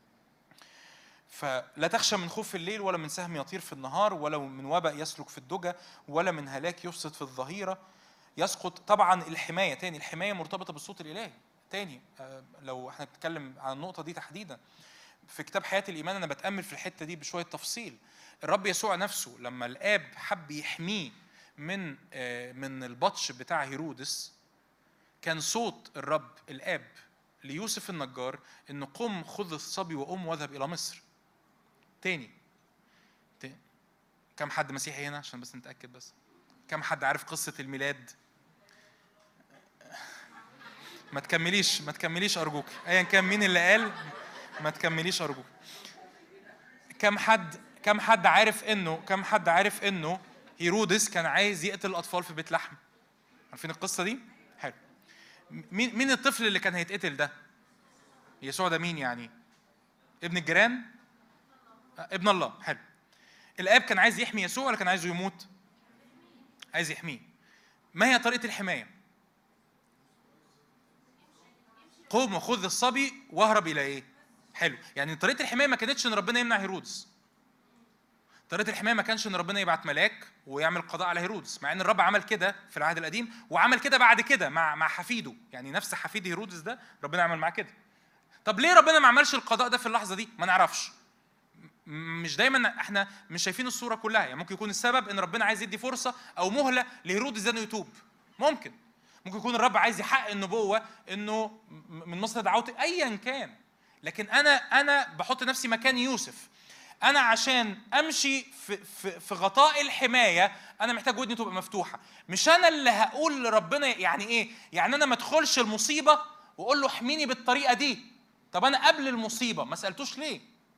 فلا تخشى من خوف الليل، ولا من سهم يطير في النهار، ولا من وباء يسلك في الدجى، ولا من هلاك يفسد في الظهيرة. يسقط طبعا الحماية، تاني الحماية مرتبطة بالصوت الإلهي. تاني لو احنا بنتكلم عن النقطة دي تحديدا في كتاب حياة الإيمان، أنا بتأمل في الحتة دي بشوية تفصيل. الرب يسوع نفسه لما الآب حب يحميه من من البطش بتاع هيرودس، كان صوت الرب الآب ليوسف النجار إنه قم خذ الصبي وأم واذهب إلى مصر. تاني, تاني. كم حد مسيحي هنا عشان بس نتأكد؟ بس كم حد عارف قصة الميلاد؟ ما تكمليش ما تكمليش أرجوك، أيا كان مين اللي قال ما تكمليش أرجوك. كم حد كم حد عارف إنه كم حد عارف إنه هيرودس كان عايز يقتل الأطفال في بيت لحم؟ عارفين القصة دي؟ حلو. مين مين الطفل اللي كان هيتقتل ده؟ يسوع ده مين يعني؟ ابن الجيران؟ ابن الله. حلو. الآب كان عايز يحمي يسوع ولا كان عايزه يموت؟ عايز يحميه. ما هي طريقة الحماية؟ قوم وخذ الصبي واهرب إلى إيه؟ حلو. يعني طريقة الحماية ما كانتش إن ربنا يمنع هيرودس. طريقة الحماية ما كانش إن ربنا يبعت ملاك ويعمل قضاء على هيرودس، مع إن الرب عمل كده في العهد القديم وعمل كده بعد كده مع مع حفيده، يعني نفس حفيد هيرودس ده ربنا عمل معاه كده. طب ليه ربنا ما عملش القضاء ده في اللحظة دي؟ ما نعرفش. مش دايما احنا مش شايفين الصورة كلها، يعني ممكن يكون السبب إن ربنا عايز يدي فرصة أو مهلة لهيرودس ده إنه يتوب. ممكن. ممكن يكون الرب عايز يحقق النبوة إنه من مصر دعوتي، أيا كان. لكن أنا أنا بحط نفسي مكان يوسف. أنا عشان أمشي في في في غطاء الحماية أنا محتاج ودني تبقى مفتوحة. مش أنا اللي هقول لربنا يعني إيه؟ يعني أنا ما أدخلش المصيبة وأقول له احميني بالطريقة دي. طب أنا قبل المصيبة ما سألتوش ليه؟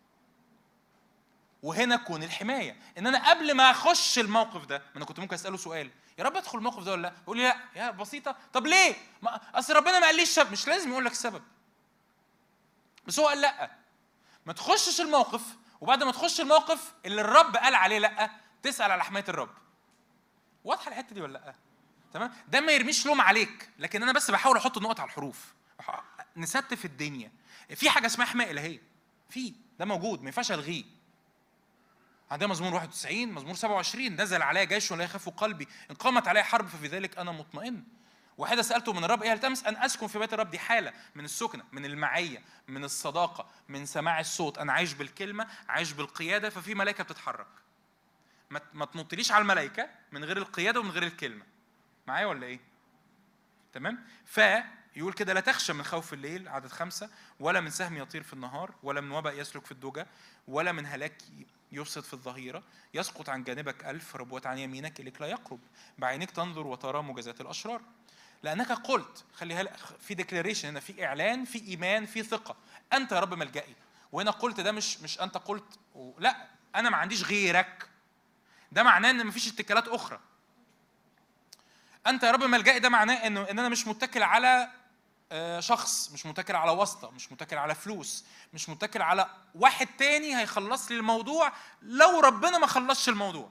وهنا تكون الحماية إن أنا قبل ما أخش الموقف ده، ما أنا كنت ممكن أسأله سؤال يا رب أدخل الموقف ده ولا لا؟ يقول لي لا. يا بسيطة. طب ليه؟ ما أصل ربنا ما قاليش السبب. مش لازم يقول لك السبب، بس هو قال لا. ما تخشش الموقف وبعد ما تخش الموقف اللي الرب قال عليه لا تسأل على حماية الرب. واضحة الحتة دي ولا لا؟ تمام؟ ده ما يرميش لوم عليك، لكن أنا بس بحاول أحط النقط على الحروف. نستف الدنيا. في حاجة اسمها حماية إلهية. في ده موجود ما ينفعش ألغيه. عندنا مزمور واحد وتسعين، مزمور سبعة وعشرين، نزل علي جيش ولا يخاف قلبي، إن قامت علي حرب ففي ذلك أنا مطمئن. واحدة سألته من الرب إيه التمس؟ أن أسكن في بيت الرب. دي حالة من السكنة، من المعية، من الصداقة، من سماع الصوت. أنا عايش بالكلمة، عايش بالقيادة، ففي ملائكة بتتحرك. ما تنطليش على الملائكة من غير القيادة ومن غير الكلمة. معايا ولا إيه؟ تمام؟ فيقول كده لا تخشى من خوف الليل، عدد خمسة، ولا من سهم يطير في النهار، ولا من وباء يسلك في الدجى، ولا من هلاك يفسد في الظهيرة. يسقط عن جانبك ألف ربوات عن يمينك إليك لا يقرب، بعينك تنظر وترى مجازات الأشرار. لأنك قلت، خليها في ديكلاريشن هنا، في إعلان، في إيمان، في ثقة. أنت يا رب ملجئي. وهنا قلت ده مش مش أنت قلت لا، أنا ما عنديش غيرك. ده معناه إن مفيش اتكالات أخرى. أنت يا رب ملجئي ده معناه إنه إن أنا مش متكل على شخص، مش متكل على واسطة، مش متكل على فلوس، مش متكل على واحد تاني هيخلص لي الموضوع لو ربنا ما خلصش الموضوع.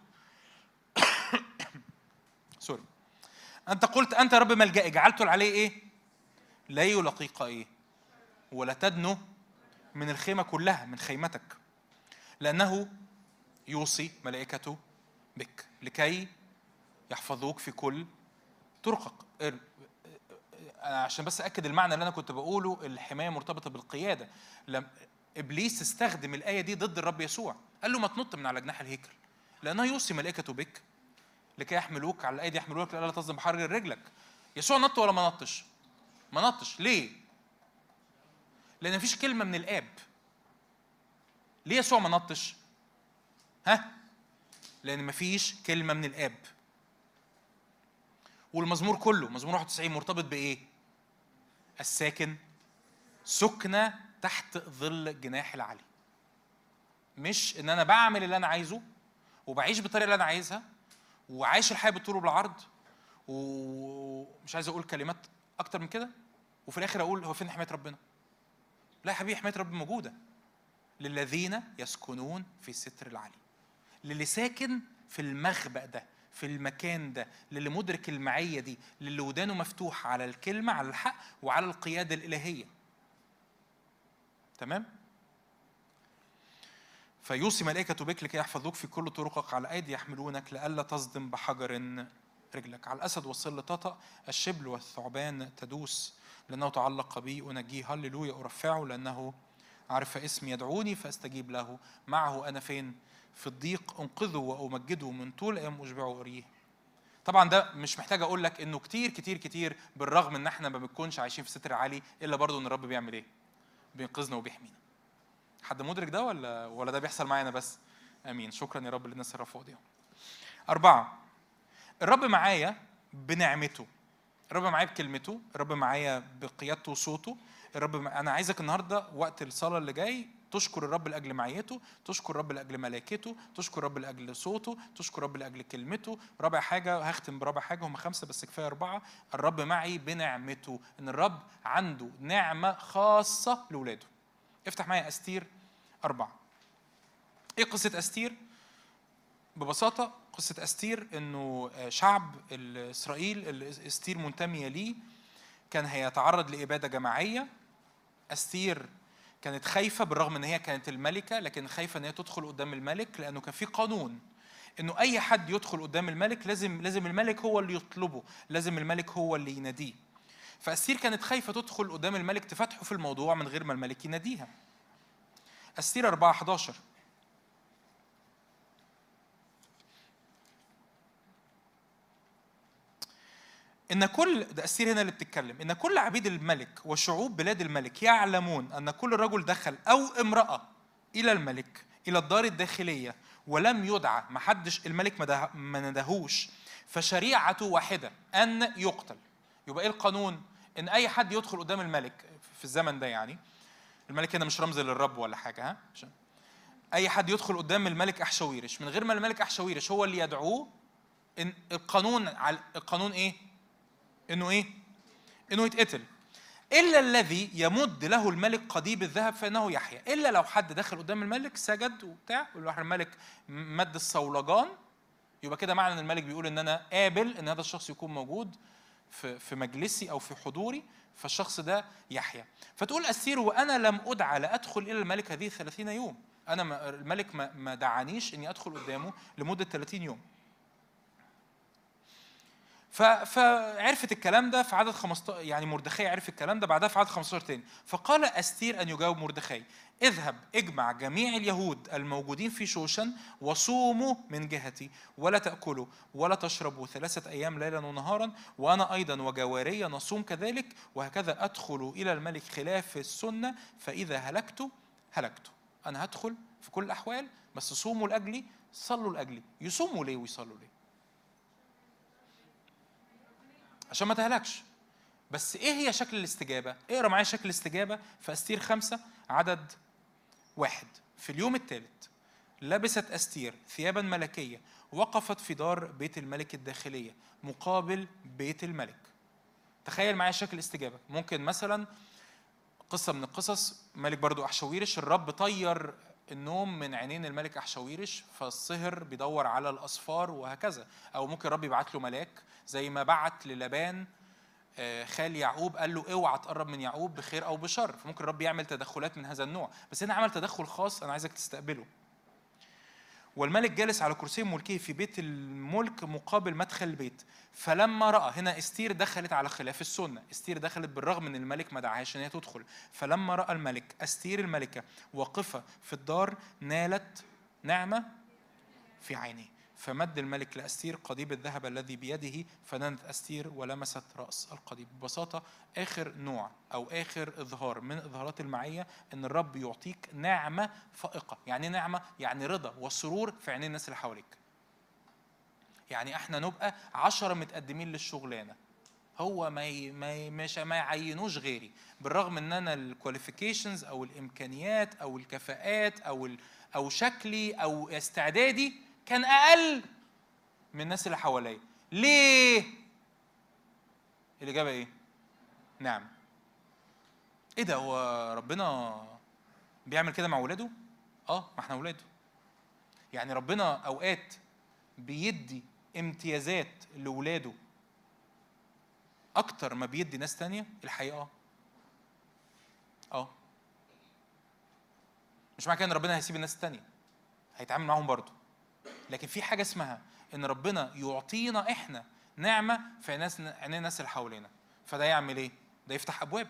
سوري. أنت قلت أنت يا رب ملجئي، جعلته عليه إيه؟ لا يلاقيك إيه؟ ولا تدنو من الخيمة كلها، من خيمتك، لأنه يوصي ملائكته بك لكي يحفظوك في كل طرقك. أنا عشان بس أكد المعنى اللي أنا كنت بقوله، الحماية مرتبطة بالقيادة. لما إبليس استخدم الآية دي ضد الرب يسوع، قال له ما تنط من على جناح الهيكل، لأنه يوصي ملائكته بك لكي يحملوك على الأيدي يحملوك لا تصدم بحجر رجلك. يسوع نط ولا ما نطش؟ ما نطش. ليه؟ لأن مفيش كلمة من الآب. ليه يسوع ما نطش؟ ها؟ لأن مفيش كلمة من الآب. والمزمور كله مزمور واحد وتسعين مرتبط بايه؟ الساكن سكنة تحت ظل جناح العلي. مش ان انا بعمل اللي انا عايزه وبعيش بالطريقه اللي انا عايزها وعايش الحياه بالطول وبالعرض ومش عايز اقول كلمات اكتر من كده وفي الاخر اقول هو فين حمايه ربنا؟ لا يا حبيبي، حمايه ربنا موجوده للذين يسكنون في ستر العلي، للي ساكن في المخبأ ده، في المكان ده، للي مدرك المعيه دي، للي ودانه مفتوحه على الكلمه، على الحق وعلى القياده الالهيه. تمام؟ فيوصي ملائكة بك لكي يحفظوك في كل طرقك، على أيدي يحملونك لئلا تصدم بحجر رجلك. على الأسد والصل تطأ، الشبل والثعبان تدوس، لأنه تعلق بي أنجيه. هللويا، أرفعه لأنه عرف اسمي. يدعوني فأستجيب له، معه أنا فين؟ في الضيق أنقذه وأمجده، من طول أيام أشبعه أريه. طبعا ده مش محتاج أقول لك إنه كتير كتير كتير بالرغم إن إحنا ما بنكونش عايشين في ستر عالي، إلا برضو إن الرب بيعمل إيه؟ بينقذنا وبيحمينا. حد مدرك ده ولا ولا ده بيحصل معانا بس؟ امين. شكرا يا رب للناس الرفوع دي. أربعة، الرب معايا بنعمته، الرب معايا بكلمته، الرب معايا بقيادته وصوته. الرب مع... انا عايزك النهارده وقت الصلاه اللي جاي تشكر الرب لاجل معيته، تشكر الرب لاجل ملائكته، تشكر الرب لاجل صوته، تشكر الرب لاجل كلمته. رابع حاجه، هختم برابع حاجه، هم خمسه بس كفايه اربعه. الرب معي بنعمته، ان الرب عنده نعمه خاصه لاولاده. افتح معايا أستير أربعة. إيه قصة أستير؟ ببساطة قصة أستير إنه شعب إسرائيل اللي أستير منتمية ليه كان هيتعرض لإبادة جماعية. أستير كانت خايفة بالرغم إن هي كانت الملكة، لكن خايفة إن هي تدخل قدام الملك، لأنه كان في قانون إنه أي حد يدخل قدام الملك لازم لازم الملك هو اللي يطلبه، لازم الملك هو اللي يناديه. فأستير كانت خايفة تدخل قدام الملك تفتحه في الموضوع من غير ما الملك يناديها. أستير أربعة حداشر. إن كل ده أستير هنا اللي بتتكلم، إن كل عبيد الملك وشعوب بلاد الملك يعلمون أن كل رجل دخل أو امرأة إلى الملك إلى الدار الداخلية ولم يدعى، ما حدش الملك ما ندهوش، فشريعته واحدة أن يقتل. يبقى إيه القانون؟ إن أي حد يدخل قدام الملك في الزمن ده، يعني الملك هنا مش رمز للرب ولا حاجة، ها؟ أي حد يدخل قدام الملك أحشويرش من غير ما الملك أحشويرش هو اللي يدعوه، إن القانون على القانون إيه؟ إنه إيه؟ إنه يتقتل. إلا الذي يمد له الملك قضيب الذهب فإنه يحيى. إلا لو حد دخل قدام الملك سجد وبتاع والواحد الملك مد الصولجان، يبقى كده معنى إن الملك بيقول إن أنا قابل إن هذا الشخص يكون موجود في في مجلسي أو في حضوري، فالشخص ده يحيى. فتقول أستير وأنا لم أدعى لأدخل إلى الملك هذه ثلاثين يوم. أنا الملك ما دعانيش إني أدخل قدامه لمدة ثلاثين يوم. فعرفت الكلام ده في عدد خمستاشر، يعني مردخاي عرف الكلام ده بعدها في عدد خمستاشر تاني. فقال أستير أن يجاوب مردخاي: اذهب اجمع جميع اليهود الموجودين في شوشن وصوموا من جهتي، ولا تأكلوا ولا تشربوا ثلاثة أيام ليلا ونهارا، وأنا أيضا وجواري نصوم كذلك، وهكذا أدخل إلى الملك خلاف السنة، فإذا هلكت هلكت. أنا هدخل في كل الأحوال، بس صوموا لأجلي، صلوا لأجلي. يصوموا ليه ويصلوا ليه؟ عشان ما تهلكش. بس ايه هي شكل الاستجابه؟ اقرا معايا شكل الاستجابه في أستير خمسة عدد واحد. في اليوم الثالث لبست أستير ثيابا ملكيه، وقفت في دار بيت الملك الداخليه مقابل بيت الملك. تخيل معايا شكل الاستجابه. ممكن مثلا قصه من القصص، ملك برضو أحشويرش، الرب طير النوم من عينين الملك أحشويرش، فالصهر بيدور على الأصفار وهكذا. أو ممكن الرب يبعت له ملاك زي ما بعت للابان خال يعقوب قال له اوعى تقرب من يعقوب بخير أو بشر. فممكن الرب يعمل تدخلات من هذا النوع، بس هنا عمل تدخل خاص أنا عايزك تستقبله. والملك جالس على كرسي ملكه في بيت الملك مقابل مدخل البيت. فلما رأى، هنا أستير دخلت على خلاف السنة، أستير دخلت بالرغم ان الملك ما دعاهاش ان هي تدخل. فلما رأى الملك أستير الملكة واقفة في الدار نالت نعمة في عينيه، فمد الملك لأستير قضيب الذهب الذي بيده، فنالت أستير ولمست رأس القضيب. ببساطة آخر نوع أو آخر إظهار من إظهارات المعية إن الرب يعطيك نعمة فائقة. يعني نعمة يعني رضا وسرور في عينين الناس اللي حواليك. يعني احنا نبقى عشرة متقدمين للشغلانه، هو ما ي... ما ي... مش ما يعينوش غيري، بالرغم ان انا الكواليفيكيشنز او الامكانيات او الكفاءات او ال... او شكلي او استعدادي كان اقل من الناس اللي حواليا. ليه؟ الاجابه ايه؟ نعم. ايه ده؟ هو ربنا بيعمل كده مع ولاده؟ اه، ما احنا ولاده. يعني ربنا اوقات بيدي امتيازات لولاده اكتر ما بيدي ناس تانية. الحقيقه اه مش معنى كده ان ربنا هيسيب الناس التانية، هيتعامل معاهم برضو، لكن في حاجه اسمها ان ربنا يعطينا احنا نعمه في ناس عينين الناس اللي حوالينا. فده يعمل ايه؟ ده يفتح ابواب،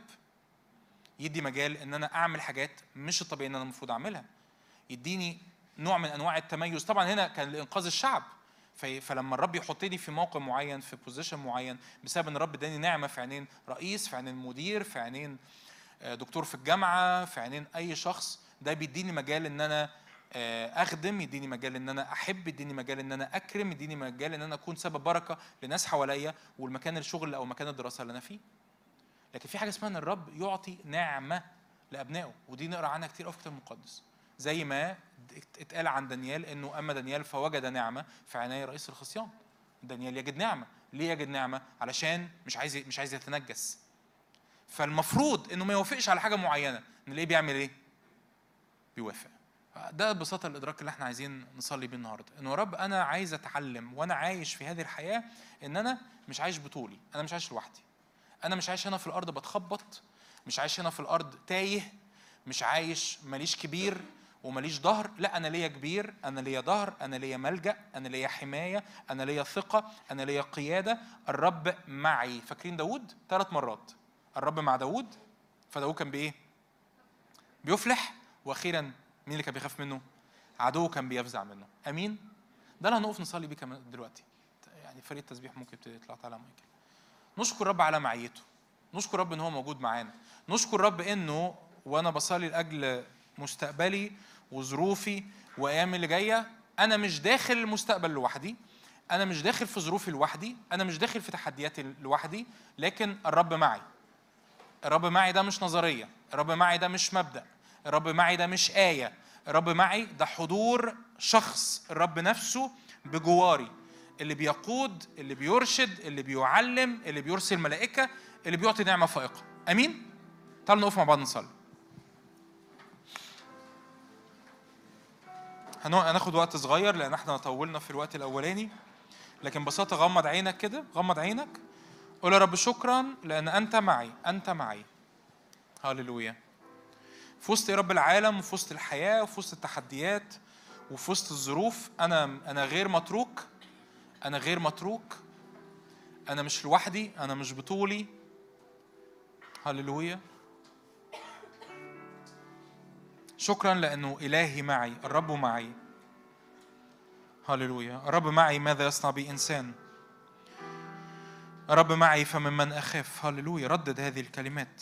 يدي مجال ان انا اعمل حاجات مش الطبيعي ان انا المفروض اعملها، يديني نوع من انواع التميز. طبعا هنا كان لانقاذ الشعب، فلما الرب يحطني في موقع معين في بوزيشن معين بسبب ان الرب اداني نعمه في عينين رئيس، في عينين مدير، في عينين دكتور في الجامعه، في عينين اي شخص، ده بيديني مجال ان انا اخدم، يديني مجال ان انا احب، يديني مجال ان انا اكرم، يديني مجال ان انا اكون سبب بركه لناس حواليا والمكان الشغل او مكان الدراسه اللي انا فيه. لكن في حاجه اسمها ان الرب يعطي نعمه لابنائه، ودي نقرا عنها كتير في الكتاب المقدس، زي ما اتقال عن دانيال انه اما دانيال فوجد نعمه في عيني رئيس الخصيان. دانيال يجد نعمه. ليه يجد نعمه؟ علشان مش عايز مش عايز يتنجس. فالمفروض انه ما يوافقش على حاجه معينه، نلاقيه بيعمل ايه؟ بيوافق. ده ببساطه الادراك اللي احنا عايزين نصلي بيه النهارده، انه يا رب انا عايز اتعلم وانا عايش في هذه الحياه ان انا مش عايش بطولي، انا مش عايش لوحدي، انا مش عايش هنا في الارض بتخبط، مش عايش هنا في الارض تايه، مش عايش ماليش كبير وماليش ظهر. لا، انا ليا كبير، انا ليا ظهر، انا ليا ملجأ، انا ليا حمايه، انا ليا ثقه، انا ليا قياده. الرب معي. فاكرين داود؟ ثلاث مرات الرب مع داود، فداود كان بايه؟ بيفلح. واخيرا مين اللي كان بيخاف منه؟ عدوه كان بيفزع منه. امين. ده اللي هنقف نصلي بيه كمان دلوقتي. يعني فريق التسبيح ممكن يطلع تعالى مايكل. نشكر رب على معيته، نشكر رب ان هو موجود معانا، نشكر رب انه وانا بصلي لاجل مستقبلي وظروفي وايامي اللي جايه، انا مش داخل المستقبل لوحدي، انا مش داخل في ظروفي لوحدي، انا مش داخل في تحدياتي لوحدي، لكن الرب معي. الرب معي ده مش نظريه، الرب معي ده مش مبدأ، الرب معي ده مش آية، الرب معي ده حضور شخص، الرب نفسه بجواري، اللي بيقود، اللي بيرشد، اللي بيعلم، اللي بيرسل ملائكة، اللي بيعطي نعمة فائقة. أمين؟ تعالوا نقف مع بعض نصلي. هناخد وقت صغير لأن احنا طولنا في الوقت الأولاني، لكن ببساطة غمض عينك كده، غمض عينك، قول يا رب شكرا لأن أنت معي، أنت معي. هاليلويا. في وسط يا رب العالم، وفي وسط الحياة، وفي وسط التحديات، وفي وسط الظروف، أنا أنا غير متروك، أنا غير متروك، أنا مش لوحدي، أنا مش بطولي. هاليلويا. شكرا لأنه إلهي معي، الرب معي. هاليلويا. الرب معي ماذا يصنع بي إنسان؟ الرب معي فممن أخاف. هاليلويا. ردد هذه الكلمات.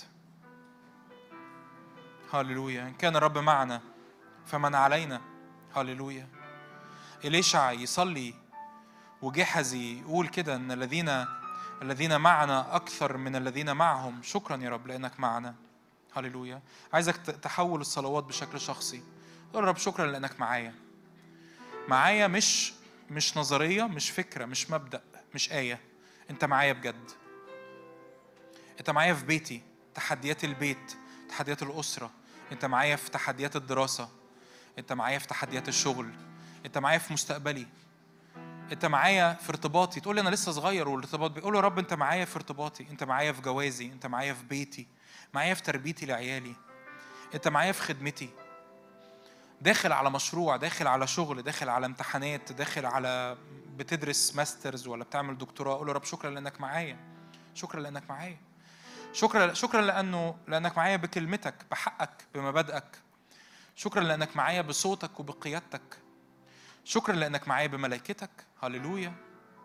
هاليلويا. إن كان الرب معنا فمن علينا. هاليلويا. إليشع يصلي وجحزي يقول كده ان الذين الذين معنا اكثر من الذين معهم. شكرا يا رب لانك معنا. هاليلويا. عايزك تحول الصلوات بشكل شخصي. قول رب شكرا لانك معايا، معايا، مش مش نظريه، مش فكره، مش مبدأ، مش آية. انت معايا بجد. انت معايا في بيتي، تحديات البيت، تحديات الاسره، انت معايا في تحديات الدراسه، انت معايا في تحديات الشغل، انت معايا في مستقبلي، انت معايا في ارتباطي. تقول لي انا لسه صغير والارتباط، بيقول يا رب انت معايا في ارتباطي، انت معايا في جوازي، انت معايا في بيتي، معايا في تربيتي لعيالي، انت معايا في خدمتي، داخل على مشروع، داخل على شغل، داخل على امتحانات، داخل على بتدرس ماسترز ولا بتعمل دكتوراه. قول يا رب شكرا لانك معايا، شكرا لانك معايا، شكرا شكرا لانه لانك معايا بكلمتك، بحقك، بمبادئك. شكرا لانك معايا بصوتك وبقيادتك. شكرا لأنك معايا بملائكتك. هاليلويا.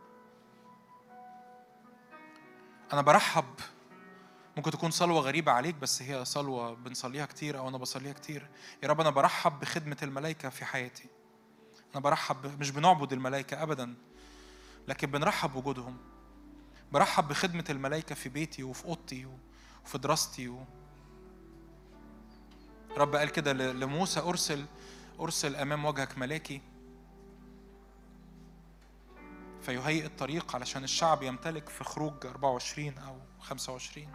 أنا برحب، ممكن تكون صلوة غريبة عليك بس هي صلوة بنصليها كتير أو أنا بصليها كتير. يا رب أنا برحب بخدمة الملائكة في حياتي. أنا برحب، مش بنعبد الملائكة أبدا، لكن بنرحب بوجودهم. برحب بخدمة الملائكة في بيتي وفي أوضتي وفي دراستي و... رب قال كده لموسى أرسل أرسل أمام وجهك ملاكي فيهيئ الطريق علشان الشعب يمتلك في خروج أربعة وعشرين أو خمسة وعشرين.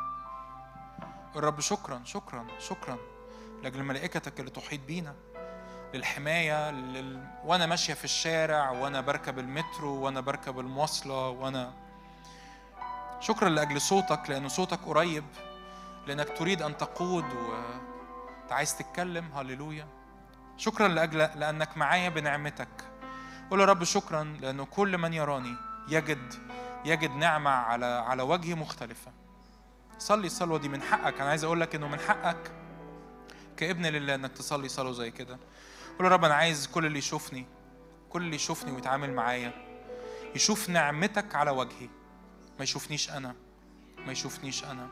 الرب شكرا شكرا شكرا لأجل ملائكتك اللي تحيط بينا للحماية لل... وأنا ماشية في الشارع وأنا بركب المترو وأنا بركب المواصلة وأنا شكرا لأجل صوتك لأن صوتك قريب لأنك تريد أن تقود وأنت عايز تتكلم. هاليلويا. شكرا لأجل لأنك معايا بنعمتك. قول يا رب شكرا لأنه كل من يراني يجد يجد نعمة على على وجه مختلفة. صلي الصلوة دي من حقك. أنا عايز أقول لك إنه من حقك كابن لله إنك تصلي صلوة زي كده. قول يا رب أنا عايز كل اللي يشوفني كل اللي يشوفني ويتعامل معايا يشوف نعمتك على وجهي، ما يشوفنيش أنا ما يشوفنيش أنا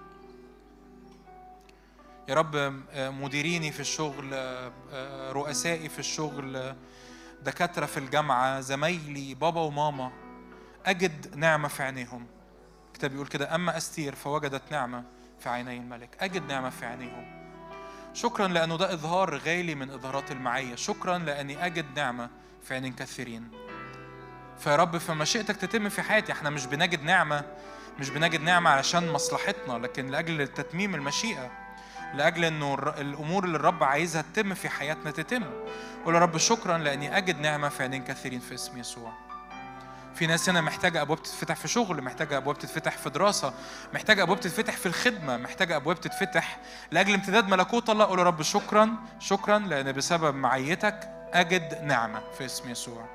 يا رب. مديريني في الشغل، رؤسائي في الشغل، دكاترة في الجامعة، زمايلي، بابا وماما، أجد نعمة في عينيهم. الكتاب بيقول كده أما أستير فوجدت نعمة في عيني الملك. أجد نعمة في عينيهم. شكرا لأنه ده إظهار غالي من إظهارات المعية. شكرا لأني أجد نعمة في عين كثيرين. فيا رب فمشيئتك تتم في حياتي. احنا مش بنجد نعمة مش بنجد نعمة علشان مصلحتنا، لكن لأجل تتميم المشيئة، لأجل أنه الأمور اللي الرب عايزها تتم في حياتنا تتم. قول يا رب شكرا لأني أجد نعمة في عينين كثيرين في اسم يسوع. في ناس هنا محتاجة أبواب تتفتح في شغل، محتاجة أبواب تتفتح في دراسة، محتاجة أبواب تتفتح في الخدمة، محتاجة أبواب تتفتح لأجل امتداد ملكوت الله. قول يا رب شكرا شكرا لأن بسبب معيتك أجد نعمة في اسم يسوع.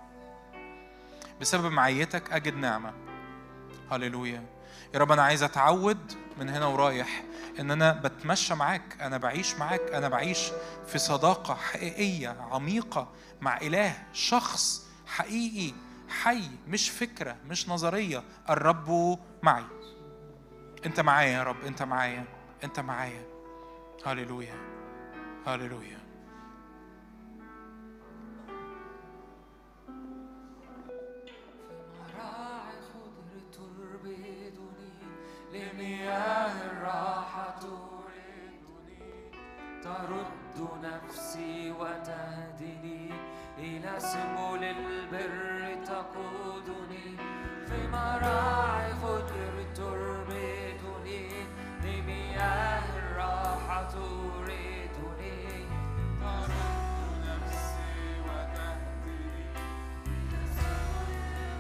بسبب معيتك أجد نعمة. هاليلويا. يا رب أنا عايز أتعود من هنا ورايح إن أنا بتمشى معاك، أنا بعيش معاك، أنا بعيش في صداقة حقيقية عميقة مع إله، شخص حقيقي حي، مش فكرة مش نظرية. الرب معي. أنت معايا يا رب، أنت معايا أنت معايا. هاليلويا هاليلويا. لمياه الراحة تريدني، ترد نفسي وتهدني إلى سبل البر تقودني. في مراعي خضر تربدني، لمياه الراحة تريدني، ترد نفسي وتهدني إلى سبل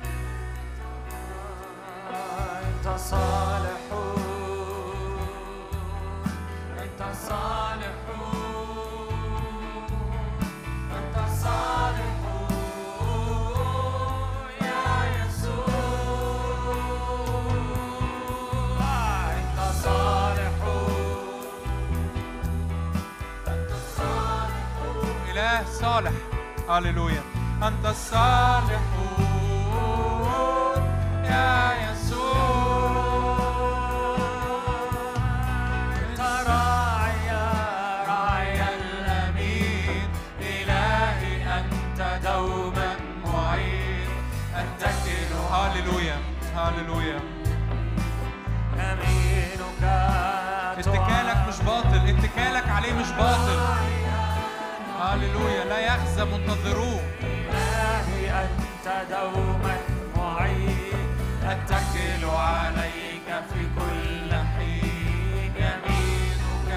البر. أنت صالح أنت صالح أنت صالح يا يسوع. أنت صالح أنت صالح إله صالح. هاليلويا. أنت الصالح يا يسوع. أنت راعي راعي الأمين، إلهي أنت دوما معين. أتكل. هاليلويا هاليلويا. يمينك اتكالك مش باطل، اتكالك عليه مش باطل. هاليلويا. لا يخزى منتظروه. إلهي أنت دوما معين، أتكل عليك في كل حين. يمينك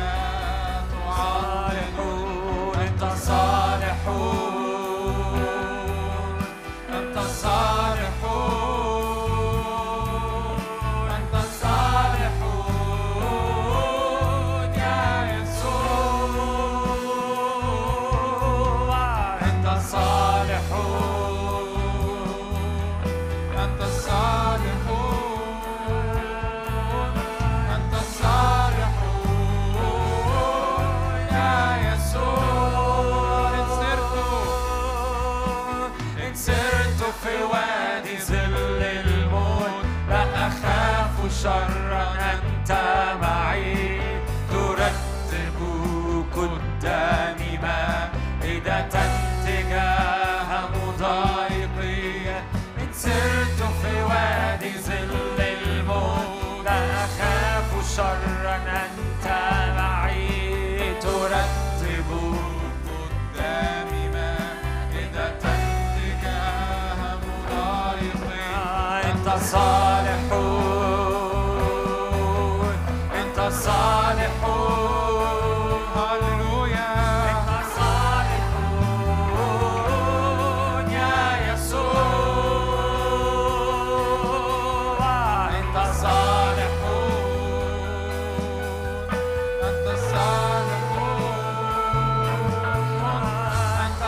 تعضد. أنت صالح أنت صالح أنت صالح يا يسوع. أنت صالح أنت صالح أنت صالح يا يسوع. إن سرت إن سرت في وادي ظل الموت لا أخاف شرا، أنت معي. ترتب قدامي مائدة تجاه مضايقي. إن سرت صالحون أنت صالحون هللويا أنت صالحون يا يسوع أنت صالحون أنت صالحون أنت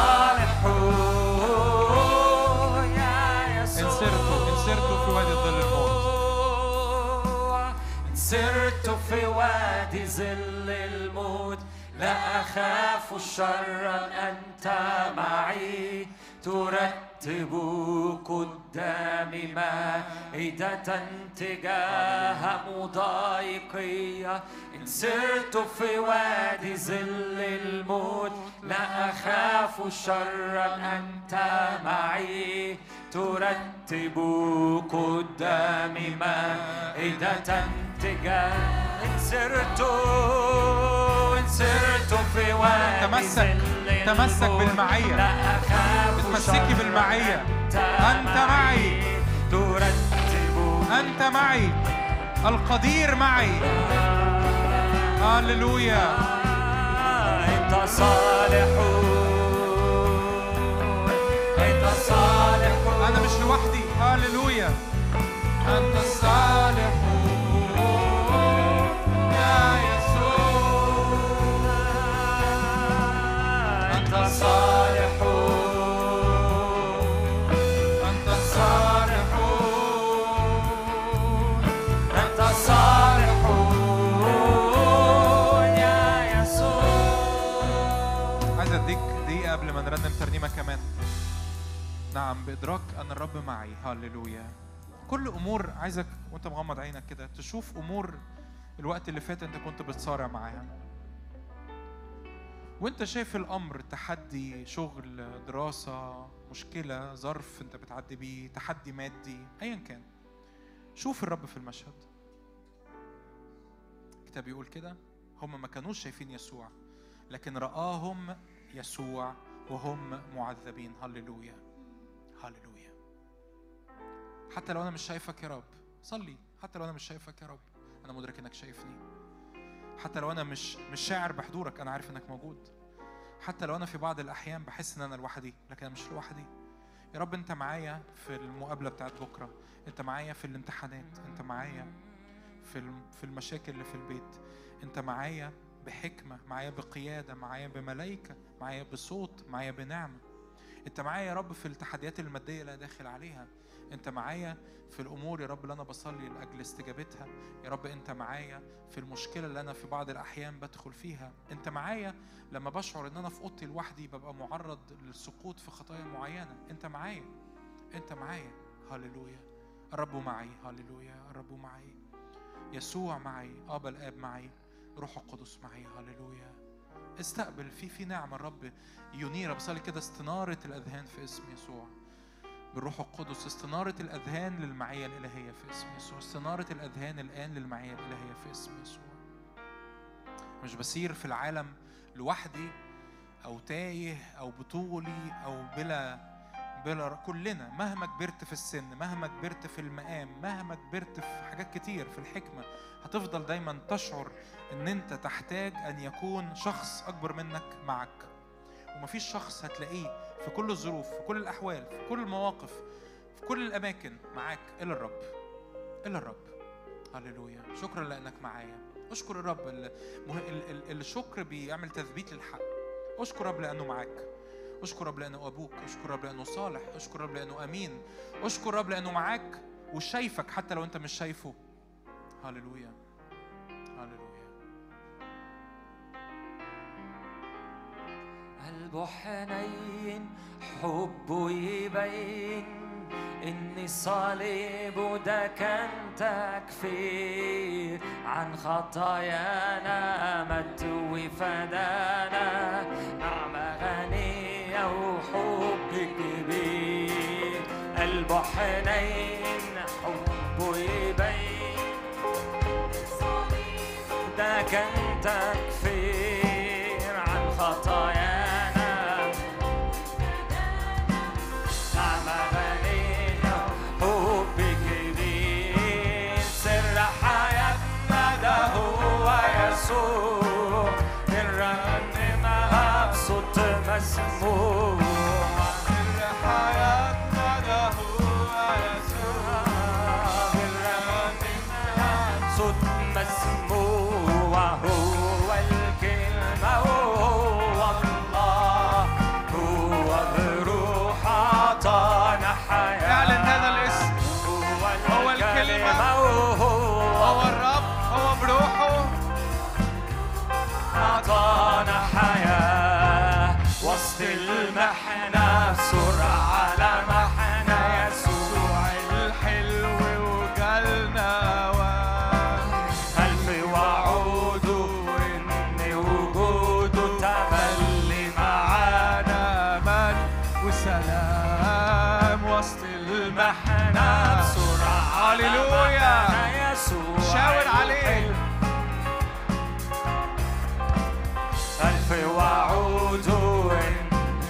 صالحون يا يسوع انسرتوا انسرتوا في وادي ظل الموت سرت في وادي ظل الموت لا أخاف شرا أنت معي ترتب قدامي مائدة تجاه مضايقية إن سرت في وادي ظل الموت لا أخاف شرا أنت معي ترتب قدامي مائدة تجاه إن سرت إن سرت في وادي تمسك تمسك بالمعية لا أخاف تمسكي بالمعية أنت معي ترتب أنت معي القدير معي هللويا أنت صالحون أنت صالحون أنا مش لوحدي هللويا أنت صالحون يا يسوع أنت صالحون أنت صالحون أنت صالحون يا يسوع عايز أديك دقيقة قبل ما نرنم ترنيمة كمان. نعم بإدراك أن الرب معي هللويا. كل أمور عايزك وأنت مغمض عينك كده تشوف أمور الوقت اللي فات أنت كنت بتصارع معاها وأنت شايف الأمر تحدي شغل دراسة مشكلة ظرف أنت بتعدي بيه تحدي مادي أيا كان. شوف الرب في المشهد. الكتاب يقول كده هم ما كانوش شايفين يسوع لكن رآهم يسوع وهم معذبين. هللويا هللويا. حتى لو أنا مش شايفك يا رب صلي. حتى لو أنا مش شايفك يا رب أنا مدرك إنك شايفني. حتى لو أنا مش مش شاعر بحضورك أنا عارف إنك موجود. حتى لو أنا في بعض الأحيان بحس إن أنا لوحدي لكن أنا مش لوحدي. يا رب أنت معايا في المقابلة بتاعت بكرة. أنت معايا في الامتحانات. أنت معايا في في المشاكل اللي في البيت. أنت معايا بحكمة معايا بقيادة معايا بملائكة معايا بصوت معايا بنعمة. أنت معايا يا رب في التحديات المادية اللي داخل عليها. أنت معايا في الأمور يا رب اللي أنا بصلي لأجل استجابتها. يا رب أنت معايا في المشكلة اللي أنا في بعض الأحيان بدخل فيها. أنت معايا لما بشعر أن أنا في أوضتي لوحدي ببقى معرض للسقوط في خطايا معينة. أنت معايا. أنت معايا. هللويا. الرب معي. هللويا. الرب معي. يسوع معي. أبا الآب معي. روح القدس معي. هللويا. استقبل في في نعمة الرب ينير. بصلي كده استنارة الأذهان في اسم يسوع بالروح القدس. استنارة الأذهان للمعية الإلهية في اسم يسوع. استنارة الأذهان الآن للمعية الإلهية في اسم يسوع. مش بسير في العالم لوحدي أو تايه أو بطولي أو بلا بلا كلنا مهما كبرت في السن مهما كبرت في المقام مهما كبرت في حاجات كتير في الحكمة هتفضل دايما تشعر ان انت تحتاج ان يكون شخص اكبر منك معك. ومفيش شخص هتلاقيه في كل الظروف في كل الأحوال في كل المواقف في كل الأماكن معاك إلا الرب. إلا الرب. هللويا. شكرا لأنك معايا. أشكر الرب. الشكر بيعمل تثبيت للحق. أشكر رب لأنه معاك. أشكر رب لأنه أبوك. أشكر رب لأنه صالح. أشكر رب لأنه أمين. أشكر رب لأنه معاك وشايفك حتى لو أنت مش شايفه. هللويا. هللويا. قلبه حنين حبه يبين إن الصليب ده كان تكفير عن خطايانا مات وفدانا نعمة غنية وحب كبير. قلبه حنين حبه يبين الصليب ده كان تكفير عن خطايانا نعمة غنية حب كبير. يسوع بنرنمها بصوت مسموع سر حياتنا ده هو يسوع بنرنمها بصوت مسموع هو الكلمة وهو الله هو بروح عطانا حياة اعلن هذا الاسم هو الكلمة هو الرب هو بروحه عطانا حياة وسط المحنة بسرعة على محنة يسوع الحلو وجالنا أوان ألف وعود إن وجوده تملي معانا أمان وسلام وسط المحنة بسرعة على هللويا. محنة يسوع شاور عليه ألف وعود إن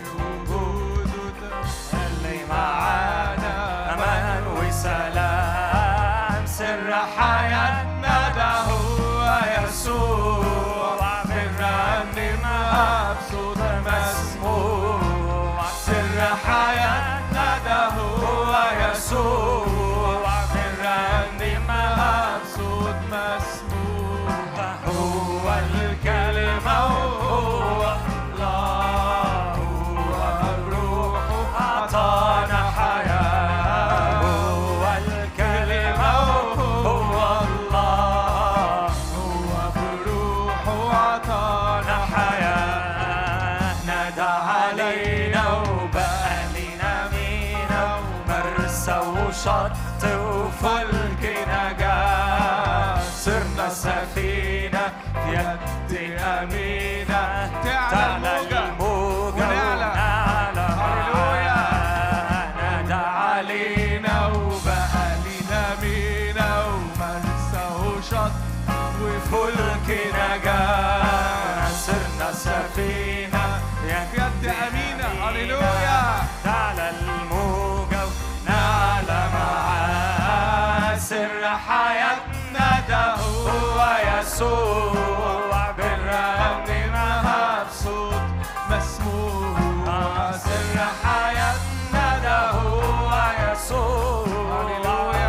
اللي معانا أمان وسلام سر حياتنا ده هو يسوع بنرنمها بصوت مسموع سر حياتنا ده هو يسوع بنرنمها صوت مسموع هو الكلمة وهو الله هو الروح أعطانا حياة هو الكلمة وهو الله هو بروحه عطانا حياة نادى علينا وبقى لنا مينا ومرسى وشط وفلك نجاة صرنا سفينة في يد أمينة تعلى الموجة ونعلى هللويا. نادى علينا وبقى لنا مينا ومرسى وشط وفلك نجاة صرنا سفينة في يد أمينة هللويا. تعلى الموجة ونعلى معاه سر حياتنا ده هو يسوع بنرنمها بصوت مسموع سر حياتنا ده هو يسوع هللويا.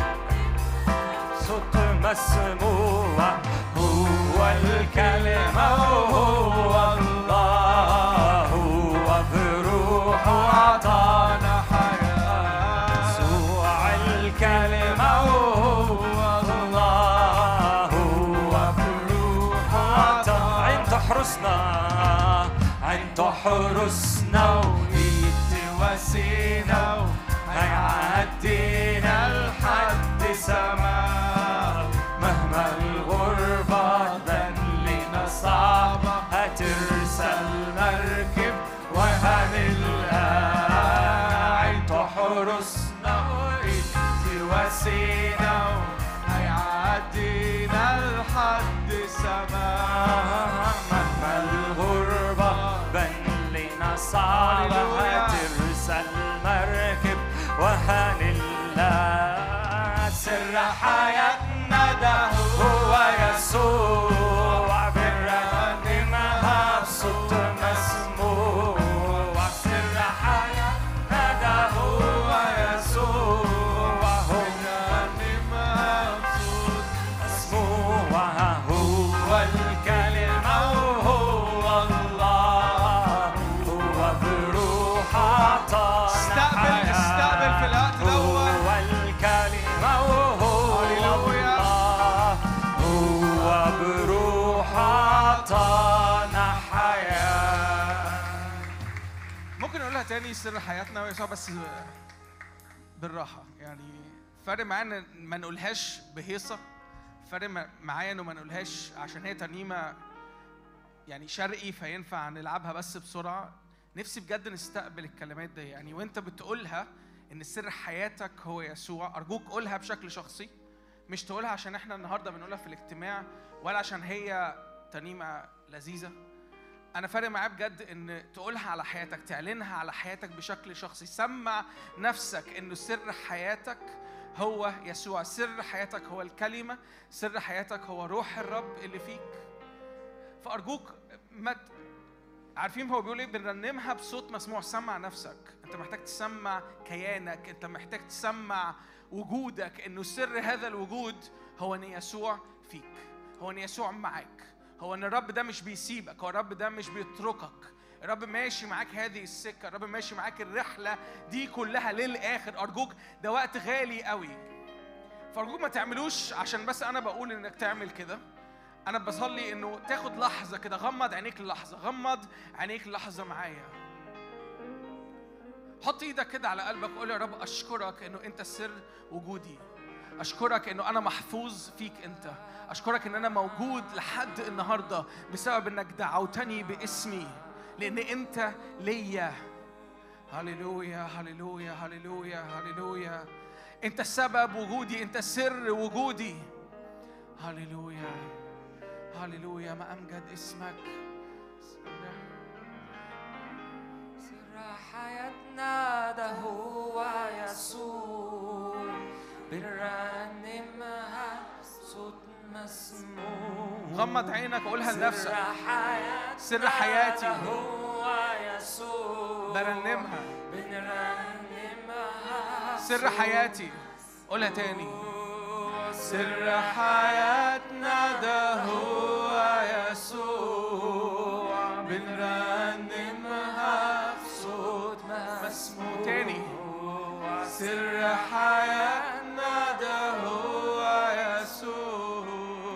صوت مسموع هو الكلمة وهو الله هو بروحه عطانا حياة يسوع الكلمة وهو الله هو بروحه عطانا عين تحرسنا عين تحرسنا وإيد تواسينا هيعدينا لحد سما مهما الغربة تبان لنا صعبة هترسل مركب وهنلقى عين تحرسنا وإيد تواسينا هيعدينا لحد سما مهما الغربة بان لنا صعبة هترسل مركب وهنلقى سر حياتنا ده هو يسوع بنرنمها بصوت مسموع سر حياتنا ده هو يسوع بنرنمها بصوت مسموع هو الكلمة وهو الله هو بروح عطانا استقبل استقبل في الوقت دوت هو الكلمة وهو هللويا. الله هو بروح عطانا حياة ممكن نقولها تاني سر حياتنا ويسوع بس بالراحة يعني فرق معانا ما نقولهاش بهيصة فرق معايا انه ما نقولهاش عشان هي ترنيمة يعني شرقي فينفع نلعبها بس بسرعة نفسي بجد نستقبل الكلمات دي يعني وانت بتقولها ان سر حياتك هو يسوع ارجوك قولها بشكل شخصي مش تقولها عشان احنا النهارده بنقولها في الاجتماع ولا عشان هي ترنيمة لذيذة أنا فارق معاه بجد إن تقولها على حياتك تعلنها على حياتك بشكل شخصي سمع نفسك إنه سر حياتك هو يسوع سر حياتك هو الكلمة سر حياتك هو روح الرب اللي فيك فأرجوك ما ت... عارفين هو بيقول ايه؟ بنرنمها بصوت مسموع. سمع نفسك، انت محتاج تسمع كيانك، انت محتاج تسمع وجودك، انه سر هذا الوجود هو ان يسوع فيك، هو ان يسوع معاك، هو ان الرب ده مش بيسيبك، هو الرب ده مش بيتركك، الرب ماشي معاك هذه السكة، الرب ماشي معاك الرحلة دي كلها للآخر. أرجوك ده وقت غالي قوي، فأرجوك ما تعملوش عشان بس أنا بقول إنك تعمل كده. أنا بصلي إنه تاخد لحظة كده، غمض عينيك للحظة، غمض عينيك للحظة معايا. حط إيدك كده على قلبك، قول يا رب أشكرك إنه أنت سر وجودي، أشكرك إنه أنا محفوظ فيك أنت، أشكرك إن أنا موجود لحد النهاردة بسبب إنك دعوتني باسمي، لأن أنت ليا. هللويا هللويا هللويا هللويا. أنت سبب وجودي، أنت سر وجودي. هللويا هللويا. ما أمجد اسمك. سر حياتنا ده هو يسوع، بنرنمها صوت مسموع. غمض عينك وقولها لنفسك. سر حياتي هو يسوع، برنمها بنرنمها سر حياتي. قولها تاني. سر حياتنا ده هو يسوع، بنرنمها بصوت مسموع. تاني. سر حياتنا ده هو يسوع،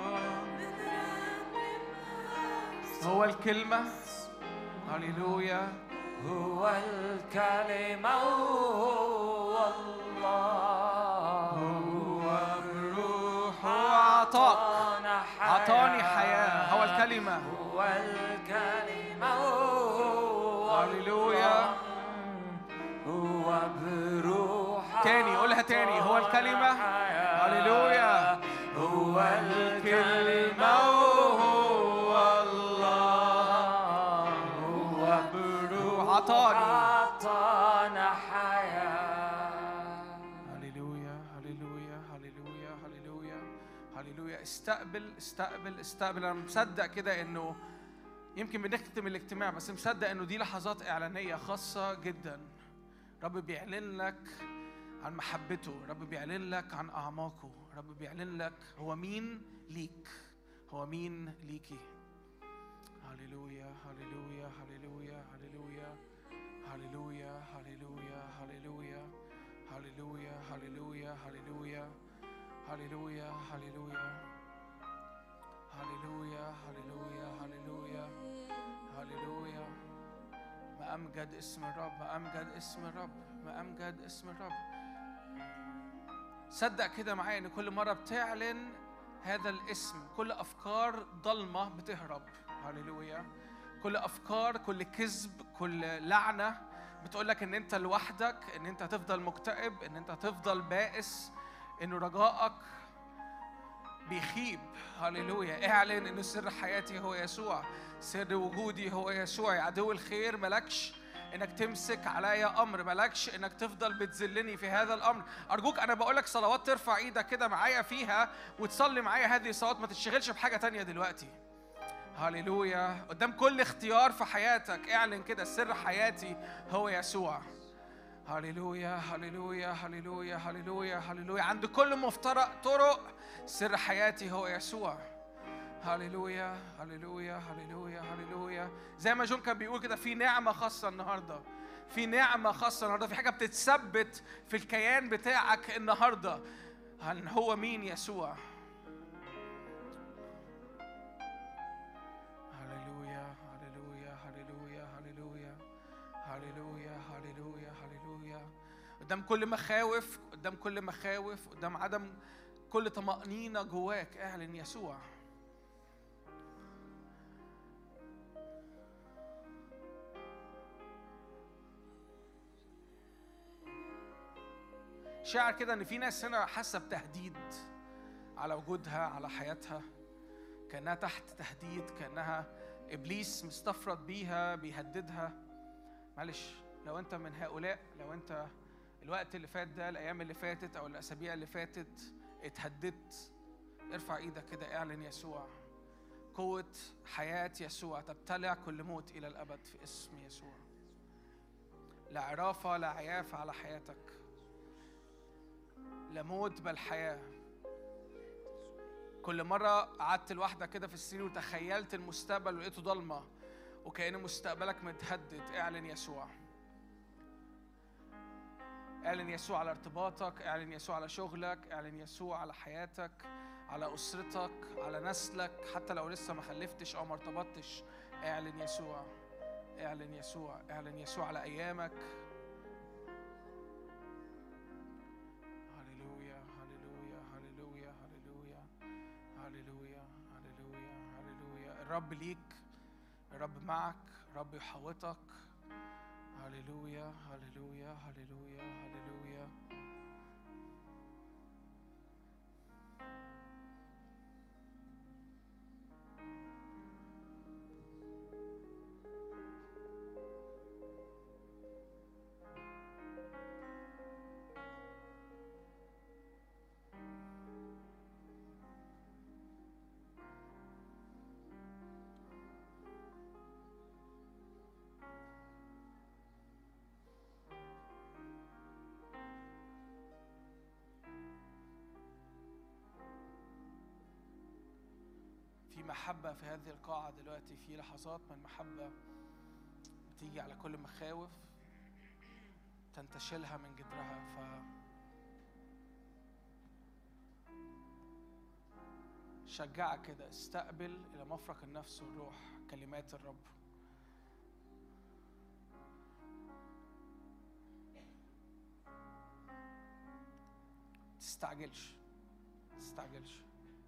هو الكلمة. هللويا. هو الكلمة هو الله، هو بروح عطاك عطاني حياة. هو الكلمة، هو الكلمة هو هللويا. هو بروح. تاني قولها تاني. هو الكلمة. هللويا. هو الكلمة هو الله، هو بروح عطاني عطانا حياة. هللويا هللويا هللويا هللويا هللويا. استقبل استقبل استقبل. أنا مصدق كده إنه يمكن بنختم الاجتماع، بس مصدق إنه دي لحظات إعلانية خاصة جدا. رب بيعلن لك عن محبته، رب بيعلن لك عن أعماقه، رب بيعلن لك هو مين ليك، هو مين ليكي. هللويا هللويا هللويا هللويا هللويا هللويا هللويا هللويا هللويا هللويا هللويا هللويا هللويا هللويا هللويا هللويا. ما أمجد اسم الرب، ما أمجد اسم الرب، ما أمجد اسم الرب. صدق كده معايا إن كل مرة بتعلن هذا الاسم كل أفكار ضلمة بتهرب. هللويا. كل أفكار، كل كذب، كل لعنة بتقولك إن أنت لوحدك، إن أنت هتفضل مكتئب، إن أنت هتفضل بائس، إنه رجائك بيخيب. هللويا. اعلن إنه سر حياتي هو يسوع، سر وجودي هو يسوع. يا عدو الخير ملكش انك تمسك عليا امر، ملكش انك تفضل بتذلني في هذا الامر. ارجوك انا بقولك صلوات ترفع ايدك كده معايا فيها وتصلي معايا هذه الصلوات، ما تشتغلش بحاجه تانية دلوقتي. هللويا. قدام كل اختيار في حياتك اعلن كده سر حياتي هو يسوع. هللويا هللويا هللويا هللويا هللويا. عند كل مفترق طرق سر حياتي هو يسوع. هللويا هللويا هللويا هللويا. زي ما جون كان بيقول كده، في نعمة خاصة النهاردة، في نعمة خاصة النهاردة، في حاجة بتتثبت في الكيان بتاعك النهاردة. هل هو مين؟ يسوع. هللويا هللويا هللويا هللويا هللويا هللويا هللويا. قدام كل مخاوف، قدام كل مخاوف، قدام عدم كل طمأنينة جواك اعلن يسوع. شعر كده ان في ناس هنا حاسه بتهديد على وجودها، على حياتها، كانها تحت تهديد، كانها ابليس مستفرد بيها بيهددها. معلش، لو انت من هؤلاء، لو انت الوقت اللي فات ده، الايام اللي فاتت او الاسابيع اللي فاتت اتهددت، ارفع ايدك كده اعلن يسوع. قوة حياة يسوع تبتلع كل موت إلى الأبد في اسم يسوع. لا عرافة لا عيافة على حياتك، لا موت بل حياة. كل مرة قعدت لوحدك كده في السرير وتخيلت المستقبل ولقيته ضلمة وكأن مستقبلك متهدد، اعلن يسوع. اعلن يسوع على ارتباطك، اعلن يسوع على شغلك، اعلن يسوع على حياتك، على أسرتك، على نسلك، حتى لو لسه ما خلفتش أو ما ارتبطتش. اعلن يسوع، اعلن يسوع، اعلن يسوع على أيامك. هللويا هللويا هللويا هللويا هللويا هللويا هللويا. الرب ليك، الرب معك، الرب يحوطك. هللويا هللويا هللويا هللويا. في محبة في هذه القاعة دلوقتي، في لحظات من المحبة بتيجي على كل مخاوف تنتشلها من جذرها. ف شجعك كده، استقبل إلى مفرق النفس والروح كلمات الرب. تستعجلش تستعجلش.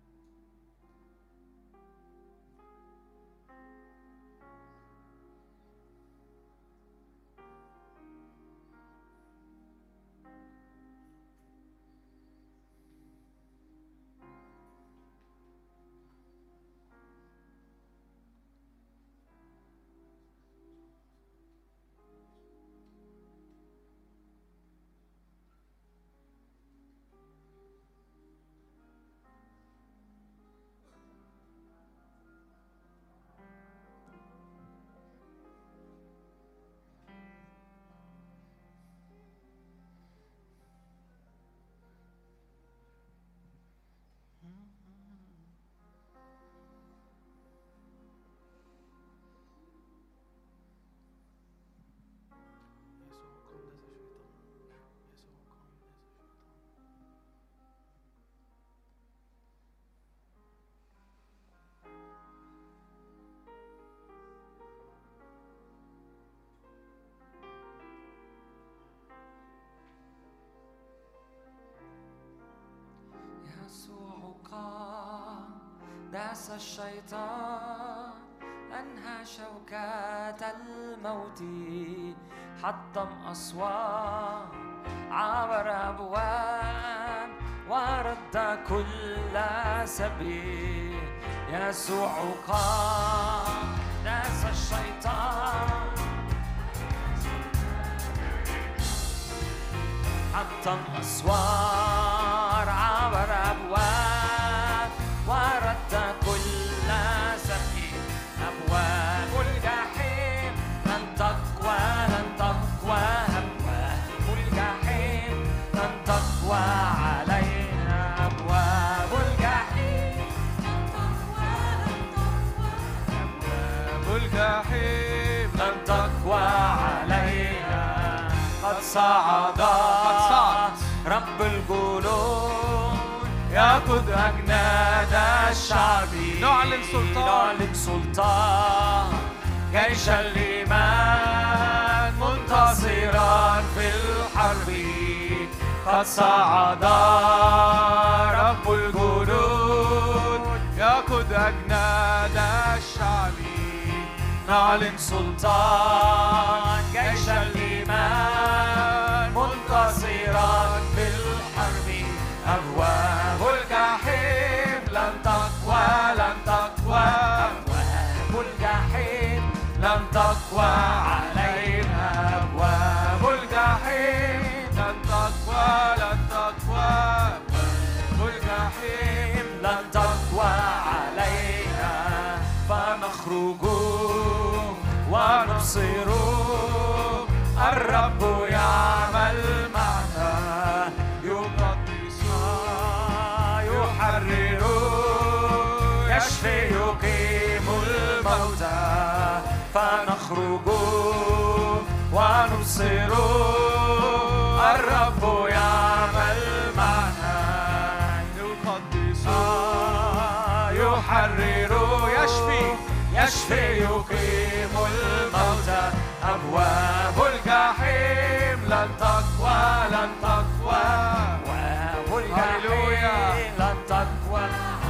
داس الشيطان، أنهى شوكات الموت، حطم أسوار، عبر أبواب ورد كل سبيل. يسوع قام، داس الشيطان، حطم أسوار، عبر أبواب ورد كل سبيل. أبواب الجحيم لن تقوى، لن تقوى، أبواب الجحيم لن تقوى علينا. أبواب الجحيم لن تقوى، لن تقوى، أبواب الجحيم لن تقوى علينا. قد صعد رب الجنود يأخذ أجناد الشعب. نعلن سلطان، نعلن سلطان، جيش الإيمان منتصرا في الحرب. قد صعد رب الجنود يأخذ أجناد الشعب. نعلن سلطان، جيش الإيمان منتصرا في الحرب. أبواب الجحيم لن تقوى، لن تقوى، أبواب الجحيم لن تقوى علينا. أبواب الجحيم لن تقوى، لن تقوى، أبواب الجحيم لن تقوى علينا. يشفي يقيم الموتى فنخرج ونبصر الرب يعمل معنا يقدس يحرر يشفي يشفي يقيم الموتى أبواب الجحيم لن تقوى لن تقوى أبواب الجحيم لن تقوى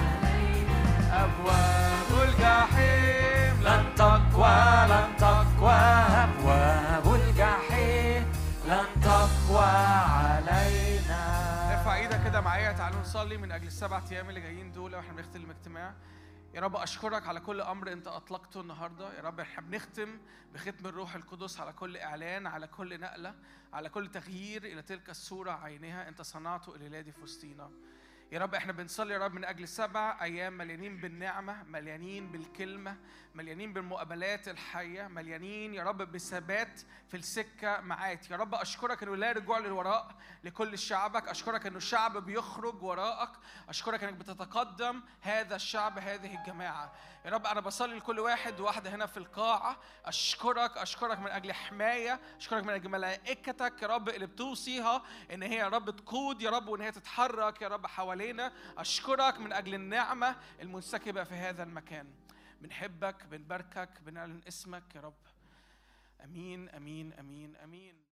أبواب الجحيم لن تقوى لن تقوى أبواب الجحيم لن تقوى علينا. ارفع ايدك كده معايا، تعالوا نصلي من أجل السبع أيام اللي جايين دول واحنا بنختم الاجتماع. يا رب أشكرك على كل أمر أنت أطلقته النهاردة. يا رب احنا بنختم بختم الروح القدس على كل إعلان، على كل نقلة، على كل تغيير إلى تلك الصورة عينها أنت صنعته الإلهي في وسطينا. يا رب احنا بنصلي يا رب من أجل سبع أيام مليانين بالنعمة، مليانين بالكلمة، مليانين بالمقابلات الحية، مليانين يا رب بثبات في السكة معاك. يا رب أشكرك إنه لا رجوع للوراء لكل شعبك. أشكرك إنه الشعب بيخرج وراءك. أشكرك إنك بتتقدم هذا الشعب، هذه الجماعة. يا رب أنا بصلي لكل واحد وواحدة هنا في القاعة. أشكرك أشكرك من أجل حماية، أشكرك من أجل ملائكتك يا رب اللي بتوصيها إن هي يا رب تقود يا رب وإن هي تتحرك يا رب حوالينا. أشكرك من أجل النعمة المنسكبة في هذا المكان. بنحبك، بنباركك، بنعلن اسمك يا رب. أمين أمين أمين أمين.